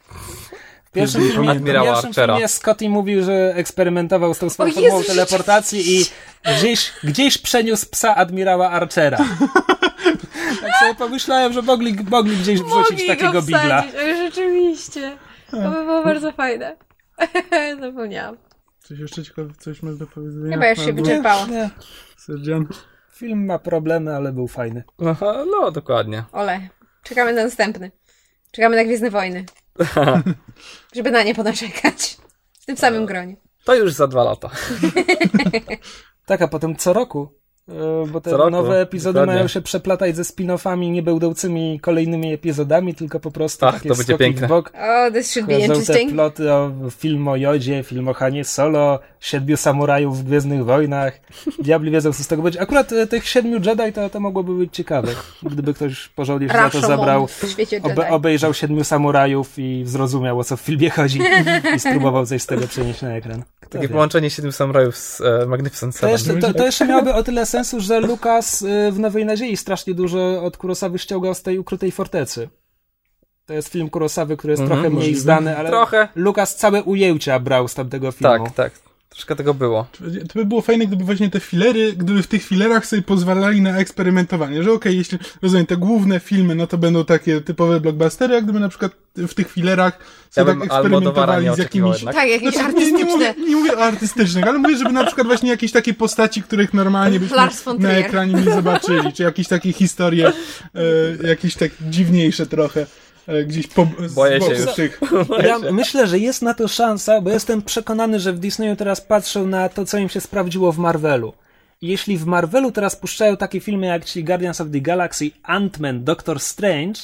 W pierwszym filmie, w pierwszym filmie Scotty mówił, że eksperymentował z tą swoją formą teleportacji i gdzieś, gdzieś przeniósł psa admirała Archera. Tak sobie pomyślałem, że mogli, mogli gdzieś wrzucić mogli takiego bigla. Rzeczywiście. To by było bardzo fajne. Zapomniałam. Coś jeszcze ciekawe, coś masz do powiedzenia? Chyba już się wyczerpało. Nie. Sergian? Film ma problemy, ale był fajny. Aha, no, dokładnie. Ole, czekamy na następny. Czekamy na Gwiezdne Wojny. Żeby na nie ponarzekać. W tym samym gronie. To już za dwa lata. Tak, a potem co roku. Bo te roku, nowe epizody dokładnie. Mają się przeplatać ze spin-offami niebędącymi kolejnymi epizodami, tylko po prostu Ach, takie to będzie piękne. w bok. Oh, this should be interesting. Te ploty o film o Jodzie, film o Hanie Solo, siedmiu samurajów w Gwiezdnych Wojnach. Diabli wiedzą, co z tego będzie. Akurat tych siedmiu Jedi to, to mogłoby być ciekawe. Gdyby ktoś porządnie się za to zabrał, obe, obejrzał siedmiu samurajów i zrozumiał, o co w filmie chodzi i spróbował coś z tego przenieść na ekran. Kto Takie wie? Połączenie siedmiu samurajów z e, Magnificent Seven. To jeszcze, to, to jeszcze miałoby o tyle sensu, że Lucas y, w Nowej Nadziei strasznie dużo od Kurosawy ściągał z tej Ukrytej Fortecy. To jest film Kurosawy, który jest mm-hmm, trochę mniej możliwe. znany, ale trochę. Lucas całe ujęcia brał z tamtego filmu. Tak, tak. Troszkę tego było. To by było fajne, gdyby właśnie te filery, gdyby w tych filerach sobie pozwalali na eksperymentowanie, że okej, okay, jeśli, rozumiem, te główne filmy, no to będą takie typowe blockbustery, a gdyby na przykład w tych filerach sobie ja tak eksperymentowali z jakimiś... Tak, jakieś znaczy, artystyczne. Nie, nie, mówię, nie mówię o artystycznych, ale mówię, żeby na przykład właśnie jakieś takie postaci, których normalnie byśmy na ekranie nie zobaczyli, czy jakieś takie historie, e, jakieś tak dziwniejsze trochę. Gdzieś po, z Boję boku się już. tych. Ja myślę, że jest na to szansa, bo jestem przekonany, że w Disneyu teraz patrzą na to, co im się sprawdziło w Marvelu. I jeśli w Marvelu teraz puszczają takie filmy jak ci Guardians of the Galaxy, Ant-Man, Doctor Strange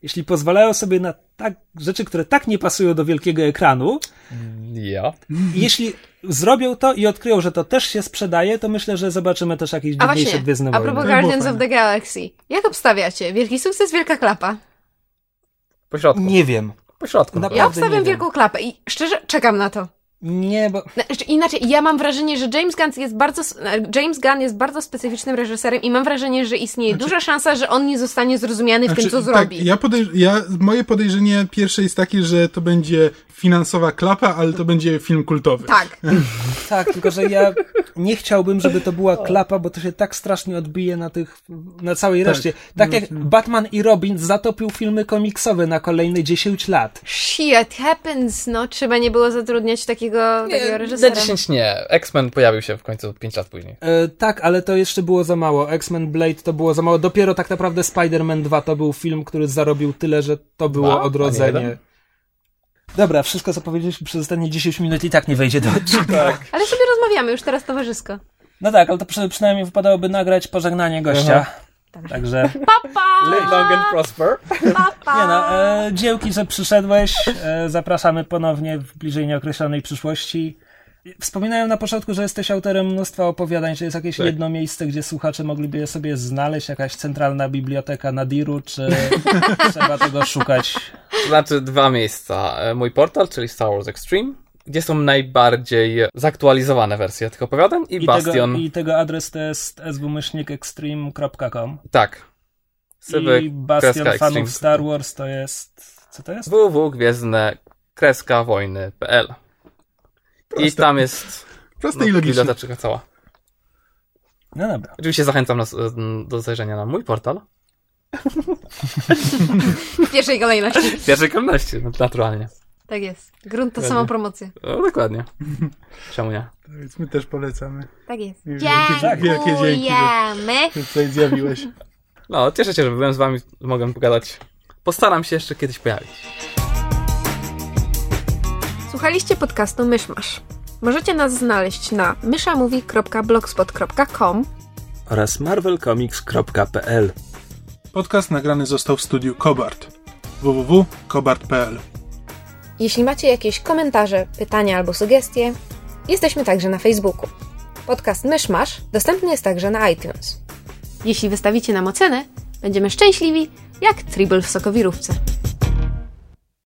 jeśli pozwalają sobie na tak, rzeczy, które tak nie pasują do wielkiego ekranu, Ja. jeśli zrobią to i odkryją, że to też się sprzedaje, to myślę, że zobaczymy też jakieś A dziwniejsze właśnie, Gwiezdne a Wojny. propos To było Guardians fajne. of the Galaxy. Jak obstawiacie? Wielki sukces, wielka klapa? Po środku. Nie wiem. Po środku. Na- Ja Naprawdę nie obstawiam wiem. wielką klapę i szczerze czekam na to. Nie, bo... Znaczy, inaczej, ja mam wrażenie, że James Gunn jest bardzo, James Gunn jest bardzo specyficznym reżyserem i mam wrażenie, że istnieje duża szansa, że on nie zostanie zrozumiany w Znaczy, tym, co tak, zrobi. ja podejrz- ja, moje podejrzenie pierwsze jest takie, że to będzie finansowa klapa, ale to będzie film kultowy. Tak. Tak, tylko że ja nie chciałbym, żeby to była klapa, bo to się tak strasznie odbije na tych, na całej Tak. reszcie. Tak jak Batman i Robin zatopił filmy komiksowe na kolejne dziesięć lat. Shit happens, no. Trzeba nie było zatrudniać takiego, takiego Na reżysera. dziesięć nie. X-Men pojawił się w końcu pięć lat później. E, tak, ale to jeszcze było za mało. X-Men Blade to było za mało. Dopiero tak naprawdę Spider-Man dwa to był film, który zarobił tyle, że to było Dwa? A nie odrodzenie. jeden? Dobra, wszystko co powiedzieliśmy przez ostatnie dziesięć minut i tak nie wejdzie do odcinka. Tak. Ale sobie rozmawiamy już teraz towarzysko. No tak, ale to przy, przynajmniej wypadałoby nagrać pożegnanie gościa. Także... Papa! Live long and prosper. Papa! Nie no, e, dzięki, że przyszedłeś. E, zapraszamy ponownie w bliżej nieokreślonej przyszłości. Wspominałem na początku, że jesteś autorem mnóstwa opowiadań. Czy jest jakieś Tak. jedno miejsce, gdzie słuchacze mogliby je sobie znaleźć? Jakaś centralna biblioteka Nadiru, czy trzeba tego szukać? To znaczy dwa miejsca. E, Mój portal, czyli Star Wars Extreme, gdzie są najbardziej zaktualizowane wersje tych opowiadań i, I Bastion. tego, I tego adres to jest s w myślnik extreme kropka com. Tak. Sywy, I Bastion kreska fanów Extreme. Star Wars to jest... Co to jest? www gwiezdne kreska wojny kropka p l. I Proste. tam jest Proste no, i logiczne. biblioteczka cała. No dobra. Oczywiście zachęcam nas e, do zajrzenia na mój portal. W pierwszej kolejności. W pierwszej kolejności, no, naturalnie. Tak jest. Grunt to Dokładnie. sama promocja. O, dokładnie. Czemu nie? Więc my też polecamy. Tak jest. Wielkie, wielkie dzięki, Dziękujemy. że tutaj zjawiłeś. No, cieszę się, że byłem z wami, mogę pogadać. Postaram się jeszcze kiedyś pojawić. Słuchaliście podcastu Myszmasz. Możecie nas znaleźć na myszamovie kropka blogspot kropka com. Oraz marvel comics kropka p l. Podcast nagrany został w studiu Kobart. www kropka kobart kropka p l. Jeśli macie jakieś komentarze, pytania albo sugestie, jesteśmy także na Facebooku. Podcast Myszmasz dostępny jest także na iTunes. Jeśli wystawicie nam ocenę, będziemy szczęśliwi jak Tribble w sokowirówce.